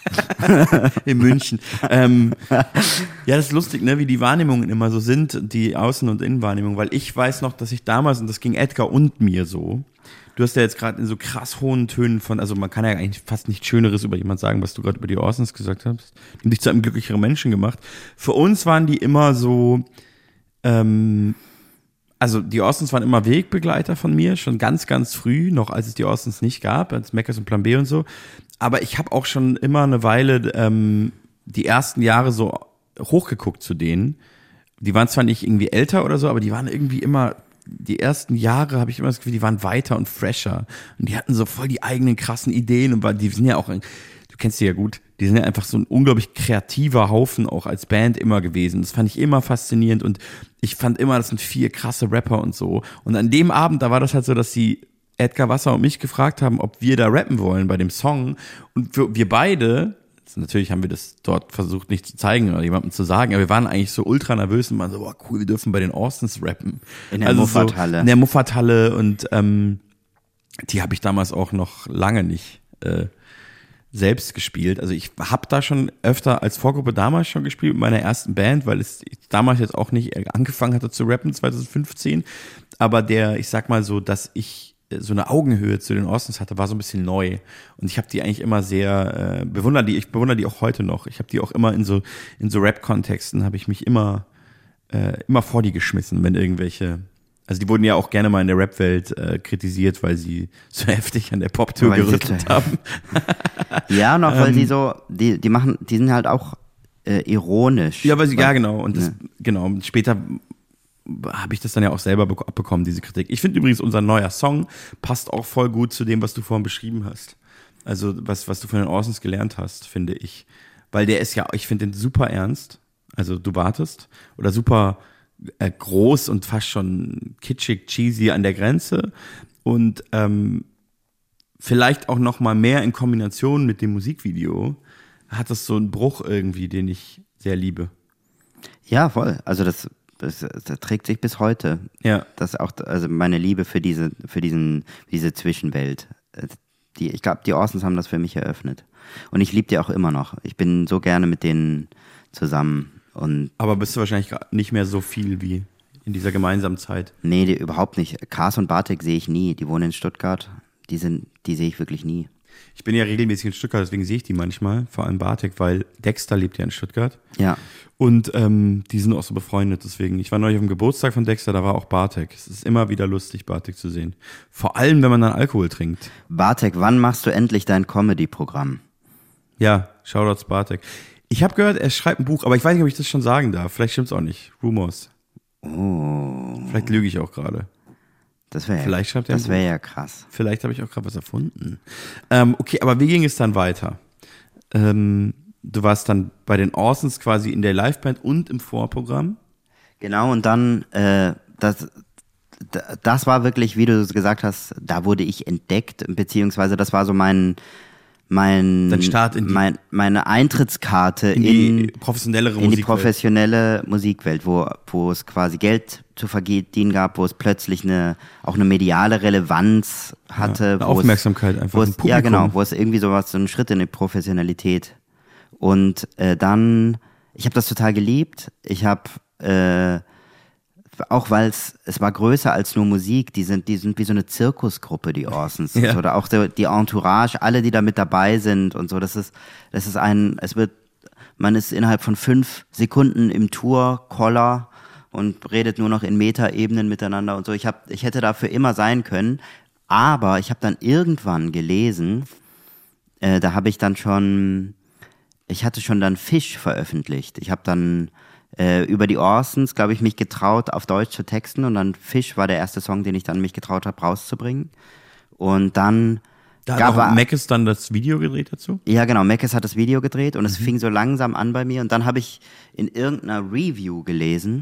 In München. ähm, ja, das ist lustig, ne, wie die Wahrnehmungen immer so sind, die Außen- und Innenwahrnehmung, weil ich weiß noch, dass ich damals, und das ging Edgar und mir so, du hast ja jetzt gerade in so krass hohen Tönen von, also man kann ja eigentlich fast nichts Schöneres über jemand sagen, was du gerade über die Orsons gesagt hast, die haben dich zu einem glücklicheren Menschen gemacht. Für uns waren die immer so, ähm, also die Orsons waren immer Wegbegleiter von mir, schon ganz, ganz früh, noch als es die Orsons nicht gab, als Meckers und Plan B und so. Aber ich habe auch schon immer eine Weile ähm, die ersten Jahre so hochgeguckt zu denen. Die waren zwar nicht irgendwie älter oder so, aber die waren irgendwie immer, die ersten Jahre habe ich immer das Gefühl, die waren weiter und fresher. Und die hatten so voll die eigenen krassen Ideen und war, die sind ja auch, du kennst die ja gut, die sind ja einfach so ein unglaublich kreativer Haufen auch als Band immer gewesen. Das fand ich immer faszinierend und ich fand immer, das sind vier krasse Rapper und so. Und an dem Abend, da war das halt so, dass sie Edgar Wasser und mich gefragt haben, ob wir da rappen wollen bei dem Song. Und wir, wir beide, also natürlich haben wir das dort versucht nicht zu zeigen oder jemandem zu sagen, aber wir waren eigentlich so ultra nervös und waren so, boah cool, wir dürfen bei den Orsons rappen. In der also Muffathalle. So, in der Muffathalle und ähm, die habe ich damals auch noch lange nicht äh, selbst gespielt. Also ich habe da schon öfter als Vorgruppe damals schon gespielt mit meiner ersten Band, weil es damals jetzt auch nicht angefangen hatte zu rappen, zwanzig fünfzehn. Aber der, ich sag mal so, dass ich so eine Augenhöhe zu den Austins hatte, war so ein bisschen neu. Und ich habe die eigentlich immer sehr äh, bewundert, die, ich bewundere die auch heute noch. Ich habe die auch immer in so in so Rap-Kontexten, habe ich mich immer äh, immer vor die geschmissen, wenn irgendwelche, also die wurden ja auch gerne mal in der Rap-Welt äh, kritisiert, weil sie so heftig an der Pop-Tour gerüttelt haben. Ja, noch, weil ähm, sie so, die, die machen, die sind halt auch äh, ironisch. Ja, weil sie, ja genau. Und das, ja. genau, später habe ich das dann ja auch selber abbekommen, diese Kritik. Ich finde übrigens, unser neuer Song passt auch voll gut zu dem, was du vorhin beschrieben hast. Also was, was du von den Orsons gelernt hast, finde ich. Weil der ist ja, ich finde den super ernst. Also du wartest. Oder super äh, groß und fast schon kitschig, cheesy an der Grenze. Und ähm, vielleicht auch noch mal mehr in Kombination mit dem Musikvideo hat das so einen Bruch irgendwie, den ich sehr liebe. Ja, voll. Also das Das, das trägt sich bis heute. Ja. Das auch, also meine Liebe für diese, für diesen, diese Zwischenwelt. Die, ich glaube, die Orsons haben das für mich eröffnet. Und ich liebe die auch immer noch. Ich bin so gerne mit denen zusammen. Und aber bist du wahrscheinlich nicht mehr so viel wie in dieser gemeinsamen Zeit? Nee, die, überhaupt nicht. Kars und Bartek sehe ich nie. Die wohnen in Stuttgart. Die sind, die sehe ich wirklich nie. Ich bin ja regelmäßig in Stuttgart, deswegen sehe ich die manchmal, vor allem Bartek, weil Dexter lebt ja in Stuttgart. Ja. Und ähm, die sind auch so befreundet, deswegen. Ich war neulich auf dem Geburtstag von Dexter, da war auch Bartek. Es ist immer wieder lustig, Bartek zu sehen. Vor allem, wenn man dann Alkohol trinkt. Bartek, wann machst du endlich dein Comedy-Programm? Ja, Shoutouts Bartek. Ich habe gehört, er schreibt ein Buch, aber ich weiß nicht, ob ich das schon sagen darf. Vielleicht stimmt's auch nicht. Rumors. Oh. Vielleicht lüge ich auch gerade. Das wäre Vielleicht schreibt er das wäre ja krass. Vielleicht habe ich auch gerade was erfunden. Ähm, okay, aber wie ging es dann weiter? Ähm, du warst dann bei den Orsons quasi in der Liveband und im Vorprogramm? Genau, und dann, äh, das, das war wirklich, wie du gesagt hast, da wurde ich entdeckt, beziehungsweise das war so mein, mein, Dein Start in die, mein meine Eintrittskarte in die in, professionellere in die Musikwelt. professionelle Musikwelt, wo, wo es quasi Geld zu verdienen gab, wo es plötzlich eine, auch eine mediale Relevanz hatte. Ja, eine wo Aufmerksamkeit es, einfach, wo ein es, Publikum. Ja, genau, wo es irgendwie sowas, so ein Schritt in die Professionalität. Und äh, dann, ich habe das total geliebt. Ich habe äh, auch weil es, es war größer als nur Musik, die sind, die sind wie so eine Zirkusgruppe, die Orsons. Ja. Oder auch die, die Entourage, alle, die da mit dabei sind und so. Das ist, das ist ein, es wird, man ist innerhalb von fünf Sekunden im Tour-Collar und redet nur noch in Metaebenen miteinander und so. Ich hab, ich hätte dafür immer sein können, aber ich habe dann irgendwann gelesen, äh, da habe ich dann schon, ich hatte schon dann Fisch veröffentlicht. Ich habe dann äh, über die Orsons, glaube ich, mich getraut, auf Deutsch zu texten und dann Fisch war der erste Song, den ich dann mich getraut habe, rauszubringen. Und dann Da gab hat auch er- Mackes dann das Video gedreht dazu? Ja, genau. Meckes hat das Video gedreht und es Mhm. fing so langsam an bei mir. Und dann habe ich in irgendeiner Review gelesen,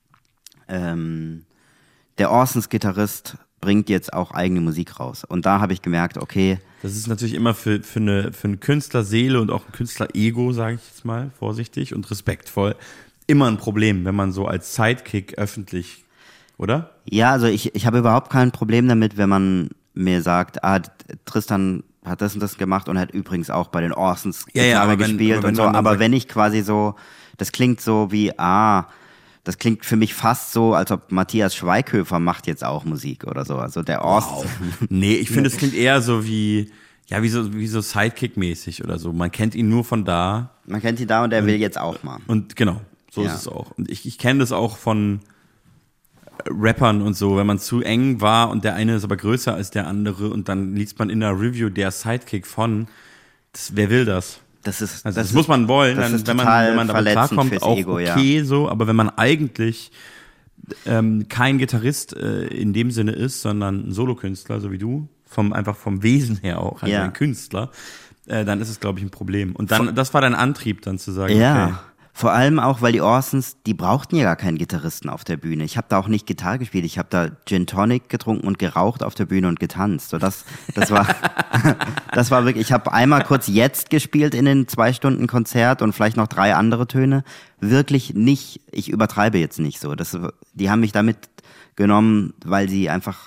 ähm, der Orsons-Gitarrist bringt jetzt auch eigene Musik raus. Und da habe ich gemerkt, okay, Das ist natürlich immer für, für, eine, für eine Künstlerseele und auch ein Künstler-Ego, sage ich jetzt mal, vorsichtig und respektvoll, immer ein Problem, wenn man so als Sidekick öffentlich, oder? ja, also ich, ich habe überhaupt kein Problem damit, wenn man mir sagt, ah, Tristan hat das und das gemacht und hat übrigens auch bei den Orsons Ja, ja, Gitarre aber wenn- gespielt aber wenn und so. man dann Aber sagt- wenn ich quasi so, das klingt so wie, ah, das klingt für mich fast so, als ob Matthias Schweighöfer macht jetzt auch Musik oder so. Also der Orsons. Nee, ich finde, es klingt eher so wie, ja, wie so, wie so Sidekick-mäßig oder so. Man kennt ihn nur von da. Man kennt ihn da und der will jetzt auch mal. Und genau, so Ja. ist es auch. Und ich, ich kenne das auch von Rappern und so, wenn man zu eng war und der eine ist aber größer als der andere und dann liest man in der Review der Sidekick von, das, wer will das? Das ist, Also das, ist- muss man wollen, das dann, ist wenn man total wenn man damit verletzend klarkommt, fürs auch Ego, ja. okay so, aber wenn man eigentlich ähm, kein Gitarrist äh, in dem Sinne ist, sondern ein Solokünstler, so wie du, vom einfach vom Wesen her auch, also Ja. ein Künstler, äh, dann ist es, glaube ich, ein Problem. Und dann, das war dein Antrieb, dann zu sagen, Ja, okay. vor allem auch, weil die Orsons, die brauchten ja gar keinen Gitarristen auf der Bühne. Ich habe da auch nicht Gitarre gespielt, ich habe da Gin Tonic getrunken und geraucht auf der Bühne und getanzt. So das, das war, das war wirklich. Ich habe einmal kurz Jetzt gespielt in den zwei Stunden Konzert und vielleicht noch drei andere Töne. Wirklich nicht. Ich übertreibe jetzt nicht so. Das, die haben mich damit genommen, weil sie einfach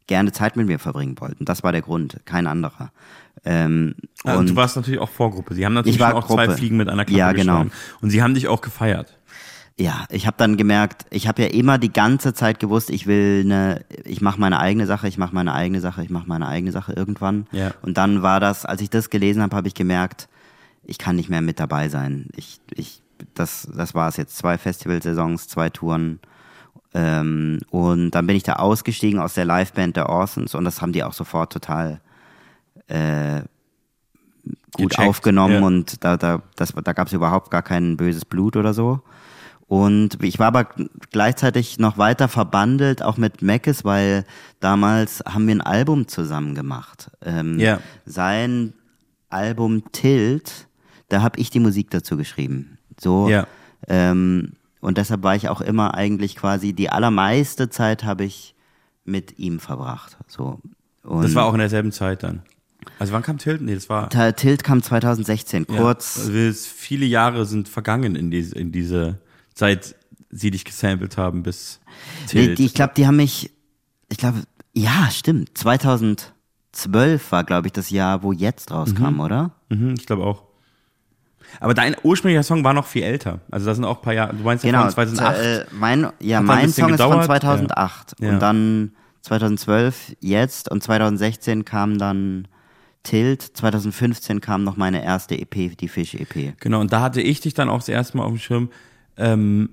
gerne Zeit mit mir verbringen wollten. Das war der Grund, kein anderer. Ähm, ja, und, und du warst natürlich auch Vorgruppe. Sie haben natürlich schon auch Gruppe. zwei Fliegen mit einer Klappe ja, genau. geschlagen. Und sie haben dich auch gefeiert. Ja, ich habe dann gemerkt, ich habe ja immer die ganze Zeit gewusst, ich will eine, ich mache meine eigene Sache, ich mache meine eigene Sache, ich mache meine eigene Sache irgendwann. Ja. Und dann war das, als ich das gelesen habe, habe ich gemerkt, ich kann nicht mehr mit dabei sein. Ich, ich, das, das war es jetzt. Zwei Festivalsaisons, zwei Touren. Ähm, und dann bin ich da ausgestiegen aus der Liveband der Orsons und das haben die auch sofort total äh, gut Gecheckt, aufgenommen ja. und da, da, das, da gab es überhaupt gar kein böses Blut oder so. Und ich war aber gleichzeitig noch weiter verbandelt, auch mit Meckes, weil damals haben wir ein Album zusammen gemacht. Ähm, ja. Sein Album Tilt, da habe ich die Musik dazu geschrieben. So. Ja. Ähm, und deshalb war ich auch immer eigentlich quasi, die allermeiste Zeit habe ich mit ihm verbracht. So. Und das war auch in derselben Zeit dann. Also wann kam Tilt? Nee, das war... Tilt kam zwanzig sechzehn, kurz. Ja, also viele Jahre sind vergangen in diese, in diese seit sie dich gesampelt haben bis Tilt. Nee, die, ich glaube, die haben mich, ich glaube, ja, stimmt, zweitausendzwölf war, glaube ich, das Jahr, wo Jetzt rauskam, mhm. oder? Mhm, ich glaube auch. Aber dein ursprünglicher Song war noch viel älter. Also das sind auch ein paar Jahre, du meinst ja genau, von zweitausendacht. Äh, mein, ja, Hat mein Song gedauert? ist von zweitausendacht. Ja. Und dann zweitausendzwölf Jetzt und zweitausendsechzehn kam dann Tilt, zweitausendfünfzehn kam noch meine erste E P, die Fisch-E P. Genau, und da hatte ich dich dann auch das erste Mal auf dem Schirm. Ähm,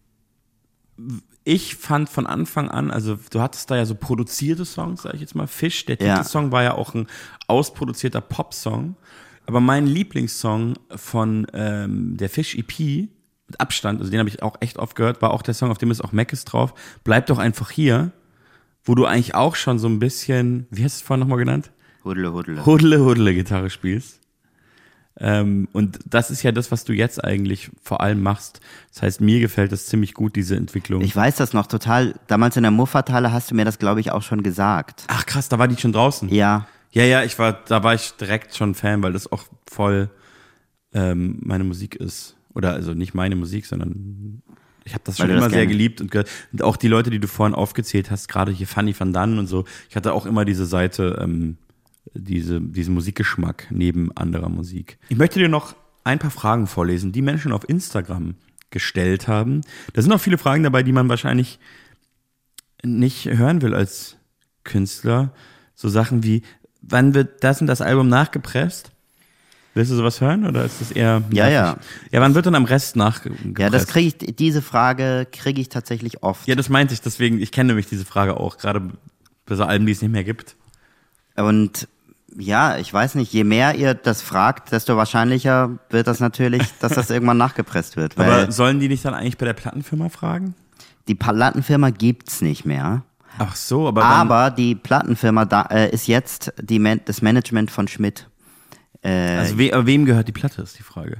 ich fand von Anfang an, also du hattest da ja so produzierte Songs, sag ich jetzt mal. Fisch, der Ja. Titelsong war ja auch ein ausproduzierter Popsong. Aber mein Lieblingssong von ähm, der Fisch-E P, mit Abstand, also den habe ich auch echt oft gehört, war auch der Song, auf dem ist auch Meckes drauf, Bleib doch einfach hier, wo du eigentlich auch schon so ein bisschen, wie hast du es vorhin nochmal genannt? Hudle, hudle. Hudle, hudle Gitarre spielst. Ähm, und das ist ja das, was du jetzt eigentlich vor allem machst. Das heißt, mir gefällt das ziemlich gut, diese Entwicklung. Ich weiß das noch total. Damals in der Muffathalle hast du mir das, glaube ich, auch schon gesagt. Ach krass, da war die schon draußen. Ja. Ja, ja, ich war, da war ich direkt schon Fan, weil das auch voll ähm, meine Musik ist. Oder also nicht meine Musik, sondern ich habe das schon Weil du immer das sehr gerne- geliebt und gehört. Und auch die Leute, die du vorhin aufgezählt hast, gerade hier Fanny van Dannen und so, ich hatte auch immer diese Seite, ähm, diese, diesen Musikgeschmack neben anderer Musik. Ich möchte dir noch ein paar Fragen vorlesen, die Menschen auf Instagram gestellt haben. Da sind auch viele Fragen dabei, die man wahrscheinlich nicht hören will als Künstler. So Sachen wie, wann wird das und das Album nachgepresst? Willst du sowas hören oder ist das eher... Ja, ja. Ja, wann wird dann am Rest nachgepresst? Ja, das kriege ich, diese Frage kriege ich tatsächlich oft. Ja, das meinte ich, deswegen, ich kenne nämlich diese Frage auch, gerade bei so Alben, die es nicht mehr gibt. Und ja, ich weiß nicht, je mehr ihr das fragt, desto wahrscheinlicher wird das natürlich, dass das irgendwann nachgepresst wird. Weil Aber sollen die nicht dann eigentlich bei der Plattenfirma fragen? die Plattenfirma gibt's nicht mehr. Ach so, aber dann, Aber die Plattenfirma da, äh, ist jetzt die Man- das Management von Schmidt. Äh, also we, aber wem gehört die Platte, ist die Frage.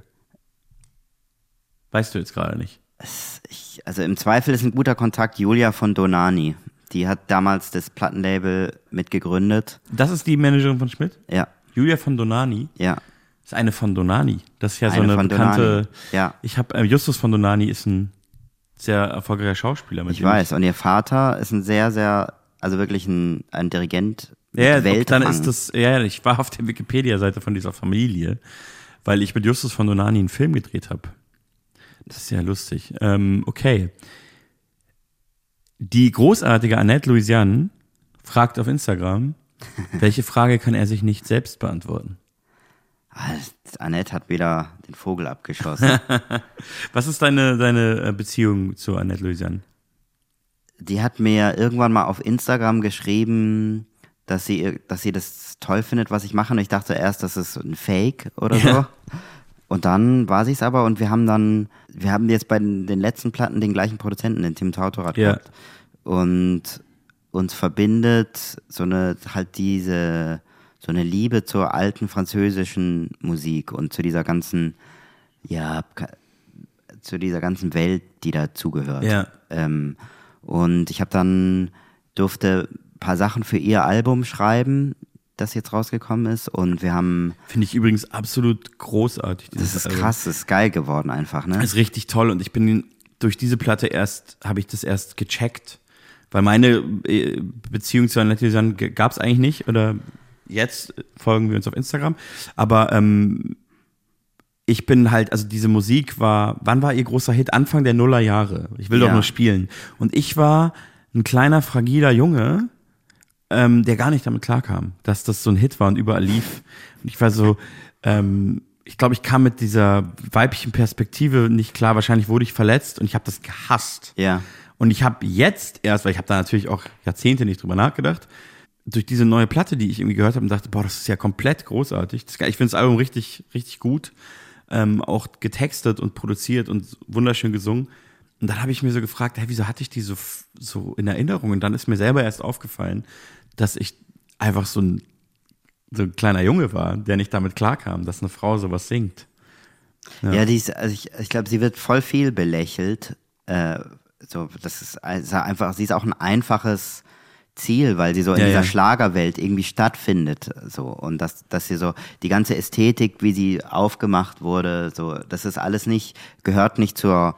Weißt du jetzt gerade nicht. ich, also im Zweifel ist ein guter Kontakt Julia von Donani. Die hat damals das Plattenlabel mitgegründet. Das ist die Managerin von Schmidt? Ja, Julia von Donani? ja. Das ist eine von Donani. Das ist ja so Eine eine von bekannte... Donani, ja. Ich habe äh, Justus von Donani ist ein sehr erfolgreicher Schauspieler. Mit Ich dem weiß. Und ihr Vater ist ein sehr, sehr, also wirklich ein, ein Dirigent mit Ja, Weltrang. dann ist das, ja, ich war auf der Wikipedia-Seite von dieser Familie, weil ich mit Justus von Donani einen Film gedreht habe. Das ist ja lustig. Ähm, okay. Die großartige Annette Louisiane fragt auf Instagram, welche Frage kann er sich nicht selbst beantworten? Ah, Annette hat wieder den Vogel abgeschossen. Was ist deine, deine Beziehung zu Annette Louisiane? Die hat mir irgendwann mal auf Instagram geschrieben, dass sie, dass sie das toll findet, was ich mache. Und ich dachte erst, das ist ein Fake oder Ja. so. Und dann war sie es aber und wir haben dann, wir haben jetzt bei den, den letzten Platten den gleichen Produzenten, den Tim Tautorat Ja. gehabt. Und uns verbindet so eine, halt diese, so eine Liebe zur alten französischen Musik und zu dieser ganzen, ja, ka- zu dieser ganzen Welt, die dazugehört. Ja. Ähm, und ich habe dann, durfte ein paar Sachen für ihr Album schreiben, das jetzt rausgekommen ist. Und wir haben, Finde ich übrigens absolut großartig. das dieses ist Album. krass, das ist geil geworden einfach, ne? Ist richtig toll und ich bin durch diese Platte erst, habe ich das erst gecheckt, weil meine äh, Beziehung zu Annette Louisiane gab es eigentlich nicht, oder jetzt folgen wir uns auf Instagram, aber ähm, ich bin halt, also diese Musik war, wann war ihr großer Hit? Anfang der Nullerjahre. Ich will Ja. doch nur spielen. Und ich war ein kleiner, fragiler Junge, ähm, der gar nicht damit klarkam, dass das so ein Hit war und überall lief. Und ich war so, ähm, ich glaube, ich kam mit dieser weiblichen Perspektive nicht klar. Wahrscheinlich wurde ich verletzt und ich habe das gehasst. Ja. Und ich habe jetzt erst, weil ich habe da natürlich auch Jahrzehnte nicht drüber nachgedacht, durch diese neue Platte, die ich irgendwie gehört habe und dachte, boah, das ist ja komplett großartig. Das, ich finde das Album richtig, richtig gut. Ähm, auch getextet und produziert und wunderschön gesungen. Und dann habe ich mir so gefragt, hey, wieso hatte ich die so, so in Erinnerung? Und dann ist mir selber erst aufgefallen, dass ich einfach so ein, so ein kleiner Junge war, der nicht damit klarkam, dass eine Frau sowas singt. Ja, ja die ist, also ich, ich glaube, sie wird voll viel belächelt. Äh, so, das ist also einfach, sie ist auch ein einfaches Ziel, weil sie so in ja, dieser ja. Schlagerwelt irgendwie stattfindet, so, und dass, dass sie so, die ganze Ästhetik, wie sie aufgemacht wurde, so, das ist alles nicht, gehört nicht zur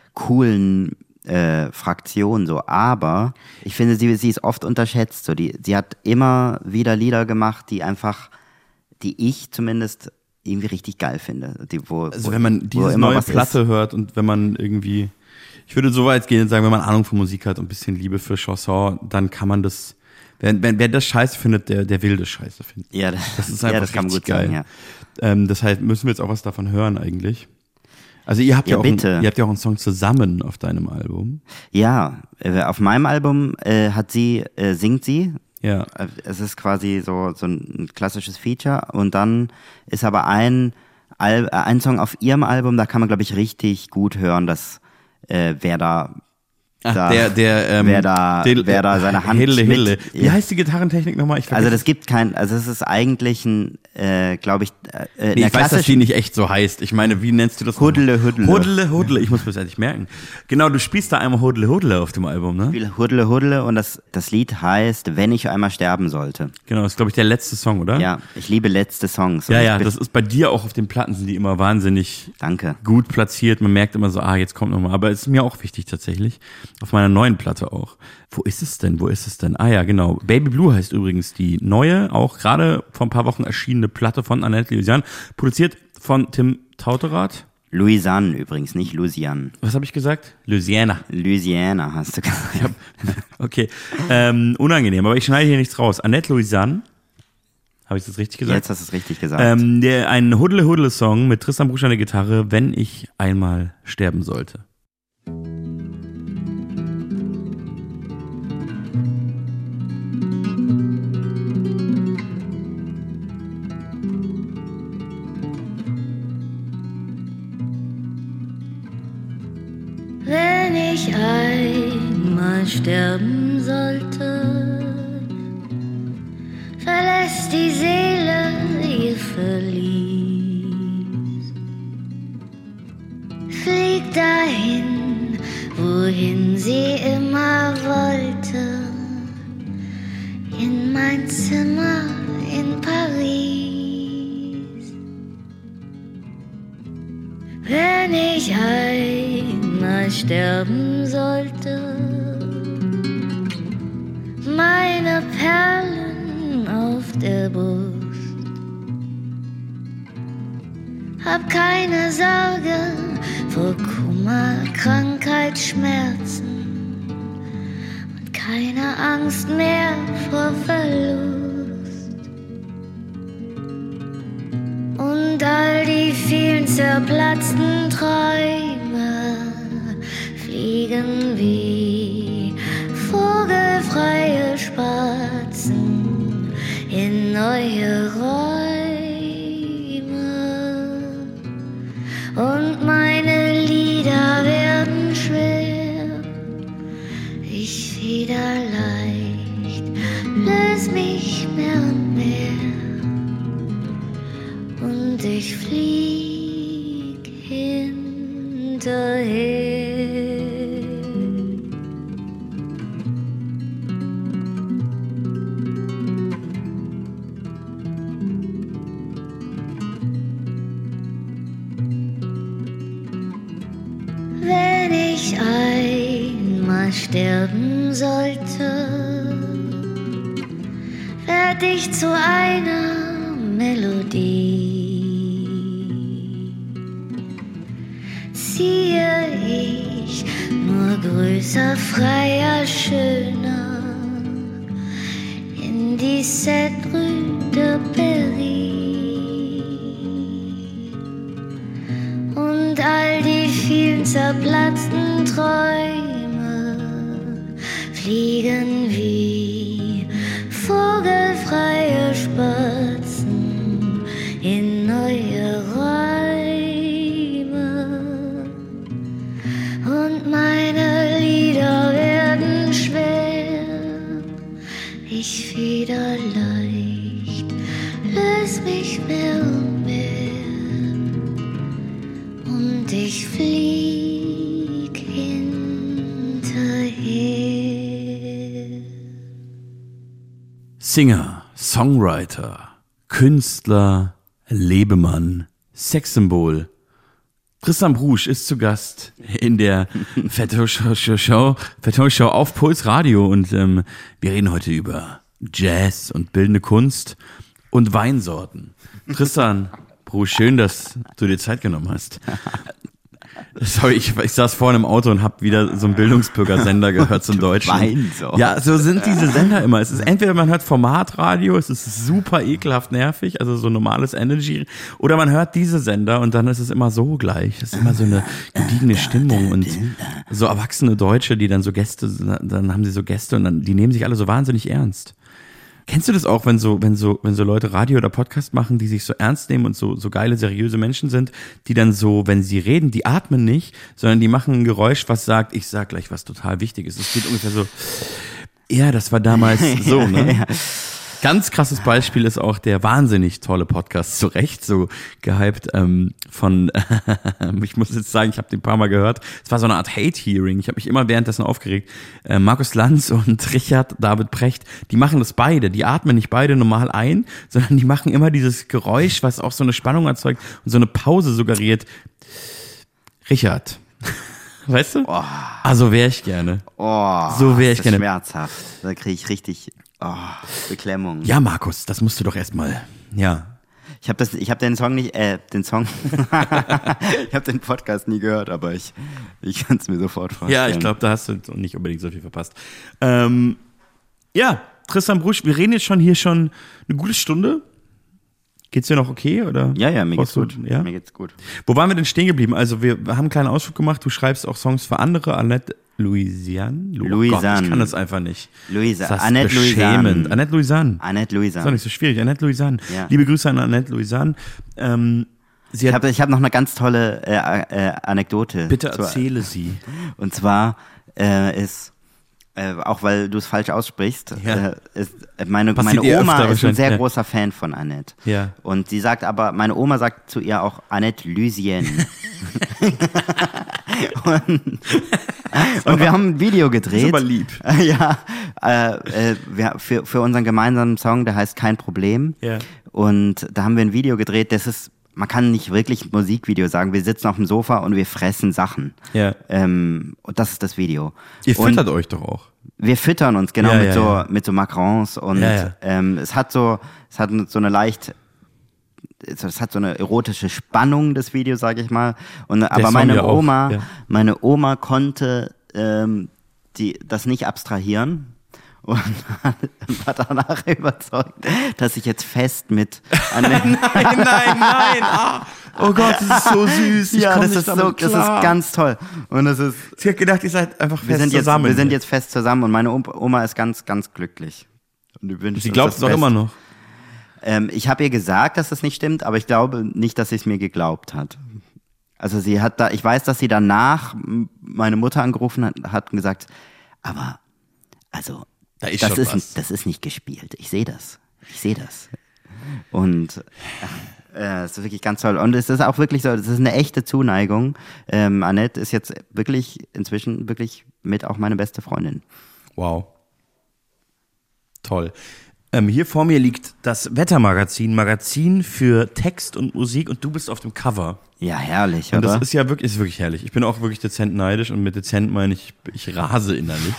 coolen äh, Fraktion, so, aber ich finde, sie, sie ist oft unterschätzt, so, die, sie hat immer wieder Lieder gemacht, die einfach, die ich zumindest irgendwie richtig geil finde, die, wo, Also wo, wenn man diese neue Platte ist. hört und wenn man irgendwie, ich würde so weit gehen und sagen, wenn man Ahnung von Musik hat und ein bisschen Liebe für Chanson, dann kann man das, wer, wer, wer das scheiße findet, der, der will das scheiße finden. Ja, das, das ist einfach ja, das kann richtig gut geil. Sein, ja. Ähm, das heißt, müssen wir jetzt auch was davon hören eigentlich. Also ihr habt ja, ja, auch bitte. Ein, ihr habt ja auch einen Song zusammen auf deinem Album. Ja, äh, auf meinem Album äh, hat sie, äh, singt sie. Ja. Es ist quasi so, so ein klassisches Feature und dann ist aber ein, Al- äh, ein Song auf ihrem Album, da kann man, glaube ich, richtig gut hören, dass äh, wer da Ach, Da, der, der, ähm, wer da, den, wer da seine Hand Hiddle, mit, Hiddle. Wie ja. heißt die Gitarrentechnik nochmal? Ich Also das gibt kein, also es ist eigentlich ein, äh, glaube ich, äh, nee, ich weiß, dass die nicht echt so heißt. Ich meine, wie nennst du das? Huddle, Huddle. Huddle, Huddle. Ich muss mir das endlich merken. Genau, du spielst da einmal Huddle, Huddle auf dem Album, ne? Ich spiele Huddle, Huddle und das, das Lied heißt Wenn ich einmal sterben sollte. Genau, das ist, glaube ich, der letzte Song, oder? Ja, ich liebe letzte Songs. Ja, Und ja, ich bin- das ist bei dir auch auf den Platten, sind die immer wahnsinnig Danke. gut platziert. Man merkt immer so, ah, jetzt kommt nochmal. Aber es ist mir auch wichtig tatsächlich. Auf meiner neuen Platte auch. Wo ist es denn? Wo ist es denn? Ah ja, genau. Baby Blue heißt übrigens die neue, auch gerade vor ein paar Wochen erschienene Platte von Annette Louisiane. Produziert von Tim Tauterath. Louisiane übrigens, nicht Louisiane. Was habe ich gesagt? Louisiana. Louisiana hast du gesagt. Ich hab, okay. Ähm, unangenehm, aber ich schneide hier nichts raus. Annette Louisiane. Habe ich das richtig gesagt? Jetzt hast du es richtig gesagt. Ähm, der, ein Huddle-Huddle-Song mit Tristan Brusch an der Gitarre, wenn ich einmal sterben sollte. Wenn ich einmal sterben sollte, verlässt die Seele ihr Verlies, fliegt dahin, wohin sie immer wollte, in mein Zimmer in Paris. Wenn ich einmal sterben sollte, meine Perlen auf der Brust, hab keine Sorge vor Kummer, Krankheit, Schmerzen und keine Angst mehr vor Verlust. Und all die vielen zerplatzten Träume fliegen wie vogelfreie Spatzen in neue Räume. Und meine Lieder werden schwer, ich wieder leicht, löse mich mehr und mehr. Und ich flieg hinterher. Wenn ich einmal sterben sterben sollte, werd ich zu einer Melodie. Ziehe ich nur größer, freier, schöner in die Cedru de Paris. Und all die vielen zerplatzten Träume fliegen wie vogelfreie Spatzen in neue Räume. Und meine Lieder werden schwer, ich federleicht, lös mich mehr und mehr und ich flieg hinterher. Singer, Songwriter, Künstler, Lebemann, Sexsymbol. Tristan Brusch ist zu Gast in der Fetto Show, Show, Fetto Show auf Puls Radio und ähm, wir reden heute über Jazz und bildende Kunst und Weinsorten. Tristan Brusch, schön, dass du dir Zeit genommen hast. Sorry, ich, ich saß vorhin im Auto und habe wieder so einen Bildungsbürgersender gehört zum Deutschen. Weinsorten. Ja, so sind diese Sender immer. Es ist entweder man hört Formatradio, es ist super ekelhaft nervig, also so normales Energy, oder man hört diese Sender und dann ist es immer so gleich. Es ist immer so eine gediegene Stimmung und so erwachsene Deutsche, die dann so Gäste, dann haben sie so Gäste und dann, die nehmen sich alle so wahnsinnig ernst. Kennst du das auch, wenn so, wenn so, wenn so Leute Radio oder Podcast machen, die sich so ernst nehmen und so, so geile, seriöse Menschen sind, die dann so, wenn sie reden, die atmen nicht, sondern die machen ein Geräusch, was sagt, ich sag gleich was total Wichtiges. Es geht ungefähr so, ja, das war damals so, ne? Ganz krasses Beispiel ist auch der wahnsinnig tolle Podcast, zu Recht, so gehypt, ähm, von, äh, ich muss jetzt sagen, ich habe den ein paar Mal gehört, es war so eine Art Hate-Hearing, ich habe mich immer währenddessen aufgeregt. Äh, Markus Lanz und Richard David Precht, die machen das beide, die atmen nicht beide normal ein, sondern die machen immer dieses Geräusch, was auch so eine Spannung erzeugt und so eine Pause suggeriert. Richard, weißt du? Oh. Also wäre ich gerne. Oh, so wäre ich das ist gerne. Schmerzhaft. Da kriege ich richtig oh, Beklemmung. Ja, Markus, das musst du doch erstmal, ja. Ich habe das, ich habe den Song nicht, äh, den Song, ich habe den Podcast nie gehört, aber ich, ich kann es mir sofort vorstellen. Ja, ich glaube, da hast du nicht unbedingt so viel verpasst. Ähm, ja, Tristan Brusch, wir reden jetzt schon hier schon eine gute Stunde. Geht's dir noch okay, oder? Ja, ja, mir geht's gut. Ja? Mir geht's gut. Wo waren wir denn stehen geblieben? Also wir haben einen kleinen Ausflug gemacht. Du schreibst auch Songs für andere. Annette Louisiane? Oh Louisanne. Gott, ich kann das einfach nicht. Louisa. Das ist Annette beschämend. Louisanne. Annette Louisanne. Annette Ist Louisanne. doch nicht so schwierig. Annette Louisanne. Ja. Liebe Grüße an Annette Louisanne. Ähm, sie Ich hat, habe ich hab noch eine ganz tolle äh, äh, Anekdote. bitte zu- erzähle sie. Und zwar äh, ist, äh, auch weil du es falsch aussprichst, Ja. äh, ist, äh, meine, Passiert meine ihr Oma öfter ist ein wahrscheinlich, sehr ja. großer Fan von Annette. Ja. Und sie sagt aber, meine Oma sagt zu ihr auch Annette Louisiane. und, und wir haben ein Video gedreht. Super lieb. Ja, äh, äh, wir, für, für unseren gemeinsamen Song, der heißt Kein Problem. Ja. Und da haben wir ein Video gedreht, das ist, man kann nicht wirklich Musikvideo sagen, wir sitzen auf dem Sofa und wir fressen Sachen. Ja. Ähm, und das ist das Video. Ihr und füttert euch doch auch. wir füttern uns, genau, Ja, mit ja, so, ja. mit so Macrons und Ja, ja. Ähm, es hat so, es hat so eine leicht, es hat so eine erotische Spannung, das Video, sage ich mal. Und aber Song meine ja auch, Oma, ja. meine Oma konnte ähm, die das nicht abstrahieren und war danach überzeugt, dass ich jetzt fest mit Annette Nein, nein, nein. Ah. Oh Gott, das ist so süß. Ich ja, komm das nicht ist so, damit das klar. ist ganz toll. Und das ist, Sie hat gedacht, ihr seid einfach fest wir sind jetzt, zusammen. wir sind jetzt fest zusammen und meine Oma ist ganz, ganz glücklich. Und die wünscht Sie uns glaubt das es doch Beste. immer noch. Ähm, ich habe ihr gesagt, dass das nicht stimmt, aber ich glaube nicht, dass sie es mir geglaubt hat. Also sie hat da, ich weiß, dass sie danach m- meine Mutter angerufen hat, hat und gesagt, aber also Da ist das schon ist was. das ist nicht gespielt. Ich sehe das, ich sehe das. Und äh, es ist wirklich ganz toll. Und es ist auch wirklich so, es ist eine echte Zuneigung. Ähm, Annette ist jetzt wirklich inzwischen wirklich mit auch meine beste Freundin. Wow. Toll. Ähm, hier vor mir liegt das Wettermagazin, Magazin für Text und Musik und du bist auf dem Cover. Ja, herrlich, und oder? das ist ja wirklich, ist wirklich herrlich. Ich bin auch wirklich dezent neidisch und mit dezent meine ich, ich rase innerlich.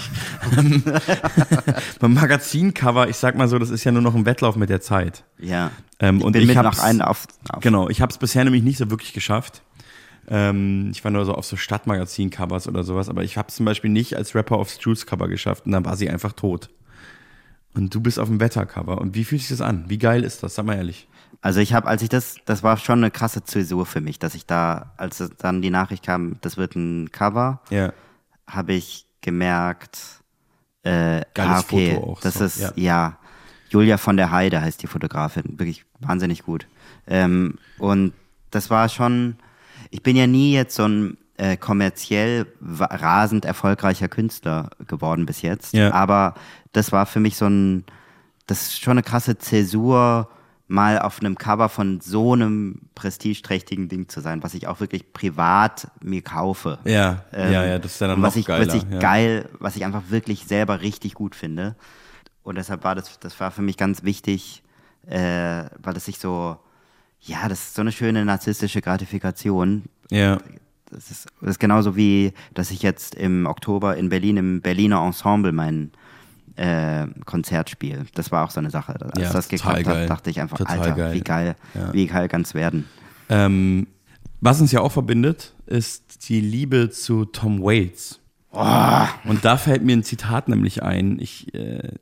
Beim Magazincover, ich sag mal so, das ist ja nur noch ein Wettlauf mit der Zeit. Ja. Ähm, ich und bin ich mit hab's, noch einen auf, auf. Genau, ich habe es bisher nämlich nicht so wirklich geschafft. Ähm, ich war nur so auf so Stadtmagazin-Covers oder sowas, aber ich habe es zum Beispiel nicht als Rapper aufs Juice-Cover geschafft und dann war sie einfach tot. Und du bist auf dem Wettercover. Und wie fühlt sich das an? Wie geil ist das? Sag mal ehrlich. Also ich habe, als ich das, das war schon eine krasse Zäsur für mich, dass ich da, als dann die Nachricht kam, das wird ein Cover, ja. habe ich gemerkt, äh, Geiles ah, okay, Foto auch. das so. ist, ja. ja, Julia von der Heide heißt die Fotografin, wirklich wahnsinnig gut. Ähm, und das war schon, ich bin ja nie jetzt so ein äh, kommerziell rasend erfolgreicher Künstler geworden bis jetzt, ja. aber das war für mich so ein, das ist schon eine krasse Zäsur, mal auf einem Cover von so einem prestigeträchtigen Ding zu sein, was ich auch wirklich privat mir kaufe. Ja, ähm, ja, ja, das ist ja dann was noch ich, geiler. Was ich ja. geil, was ich einfach wirklich selber richtig gut finde. Und deshalb war das, das war für mich ganz wichtig, äh, weil das sich so, ja, das ist so eine schöne narzisstische Gratifikation. Ja. Das ist, das ist genauso wie, dass ich jetzt im Oktober in Berlin im Berliner Ensemble mein äh, Konzert spiele. Das war auch so eine Sache. Als ja, das geklappt hat, dachte ich einfach, total Alter, geil. wie geil, ja. wie geil kann es werden. Ähm, was uns ja auch verbindet, ist die Liebe zu Tom Waits. Oh. Und da fällt mir ein Zitat nämlich ein. Ich, äh,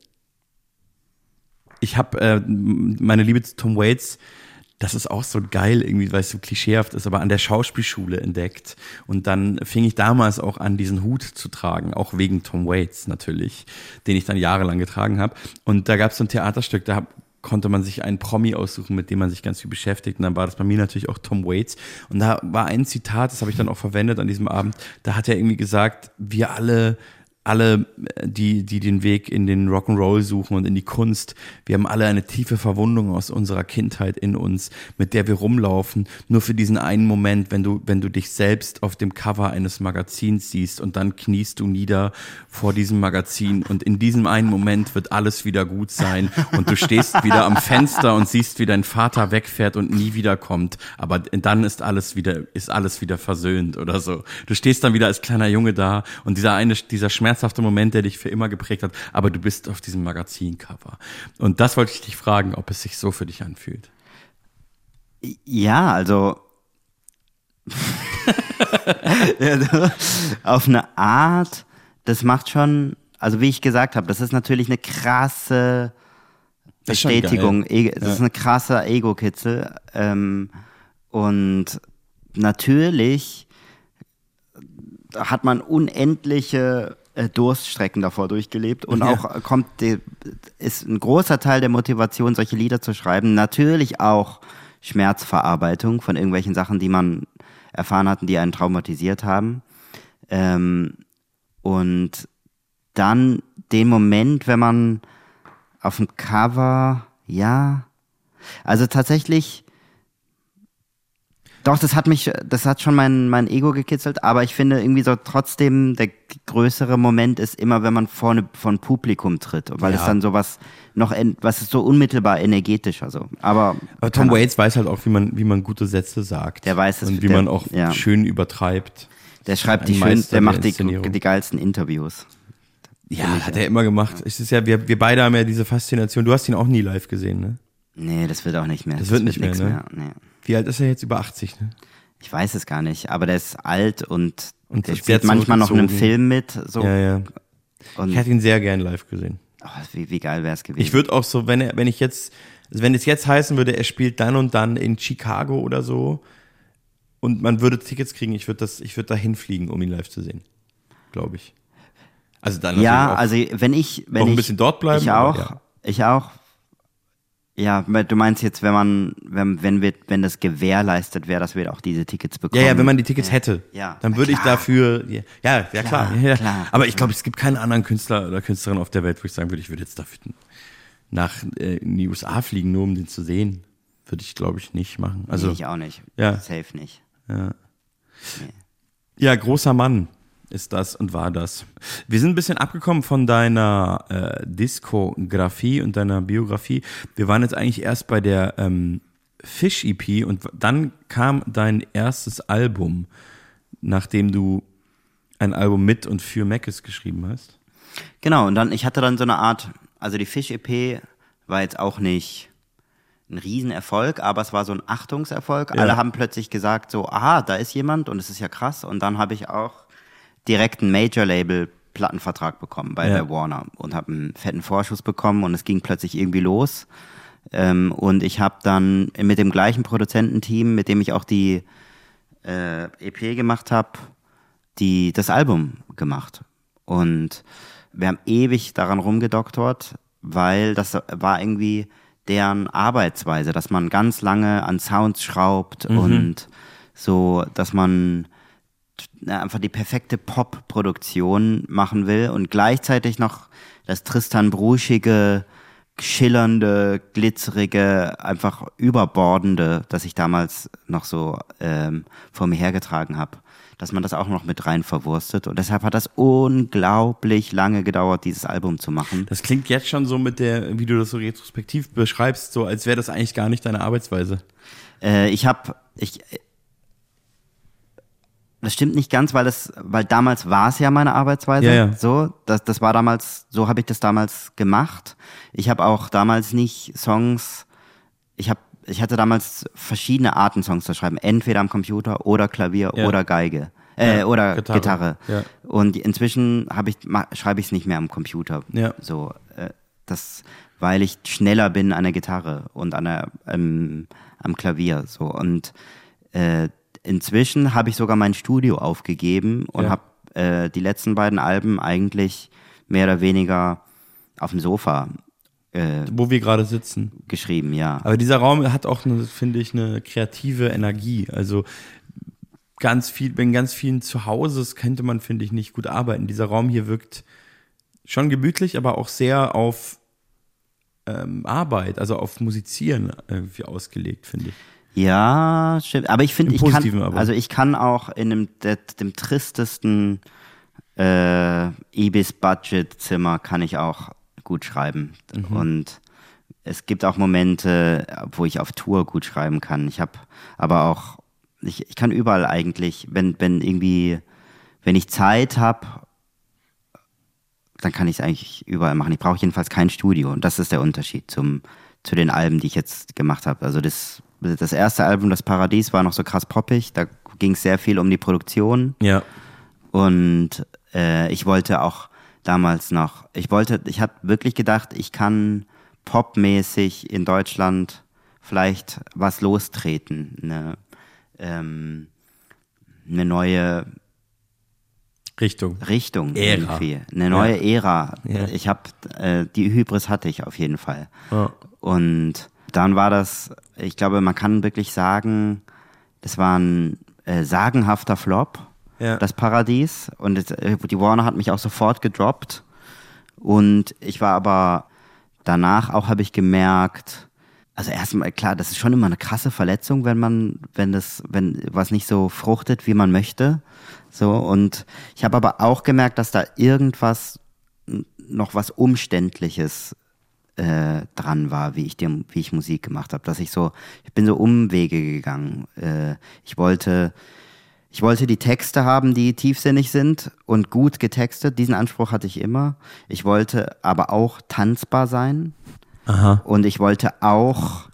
ich habe äh, meine Liebe zu Tom Waits, das ist auch so geil irgendwie, weil es so klischeehaft ist, aber an der Schauspielschule entdeckt. Und dann fing ich damals auch an, diesen Hut zu tragen, auch wegen Tom Waits natürlich, den ich dann jahrelang getragen habe. Und da gab es so ein Theaterstück, da hab, konnte man sich einen Promi aussuchen, mit dem man sich ganz viel beschäftigt. Und dann war das bei mir natürlich auch Tom Waits. Und da war ein Zitat, das habe ich dann auch verwendet an diesem Abend, da hat er irgendwie gesagt, wir alle... Alle, die, die den Weg in den Rock'n'Roll suchen und in die Kunst, wir haben alle eine tiefe Verwundung aus unserer Kindheit in uns, mit der wir rumlaufen, nur für diesen einen Moment, wenn du, wenn du dich selbst auf dem Cover eines Magazins siehst und dann kniest du nieder vor diesem Magazin und in diesem einen Moment wird alles wieder gut sein und du stehst wieder am Fenster und siehst, wie dein Vater wegfährt und nie wiederkommt, aber dann ist alles wieder, ist alles wieder versöhnt oder so. Du stehst dann wieder als kleiner Junge da und dieser eine, dieser Schmerz schmerzhafter Moment, der dich für immer geprägt hat, aber du bist auf diesem Magazincover. Und das wollte ich dich fragen, ob es sich so für dich anfühlt. Ja, also auf eine Art, das macht schon, also wie ich gesagt habe, das ist natürlich eine krasse Bestätigung, das ist, das ist ja. eine krasse Ego-Kitzel ähm, und natürlich hat man unendliche Durststrecken davor durchgelebt und auch ja. kommt die, ist ein großer Teil der Motivation, solche Lieder zu schreiben, natürlich auch Schmerzverarbeitung von irgendwelchen Sachen, die man erfahren hat und die einen traumatisiert haben. Ähm, und dann den Moment, wenn man auf dem Cover, ja, also tatsächlich, doch, das hat mich, das hat schon mein, mein Ego gekitzelt, aber ich finde irgendwie so trotzdem, der größere Moment ist immer, wenn man vorne von Publikum tritt, weil ja. es dann sowas noch, was ist so unmittelbar energetisch, also, aber. Aber Tom Waits weiß halt auch, wie man, wie man gute Sätze sagt. Der weiß es. Und wie der, man auch ja. schön übertreibt. Der schreibt die schön, der macht die, die geilsten Interviews. Ja, hat er immer gemacht. Es ist ja, wir, wir beide haben ja diese Faszination. Du hast ihn auch nie live gesehen, ne? Nee, das wird auch nicht mehr. Das, das wird nicht mehr, ne? mehr. Nee. Wie alt ist er jetzt? Über achtzig, ne? Ich weiß es gar nicht, aber der ist alt und, und der spielt manchmal noch in einem Film mit. So. Ja, ja. Und ich hätte ihn sehr gern live gesehen. Oh, wie, wie geil wäre es gewesen. Ich würde auch so, wenn er, wenn ich jetzt, wenn es jetzt heißen würde, er spielt dann und dann in Chicago oder so und man würde Tickets kriegen, ich würde das, ich würde da hinfliegen, um ihn live zu sehen. Glaube ich. Also dann ja, auch also wenn ich, wenn noch ein ich, bisschen dort bleiben. Ich auch, ja. ich auch. Ja, du meinst jetzt, wenn man, wenn, wenn wir, wenn das gewährleistet wäre, dass wir auch diese Tickets bekommen. Ja, ja, wenn man die Tickets ja. hätte, ja. dann würde ich dafür, ja, ja, ja klar, klar, ja. klar. Aber ich glaube, es gibt keinen anderen Künstler oder Künstlerin auf der Welt, wo ich sagen würde, ich würde jetzt dafür nach äh, in die U S A fliegen, nur um den zu sehen. Würde ich, glaube ich, nicht machen. Also nee, ich auch nicht. Ja. Safe nicht. Ja. Nee. Ja, großer Mann. ist das und war das. Wir sind ein bisschen abgekommen von deiner äh, Diskografie und deiner Biografie. Wir waren jetzt eigentlich erst bei der ähm, Fish-E P und dann kam dein erstes Album, nachdem du ein Album mit und für Meckes geschrieben hast. Genau, und dann, ich hatte dann so eine Art, also die Fish-E P war jetzt auch nicht ein Riesenerfolg, aber es war so ein Achtungserfolg. Ja. Alle haben plötzlich gesagt so, aha, da ist jemand und es ist ja krass. Und dann habe ich auch direkt einen Major-Label-Plattenvertrag bekommen bei ja. der Warner und habe einen fetten Vorschuss bekommen und es ging plötzlich irgendwie los. Ähm, und ich habe dann mit dem gleichen Produzententeam, mit dem ich auch die äh, E P gemacht habe, die das Album gemacht. Und wir haben ewig daran rumgedoktort, weil das war irgendwie deren Arbeitsweise, dass man ganz lange an Sounds schraubt mhm. und so, dass man einfach die perfekte Pop-Produktion machen will und gleichzeitig noch das Tristan Bruschige, schillernde, glitzerige, einfach überbordende, das ich damals noch so ähm, vor mir hergetragen habe, dass man das auch noch mit rein verwurstet. Und deshalb hat das unglaublich lange gedauert, dieses Album zu machen. Das klingt jetzt schon so mit der, wie du das so retrospektiv beschreibst, so als wäre das eigentlich gar nicht deine Arbeitsweise. Äh, ich habe, ich, das stimmt nicht ganz, weil das, weil damals war es ja meine Arbeitsweise. Ja, ja. So, das, das war damals, so habe ich das damals gemacht. Ich habe auch damals nicht Songs, ich habe Ich hatte damals verschiedene Arten, Songs zu schreiben. Entweder am Computer oder Klavier ja. oder Geige. Äh, ja, oder Gitarre. Gitarre. Ja. Und inzwischen habe ich, schreibe ich es nicht mehr am Computer. Ja. So, äh, das, weil ich schneller bin an der Gitarre und an der, ähm, am Klavier. So. Und äh, inzwischen habe ich sogar mein Studio aufgegeben und ja. habe äh, die letzten beiden Alben eigentlich mehr oder weniger auf dem Sofa Äh, wo wir gerade sitzen. Geschrieben, ja. Aber dieser Raum hat auch, eine, finde ich, eine kreative Energie. Also ganz viel, wenn ganz vielen zu Hause ist, könnte man, finde ich, nicht gut arbeiten. Dieser Raum hier wirkt schon gemütlich, aber auch sehr auf ähm, Arbeit, also auf Musizieren irgendwie ausgelegt, finde ich. Ja, stimmt. Aber ich finde, ich kann, aber. also ich kann auch in dem, der, dem tristesten äh, Ibis-Budget-Zimmer kann ich auch gut schreiben. Mhm. Und es gibt auch Momente, wo ich auf Tour gut schreiben kann. Ich habe aber auch, ich, ich kann überall eigentlich, wenn, wenn irgendwie, wenn ich Zeit habe, dann kann ich es eigentlich überall machen. Ich brauche jedenfalls kein Studio. Und das ist der Unterschied zum, zu den Alben, die ich jetzt gemacht habe. Also das, das erste Album, das Paradies, war noch so krass poppig. Da ging es sehr viel um die Produktion. Ja. Und äh, ich wollte auch damals noch, ich wollte, ich habe wirklich gedacht, ich kann popmäßig in Deutschland vielleicht was lostreten, eine, ähm, eine neue Richtung, Richtung Ära. irgendwie, eine neue ja. Ära. Ja. Ich habe äh, die Hybris hatte ich auf jeden Fall. Ja. Und dann war das, ich glaube, man kann wirklich sagen, das war ein äh, sagenhafter Flop. Ja. Das Paradies, und das, die Warner hat mich auch sofort gedroppt und ich war aber danach auch, habe ich gemerkt, also erstmal klar, das ist schon immer eine krasse Verletzung, wenn man, wenn das, wenn was nicht so fruchtet, wie man möchte, so, und ich habe aber auch gemerkt, dass da irgendwas, noch was Umständliches äh, dran war, wie ich dem, wie ich Musik gemacht habe, dass ich so, ich bin so Umwege gegangen, äh, ich wollte Ich wollte die Texte haben, die tiefsinnig sind und gut getextet. Diesen Anspruch hatte ich immer. Ich wollte aber auch tanzbar sein. Aha. Und ich wollte auch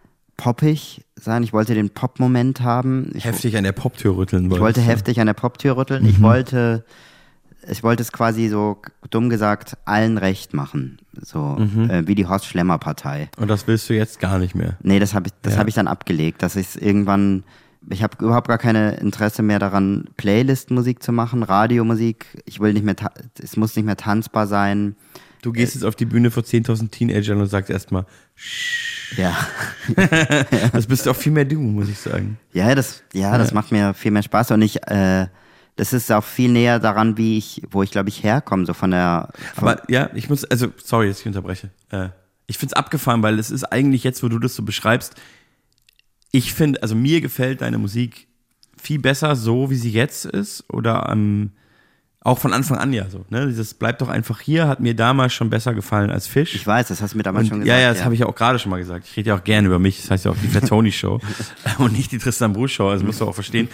poppig sein. Ich wollte den Pop-Moment haben. Ich heftig an der Poptür rütteln. Ich wollte heftig an der Poptür rütteln. Mhm. Ich wollte, ich wollte es quasi so dumm gesagt allen recht machen. So mhm. äh, wie die Horst Schlemmer Partei. Und das willst du jetzt gar nicht mehr? Nee, das habe ich, das ja. habe ich dann abgelegt, dass ich es irgendwann. Ich habe überhaupt gar keine Interesse mehr daran, Playlist-Musik zu machen, Radiomusik. Ich will nicht mehr, ta- es muss nicht mehr tanzbar sein. Du gehst äh, jetzt auf die Bühne vor zehntausend Teenagern und sagst erstmal, ja. Das bist auch viel mehr du, muss ich sagen. Ja, das, ja, das ja. macht mir viel mehr Spaß und ich, äh, das ist auch viel näher daran, wie ich, wo ich glaube ich herkomme, so von der. Von Aber ja, ich muss, also sorry, dass ich unterbreche. Äh, ich find's abgefahren, weil es ist eigentlich jetzt, wo du das so beschreibst. Ich finde, also mir gefällt deine Musik viel besser so, wie sie jetzt ist oder ähm, Auch von Anfang an ja so. Ne? Dieses Bleib doch einfach hier hat mir damals schon besser gefallen als Fisch. Ich weiß, das hast du mir damals und, schon gesagt. Ja, ja, das ja. habe ich ja auch gerade schon mal gesagt. Ich rede ja auch gerne über mich. Das heißt ja auch die Fat Tony Show und nicht die Tristan Bruce Show. Also musst du auch verstehen.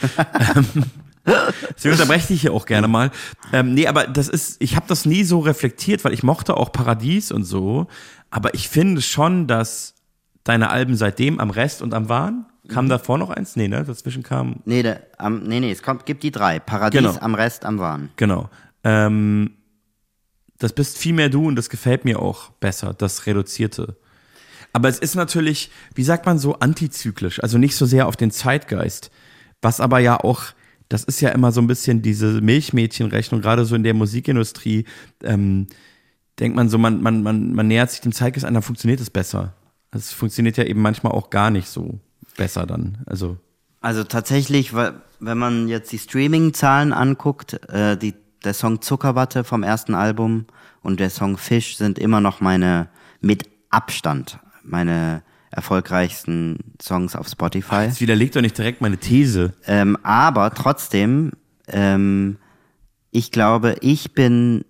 Deswegen unterbreche ich dich hier auch gerne mal. Ähm, nee, aber das ist, ich habe das nie so reflektiert, weil ich mochte auch Paradies und so. Aber ich finde schon, dass deine Alben seitdem am Rest und am Wahn, kam mhm. davor noch eins? Nee, ne? Dazwischen kam... Nee, der, um, nee, nee, es kommt, gibt die drei. Paradies, genau. Am Rest, am Wahn. Genau. Ähm, das bist viel mehr du und das gefällt mir auch besser, das Reduzierte. Aber es ist natürlich, wie sagt man so, antizyklisch, also nicht so sehr auf den Zeitgeist, was aber ja auch, das ist ja immer so ein bisschen diese Milchmädchenrechnung, gerade so in der Musikindustrie, ähm, denkt man so, man, man, man, man nähert sich dem Zeitgeist an, dann funktioniert es besser. Es funktioniert ja eben manchmal auch gar nicht so besser dann, also. Also tatsächlich, wenn man jetzt die Streaming-Zahlen anguckt, äh, die, der Song Zuckerwatte vom ersten Album und der Song Fisch sind immer noch meine, mit Abstand, meine erfolgreichsten Songs auf Spotify. Ach, jetzt widerlegt doch nicht direkt meine These. Ähm, aber trotzdem, ähm, ich glaube, ich bin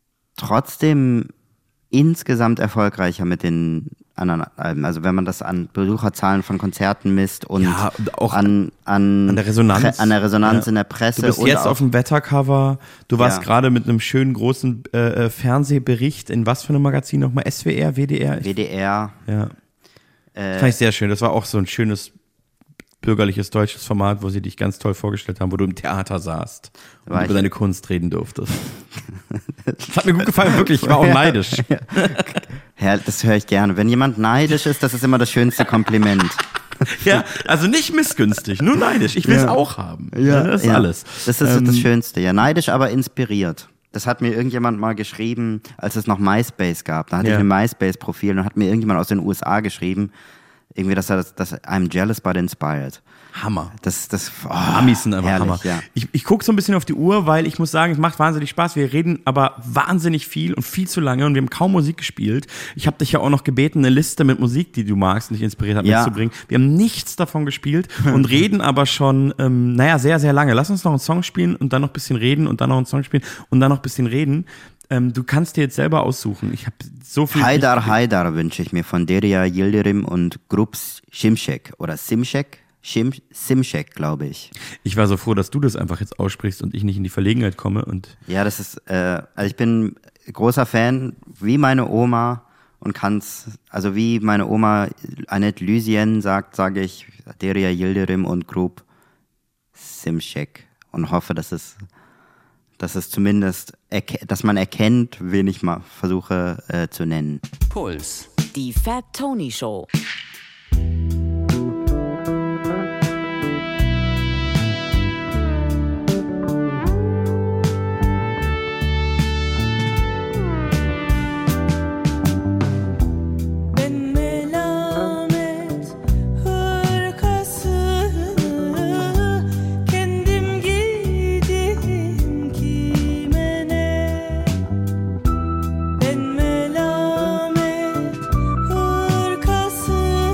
trotzdem insgesamt erfolgreicher mit den anderen Alben. Also wenn man das an Besucherzahlen von Konzerten misst und ja, auch an, an, an der Resonanz, Pre- an der Resonanz ja. in der Presse. Du bist und jetzt auf dem Wettercover, du warst ja. gerade mit einem schönen großen äh, Fernsehbericht in was für einem Magazin nochmal? S W R, W D R? W D R. Ja. Das fand ich sehr schön. Das war auch so ein schönes bürgerliches deutsches Format, wo sie dich ganz toll vorgestellt haben, wo du im Theater saßt und über deine Kunst reden durftest. Das hat mir gut gefallen, wirklich. Ich war auch neidisch. Ja, das höre ich gerne. Wenn jemand neidisch ist, das ist immer das schönste Kompliment. Ja, also nicht missgünstig, nur neidisch. Ich will es ja. auch haben. Ja, das ist ja. alles. Das ist ähm, das Schönste. Ja, neidisch, aber inspiriert. Das hat mir irgendjemand mal geschrieben, als es noch MySpace gab. Da hatte ja. ich ein MySpace-Profil und hat mir irgendjemand aus den U S A geschrieben, irgendwie, dass er das, dass I'm jealous but inspired. Hammer. Das, das, oh, Amis sind einfach herrlich, Hammer. Ja. Ich, ich gucke so ein bisschen auf die Uhr, weil ich muss sagen, es macht wahnsinnig Spaß. Wir reden aber wahnsinnig viel und viel zu lange und wir haben kaum Musik gespielt. Ich habe dich ja auch noch gebeten, eine Liste mit Musik, die du magst und dich inspiriert hat, ja. mitzubringen. Wir haben nichts davon gespielt und reden aber schon, ähm, naja, sehr, sehr lange. Lass uns noch einen Song spielen und dann noch ein bisschen reden und dann noch einen Song spielen und dann noch ein bisschen reden. Ähm, du kannst dir jetzt selber aussuchen. Ich habe so viel... Haidar Haidar wünsche ich mir von Derya Yildirim und Grups Şimşek oder Simşek. Shim, Simşek, glaube ich. Ich war so froh, dass du das einfach jetzt aussprichst und ich nicht in die Verlegenheit komme. Und ja, das ist, äh, also ich bin großer Fan, wie meine Oma und kann's, also wie meine Oma Annette Lysien sagt, sage ich Derya Yildirim und Grup Simşek und hoffe, dass es, dass es zumindest, erke- dass man erkennt, wen ich mal versuche äh, zu nennen. Puls. Die Fat Tony Show. Ben melamet hırkası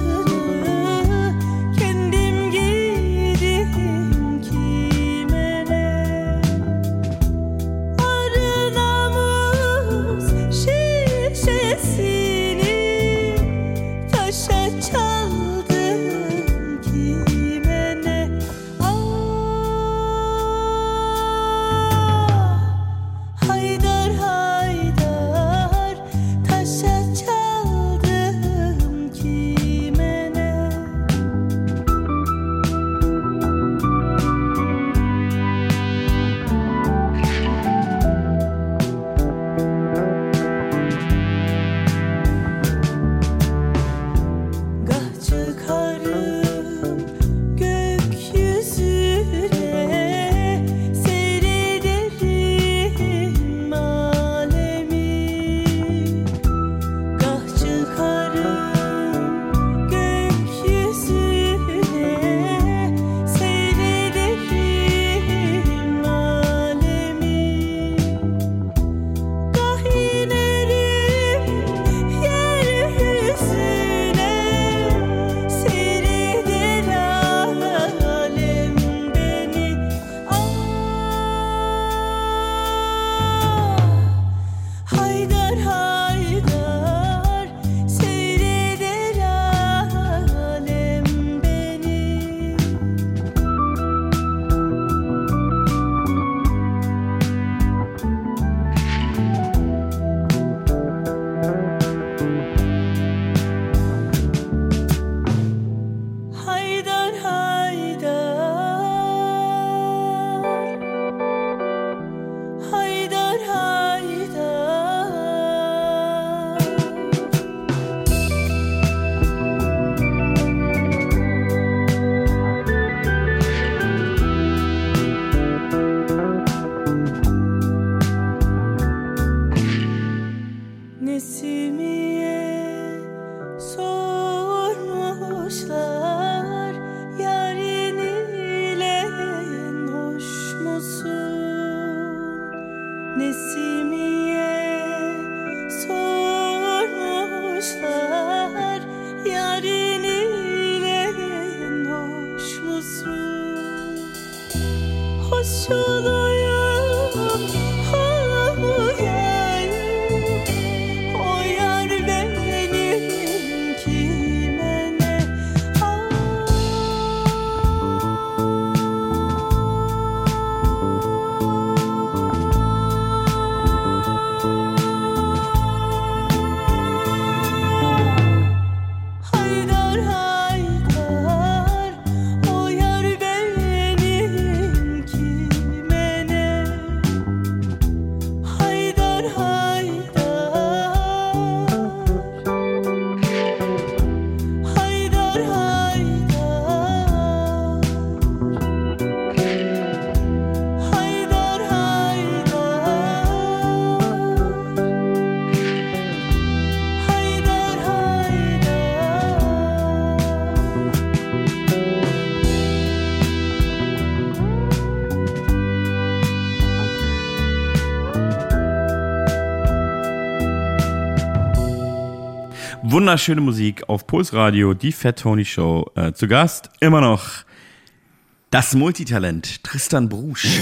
Wunderschöne Musik auf Puls Radio, die Fat Tony Show. Äh, zu Gast immer noch das Multitalent Tristan Brusch.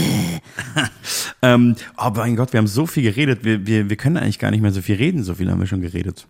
ähm, oh mein Gott, wir haben so viel geredet. Wir, wir, wir können eigentlich gar nicht mehr so viel reden. So viel haben wir schon geredet.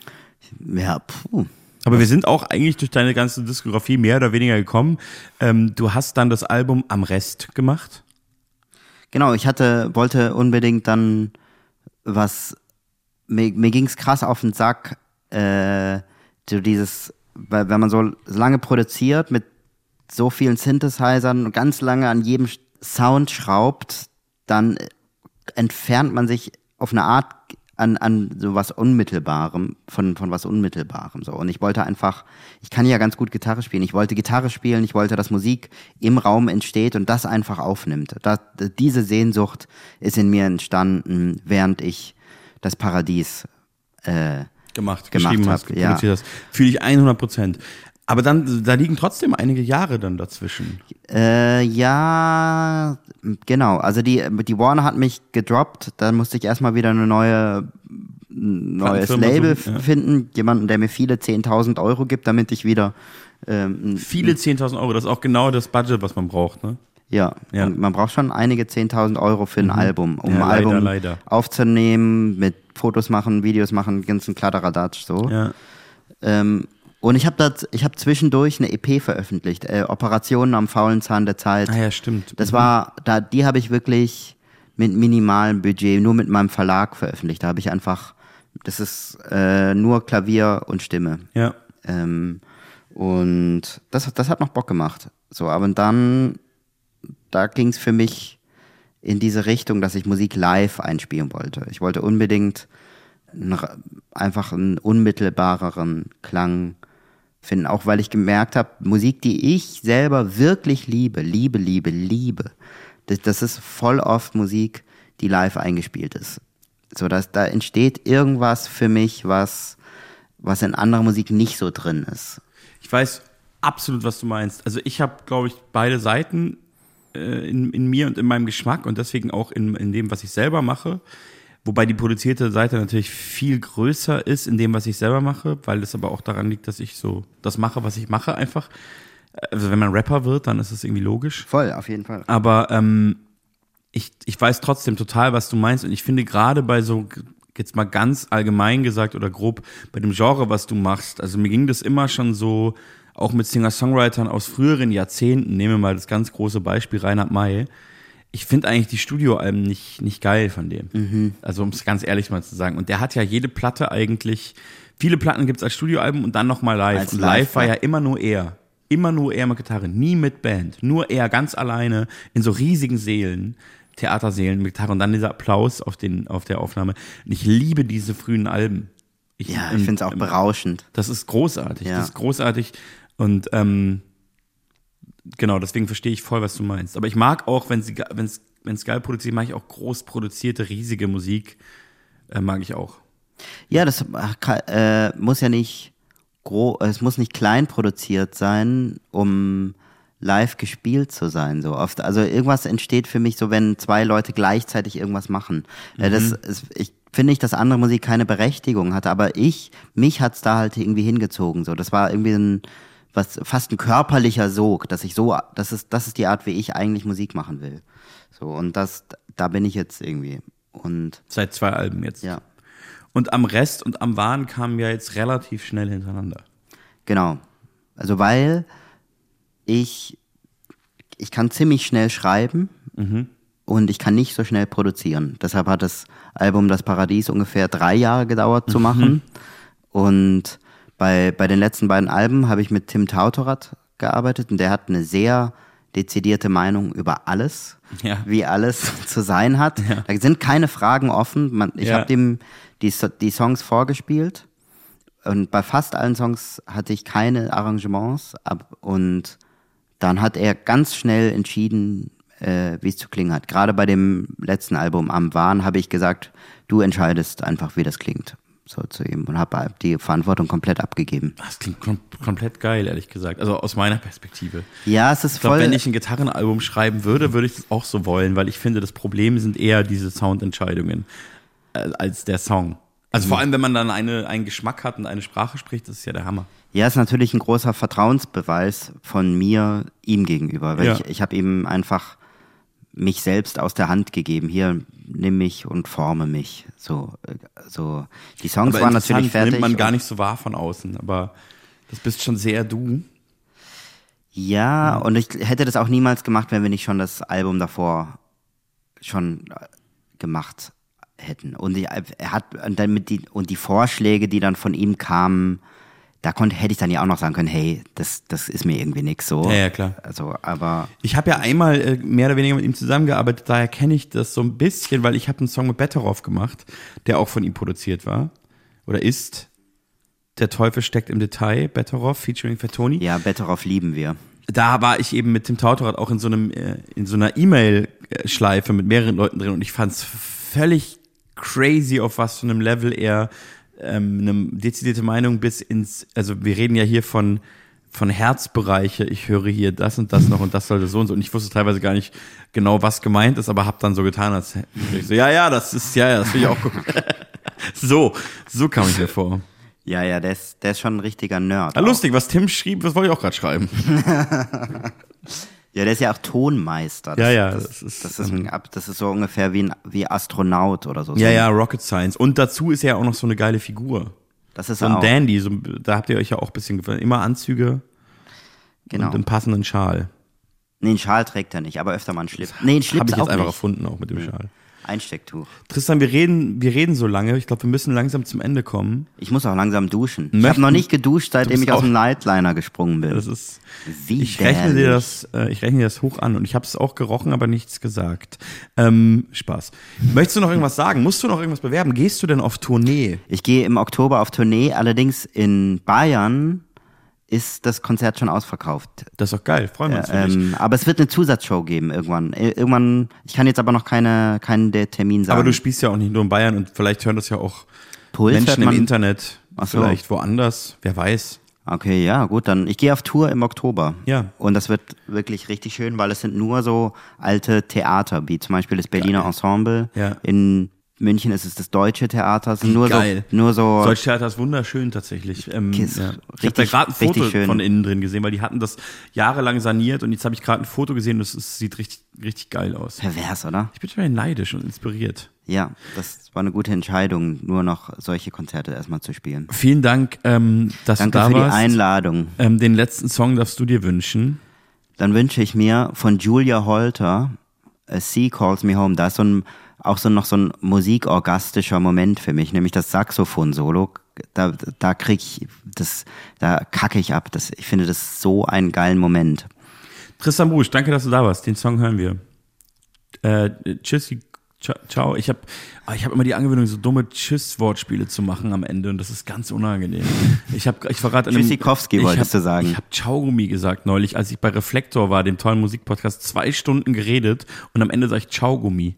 Ja, puh. Aber wir sind auch eigentlich durch deine ganze Diskografie mehr oder weniger gekommen. Ähm, du hast dann das Album Am Rest gemacht. Genau, ich hatte, wollte unbedingt dann was, mir, mir ging's krass auf den Sack, äh, so dieses, weil wenn man so lange produziert mit so vielen Synthesizern und ganz lange an jedem Sound schraubt, dann entfernt man sich auf eine Art an, an so was Unmittelbarem, von, von was Unmittelbarem, so. Und ich wollte einfach, ich kann ja ganz gut Gitarre spielen, ich wollte Gitarre spielen, ich wollte, dass Musik im Raum entsteht und das einfach aufnimmt. Das, diese Sehnsucht ist in mir entstanden, während ich das Paradies, äh, gemacht, gemacht geschrieben hab, hast, produziert ja. hast. Fühle ich hundert Prozent. Aber dann, da liegen trotzdem einige Jahre dann dazwischen. Äh, ja, genau. Also die, die Warner hat mich gedroppt. Da musste ich erstmal wieder eine neue, neues Label so, ja. finden. Jemanden, der mir viele zehntausend Euro gibt, damit ich wieder, ähm, viele zehntausend Euro, das ist auch genau das Budget, was man braucht, ne? Ja, ja. Und man braucht schon einige zehntausend Euro für ein mhm. Album, um ja, ein leider, Album leider. aufzunehmen, mit Fotos machen, Videos machen, ganzen Kladderadatsch, so. Ja. Ähm, und ich habe da, ich habe zwischendurch eine E P veröffentlicht, äh, Operationen am faulen Zahn der Zeit. Ah ja, stimmt. Das mhm. war, da, die habe ich wirklich mit minimalem Budget, nur mit meinem Verlag veröffentlicht. Da habe ich einfach, das ist äh, nur Klavier und Stimme. Ja. Ähm, und das, das hat noch Bock gemacht. So, aber dann, da ging es für mich in diese Richtung, dass ich Musik live einspielen wollte. Ich wollte unbedingt einen, einfach einen unmittelbareren Klang finden, auch weil ich gemerkt habe, Musik, die ich selber wirklich liebe, liebe, liebe, liebe, das, das ist voll oft Musik, die live eingespielt ist. So, dass da entsteht irgendwas für mich, was, was in anderer Musik nicht so drin ist. Ich weiß absolut, was du meinst. Also ich habe, glaube ich, beide Seiten äh, in, in mir und in meinem Geschmack und deswegen auch in, in dem, was ich selber mache. Wobei die produzierte Seite natürlich viel größer ist in dem, was ich selber mache, weil es aber auch daran liegt, dass ich so das mache, was ich mache einfach. Also wenn man Rapper wird, dann ist es irgendwie logisch. Voll, auf jeden Fall. Aber ähm, ich, ich weiß trotzdem total, was du meinst und ich finde gerade bei so, jetzt mal ganz allgemein gesagt oder grob, bei dem Genre, was du machst, also mir ging das immer schon so, auch mit Singer-Songwritern aus früheren Jahrzehnten, nehmen wir mal das ganz große Beispiel Reinhard May. Ich finde eigentlich die Studioalben nicht, nicht geil von dem. Mhm. Also um es ganz ehrlich mal zu sagen. Und der hat ja jede Platte eigentlich, viele Platten gibt's als Studioalbum und dann nochmal live. Als und live, live war ja immer nur er. Immer nur er mit Gitarre, nie mit Band. Nur er ganz alleine in so riesigen Sälen, Theatersälen mit Gitarre und dann dieser Applaus auf, den, auf der Aufnahme. Und ich liebe diese frühen Alben. Ich, ja, ich finde es auch berauschend. Das ist großartig, ja. das ist großartig. Und ähm, genau, deswegen verstehe ich voll, was du meinst. Aber ich mag auch, wenn sie, wenn es, wenn es geil produziert, mag ich auch groß produzierte, riesige Musik, äh, mag ich auch. Ja, das äh, muss ja nicht groß, es muss nicht klein produziert sein, um live gespielt zu sein, so oft. Also irgendwas entsteht für mich so, wenn zwei Leute gleichzeitig irgendwas machen. Mhm. Äh, das ist, ich finde nicht, dass andere Musik keine Berechtigung hatte, aber ich, mich hat's da halt irgendwie hingezogen, so. Das war irgendwie ein was fast ein körperlicher Sog, dass ich so, das ist, das ist die Art, wie ich eigentlich Musik machen will. So, und das, da bin ich jetzt irgendwie. Und seit zwei Alben jetzt. Ja. Und am Rest und am Wahn kamen ja jetzt relativ schnell hintereinander. Genau. Also weil ich, ich kann ziemlich schnell schreiben mhm. und ich kann nicht so schnell produzieren. Deshalb hat das Album Das Paradies ungefähr drei Jahre gedauert zu machen. Mhm. Und bei, bei den letzten beiden Alben habe ich mit Tim Tautorat gearbeitet und der hat eine sehr dezidierte Meinung über alles, ja. wie alles zu sein hat. Ja. Da sind keine Fragen offen. Man, ich ja. habe dem die, die Songs vorgespielt und bei fast allen Songs hatte ich keine Arrangements ab und dann hat er ganz schnell entschieden, äh, wie es zu klingen hat. Gerade bei dem letzten Album Am Wahn habe ich gesagt, du entscheidest einfach, wie das klingt. So zu ihm und habe die Verantwortung komplett abgegeben. Das klingt kom- komplett geil, ehrlich gesagt. Also aus meiner Perspektive. Ja, es ist ich glaub, voll. Wenn ich ein Gitarrenalbum schreiben würde, würde ich das auch so wollen, weil ich finde, das Problem sind eher diese Soundentscheidungen äh, als der Song. Also mhm. vor allem, wenn man dann eine, einen Geschmack hat und eine Sprache spricht, das ist ja der Hammer. Ja, ist natürlich ein großer Vertrauensbeweis von mir ihm gegenüber, weil ja. ich, ich habe ihm einfach mich selbst aus der Hand gegeben. Hier, nimm mich und forme mich. So, so. Die Songs aber waren natürlich fertig. Nimmt man gar nicht so wahr von außen, aber das bist schon sehr du. Ja, und ich hätte das auch niemals gemacht, wenn wir nicht schon das Album davor schon gemacht hätten. Und ich, er hat und dann mit die und die Vorschläge, die dann von ihm kamen, da konnte, hätte ich dann ja auch noch sagen können, hey, das, das ist mir irgendwie nix so. Ja, ja, klar. Also, aber. Ich habe ja einmal äh, mehr oder weniger mit ihm zusammengearbeitet, daher kenne ich das so ein bisschen, weil ich habe einen Song mit Betteroff gemacht, der auch von ihm produziert war. Oder ist. Der Teufel steckt im Detail, Betteroff, featuring Fettoni. Ja, Betteroff lieben wir. Da war ich eben mit Tim Tautorat auch in so einem, äh, in so einer E-Mail-Schleife mit mehreren Leuten drin und ich fand's völlig crazy, auf was für einem Level er Ähm, eine dezidierte Meinung bis ins, also wir reden ja hier von von Herzbereiche, ich höre hier das und das noch und das sollte so und so und ich wusste teilweise gar nicht genau, was gemeint ist, aber hab dann so getan, als ich so, ja, ja, das ist, ja, ja, das will ich auch gucken. so, so kam ich mir vor. Ja, ja, der ist, der ist schon ein richtiger Nerd. Ah, lustig, was Tim schrieb, das wollte ich auch gerade schreiben. Ja, der ist ja auch Tonmeister. Das, ja, ja. Das, das, ist, das, ist ein, das ist so ungefähr wie ein wie Astronaut oder so. Ja, ja, Rocket Science. Und dazu ist er ja auch noch so eine geile Figur. Das ist so ein auch. Dandy. So, da habt ihr euch ja auch ein bisschen gefallen. Immer Anzüge genau. und einen passenden Schal. Nee, einen Schal trägt er nicht, aber öfter mal einen Schlips. Nee, einen Schlips Hab ich jetzt auch einfach nicht. erfunden, auch mit dem Schal. Einstecktuch. Tristan, wir reden, wir reden so lange. Ich glaube, wir müssen langsam zum Ende kommen. Ich muss auch langsam duschen. Möchten, ich habe noch nicht geduscht, seitdem ich aus dem Nightliner gesprungen bin. Das ist, Wie ich rechne dir das, äh, ich rechne dir das hoch an und ich habe es auch gerochen, aber nichts gesagt. Ähm, Spaß. Möchtest du noch irgendwas sagen? Musst du noch irgendwas bewerben? Gehst du denn auf Tournee? Ich gehe im Oktober auf Tournee, allerdings in Bayern ist das Konzert schon ausverkauft. Das ist doch geil, freuen wir uns. Ja, ähm, aber es wird eine Zusatzshow geben irgendwann. Irgendwann, ich kann jetzt aber noch keine, keinen der Termin sagen. Aber du spielst ja auch nicht nur in Bayern und vielleicht hören das ja auch Puls Menschen im man, Internet, ach so. vielleicht woanders, wer weiß. Okay, ja, gut, dann ich gehe auf Tour im Oktober. Ja. Und das wird wirklich richtig schön, weil es sind nur so alte Theater, wie zum Beispiel das Berliner geil. Ensemble. Ja. In München ist es das Deutsche Theater. Es sind nur geil. so, nur so. Das Deutsche Theater ist wunderschön tatsächlich. Ähm, Kiss, ja. Ich habe da gerade ein Foto von innen drin gesehen, weil die hatten das jahrelang saniert und jetzt habe ich gerade ein Foto gesehen und es sieht richtig, richtig geil aus. Pervers, oder? Ich bin total neidisch und inspiriert. Ja, das war eine gute Entscheidung, nur noch solche Konzerte erstmal zu spielen. Vielen Dank, ähm, dass Danke du da für warst. die Einladung. Ähm, den letzten Song darfst du dir wünschen. Dann wünsche ich mir von Julia Holter A Sea Calls Me Home. Da ist so ein auch so noch so ein musikorgastischer Moment für mich, nämlich das Saxophon-Solo. Da, da krieg ich das, da kacke ich ab. Das, ich finde das so einen geilen Moment. Tristan Brusch, danke, dass du da warst. Den Song hören wir. Äh, tschüssi, ciao. Ich habe ich hab immer die Angewöhnung, so dumme Tschüss-Wortspiele zu machen am Ende und das ist ganz unangenehm. Ich habe, ich verrate Tschüssikowski wolltest hab, du sagen. Ich habe Ciao-Gummi gesagt neulich, als ich bei Reflektor war, dem tollen Musikpodcast, zwei Stunden geredet und am Ende sage ich Ciao-Gummi.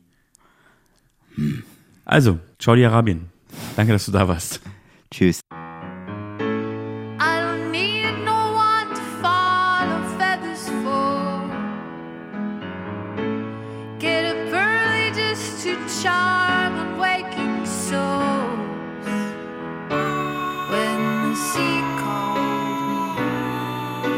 Hm. Also, Saudi-Arabien. Danke, dass du da warst. Tschüss. Charm and waking souls when the sea called me.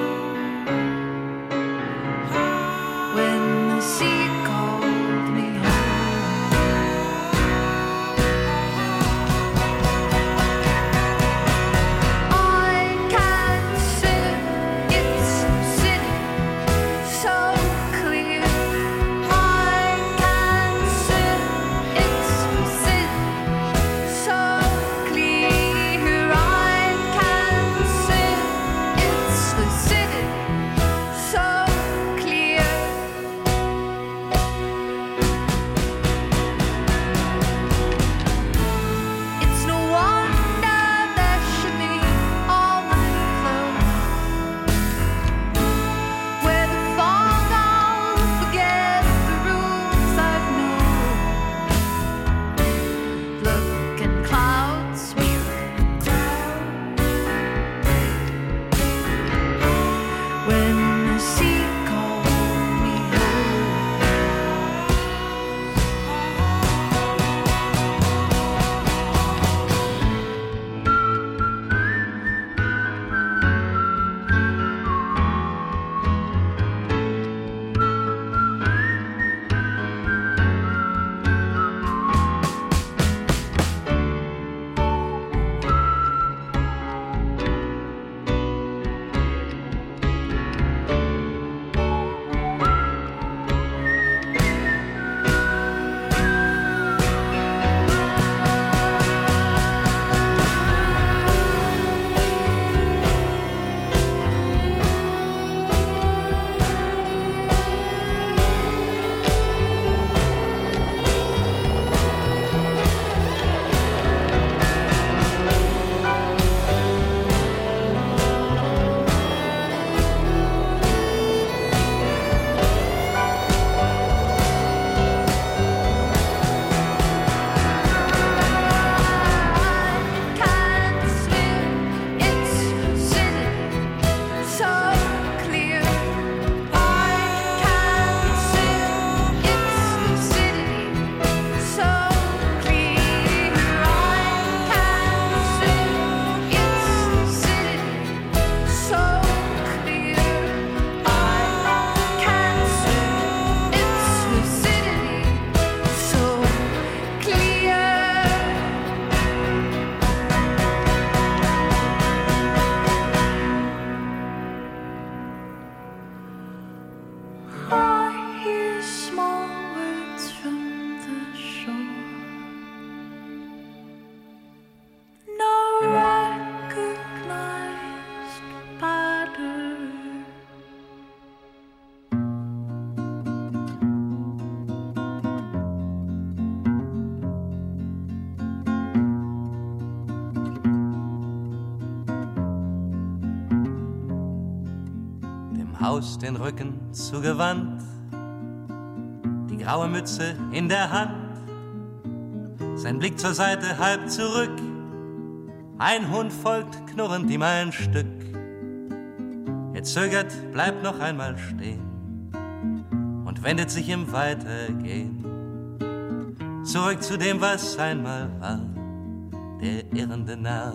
Haus den Rücken zugewandt, die graue Mütze in der Hand, sein Blick zur Seite halb zurück, ein Hund folgt knurrend ihm ein Stück. Er zögert, bleibt noch einmal stehen und wendet sich im Weitergehen zurück zu dem, was einmal war, der irrende Narr.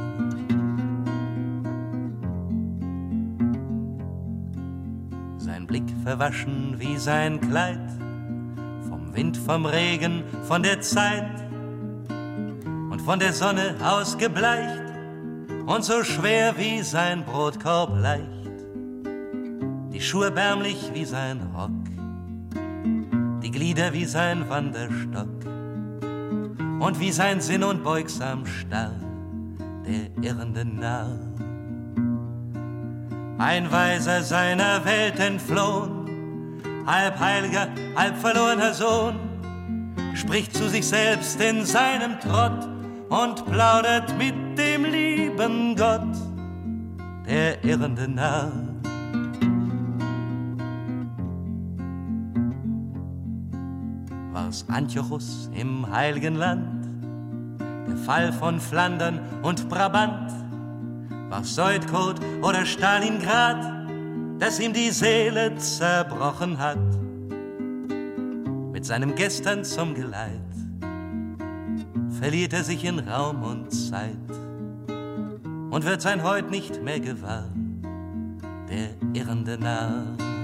Sein Blick verwaschen wie sein Kleid, vom Wind, vom Regen, von der Zeit und von der Sonne ausgebleicht und so schwer wie sein Brotkorb leicht, die Schuhe erbärmlich wie sein Rock, die Glieder wie sein Wanderstock und wie sein Sinn unbeugsam starr, der irrende Narr. Ein Weiser seiner Welt entflohen, halb heiliger, halb verlorener Sohn, spricht zu sich selbst in seinem Trott und plaudert mit dem lieben Gott, der irrende Narr. War's Antiochus im heiligen Land, der Fall von Flandern und Brabant, war's Südkot oder Stalingrad, das ihm die Seele zerbrochen hat, mit seinem Gestern zum Geleit verliert er sich in Raum und Zeit und wird sein Heut nicht mehr gewahr, der irrende Narr.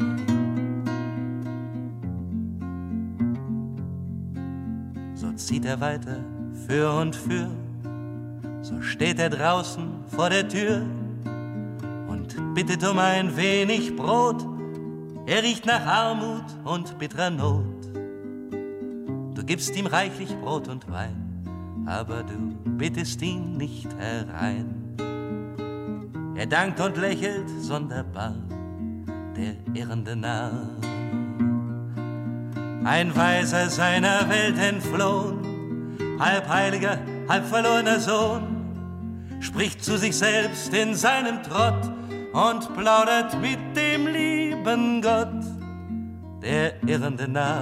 So zieht er weiter für und für, so steht er draußen vor der Tür und bittet um ein wenig Brot. Er riecht nach Armut und bitterer Not. Du gibst ihm reichlich Brot und Wein, aber du bittest ihn nicht herein. Er dankt und lächelt sonderbar, der irrende Narr. Ein Weiser seiner Welt entflohen, halb heiliger, halb verlorener Sohn, spricht zu sich selbst in seinem Trott und plaudert mit dem lieben Gott, der irrende Narr.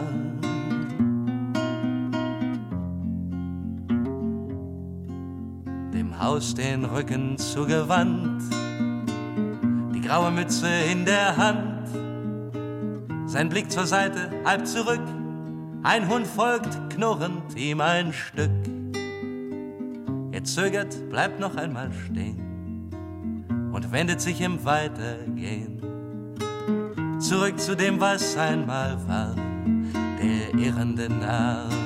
Dem Haus den Rücken zugewandt, die graue Mütze in der Hand, sein Blick zur Seite, halb zurück, ein Hund folgt knurrend ihm ein Stück. Er zögert, bleibt noch einmal stehen und wendet sich im Weitergehen zurück zu dem, was einmal war, der irrende Narr.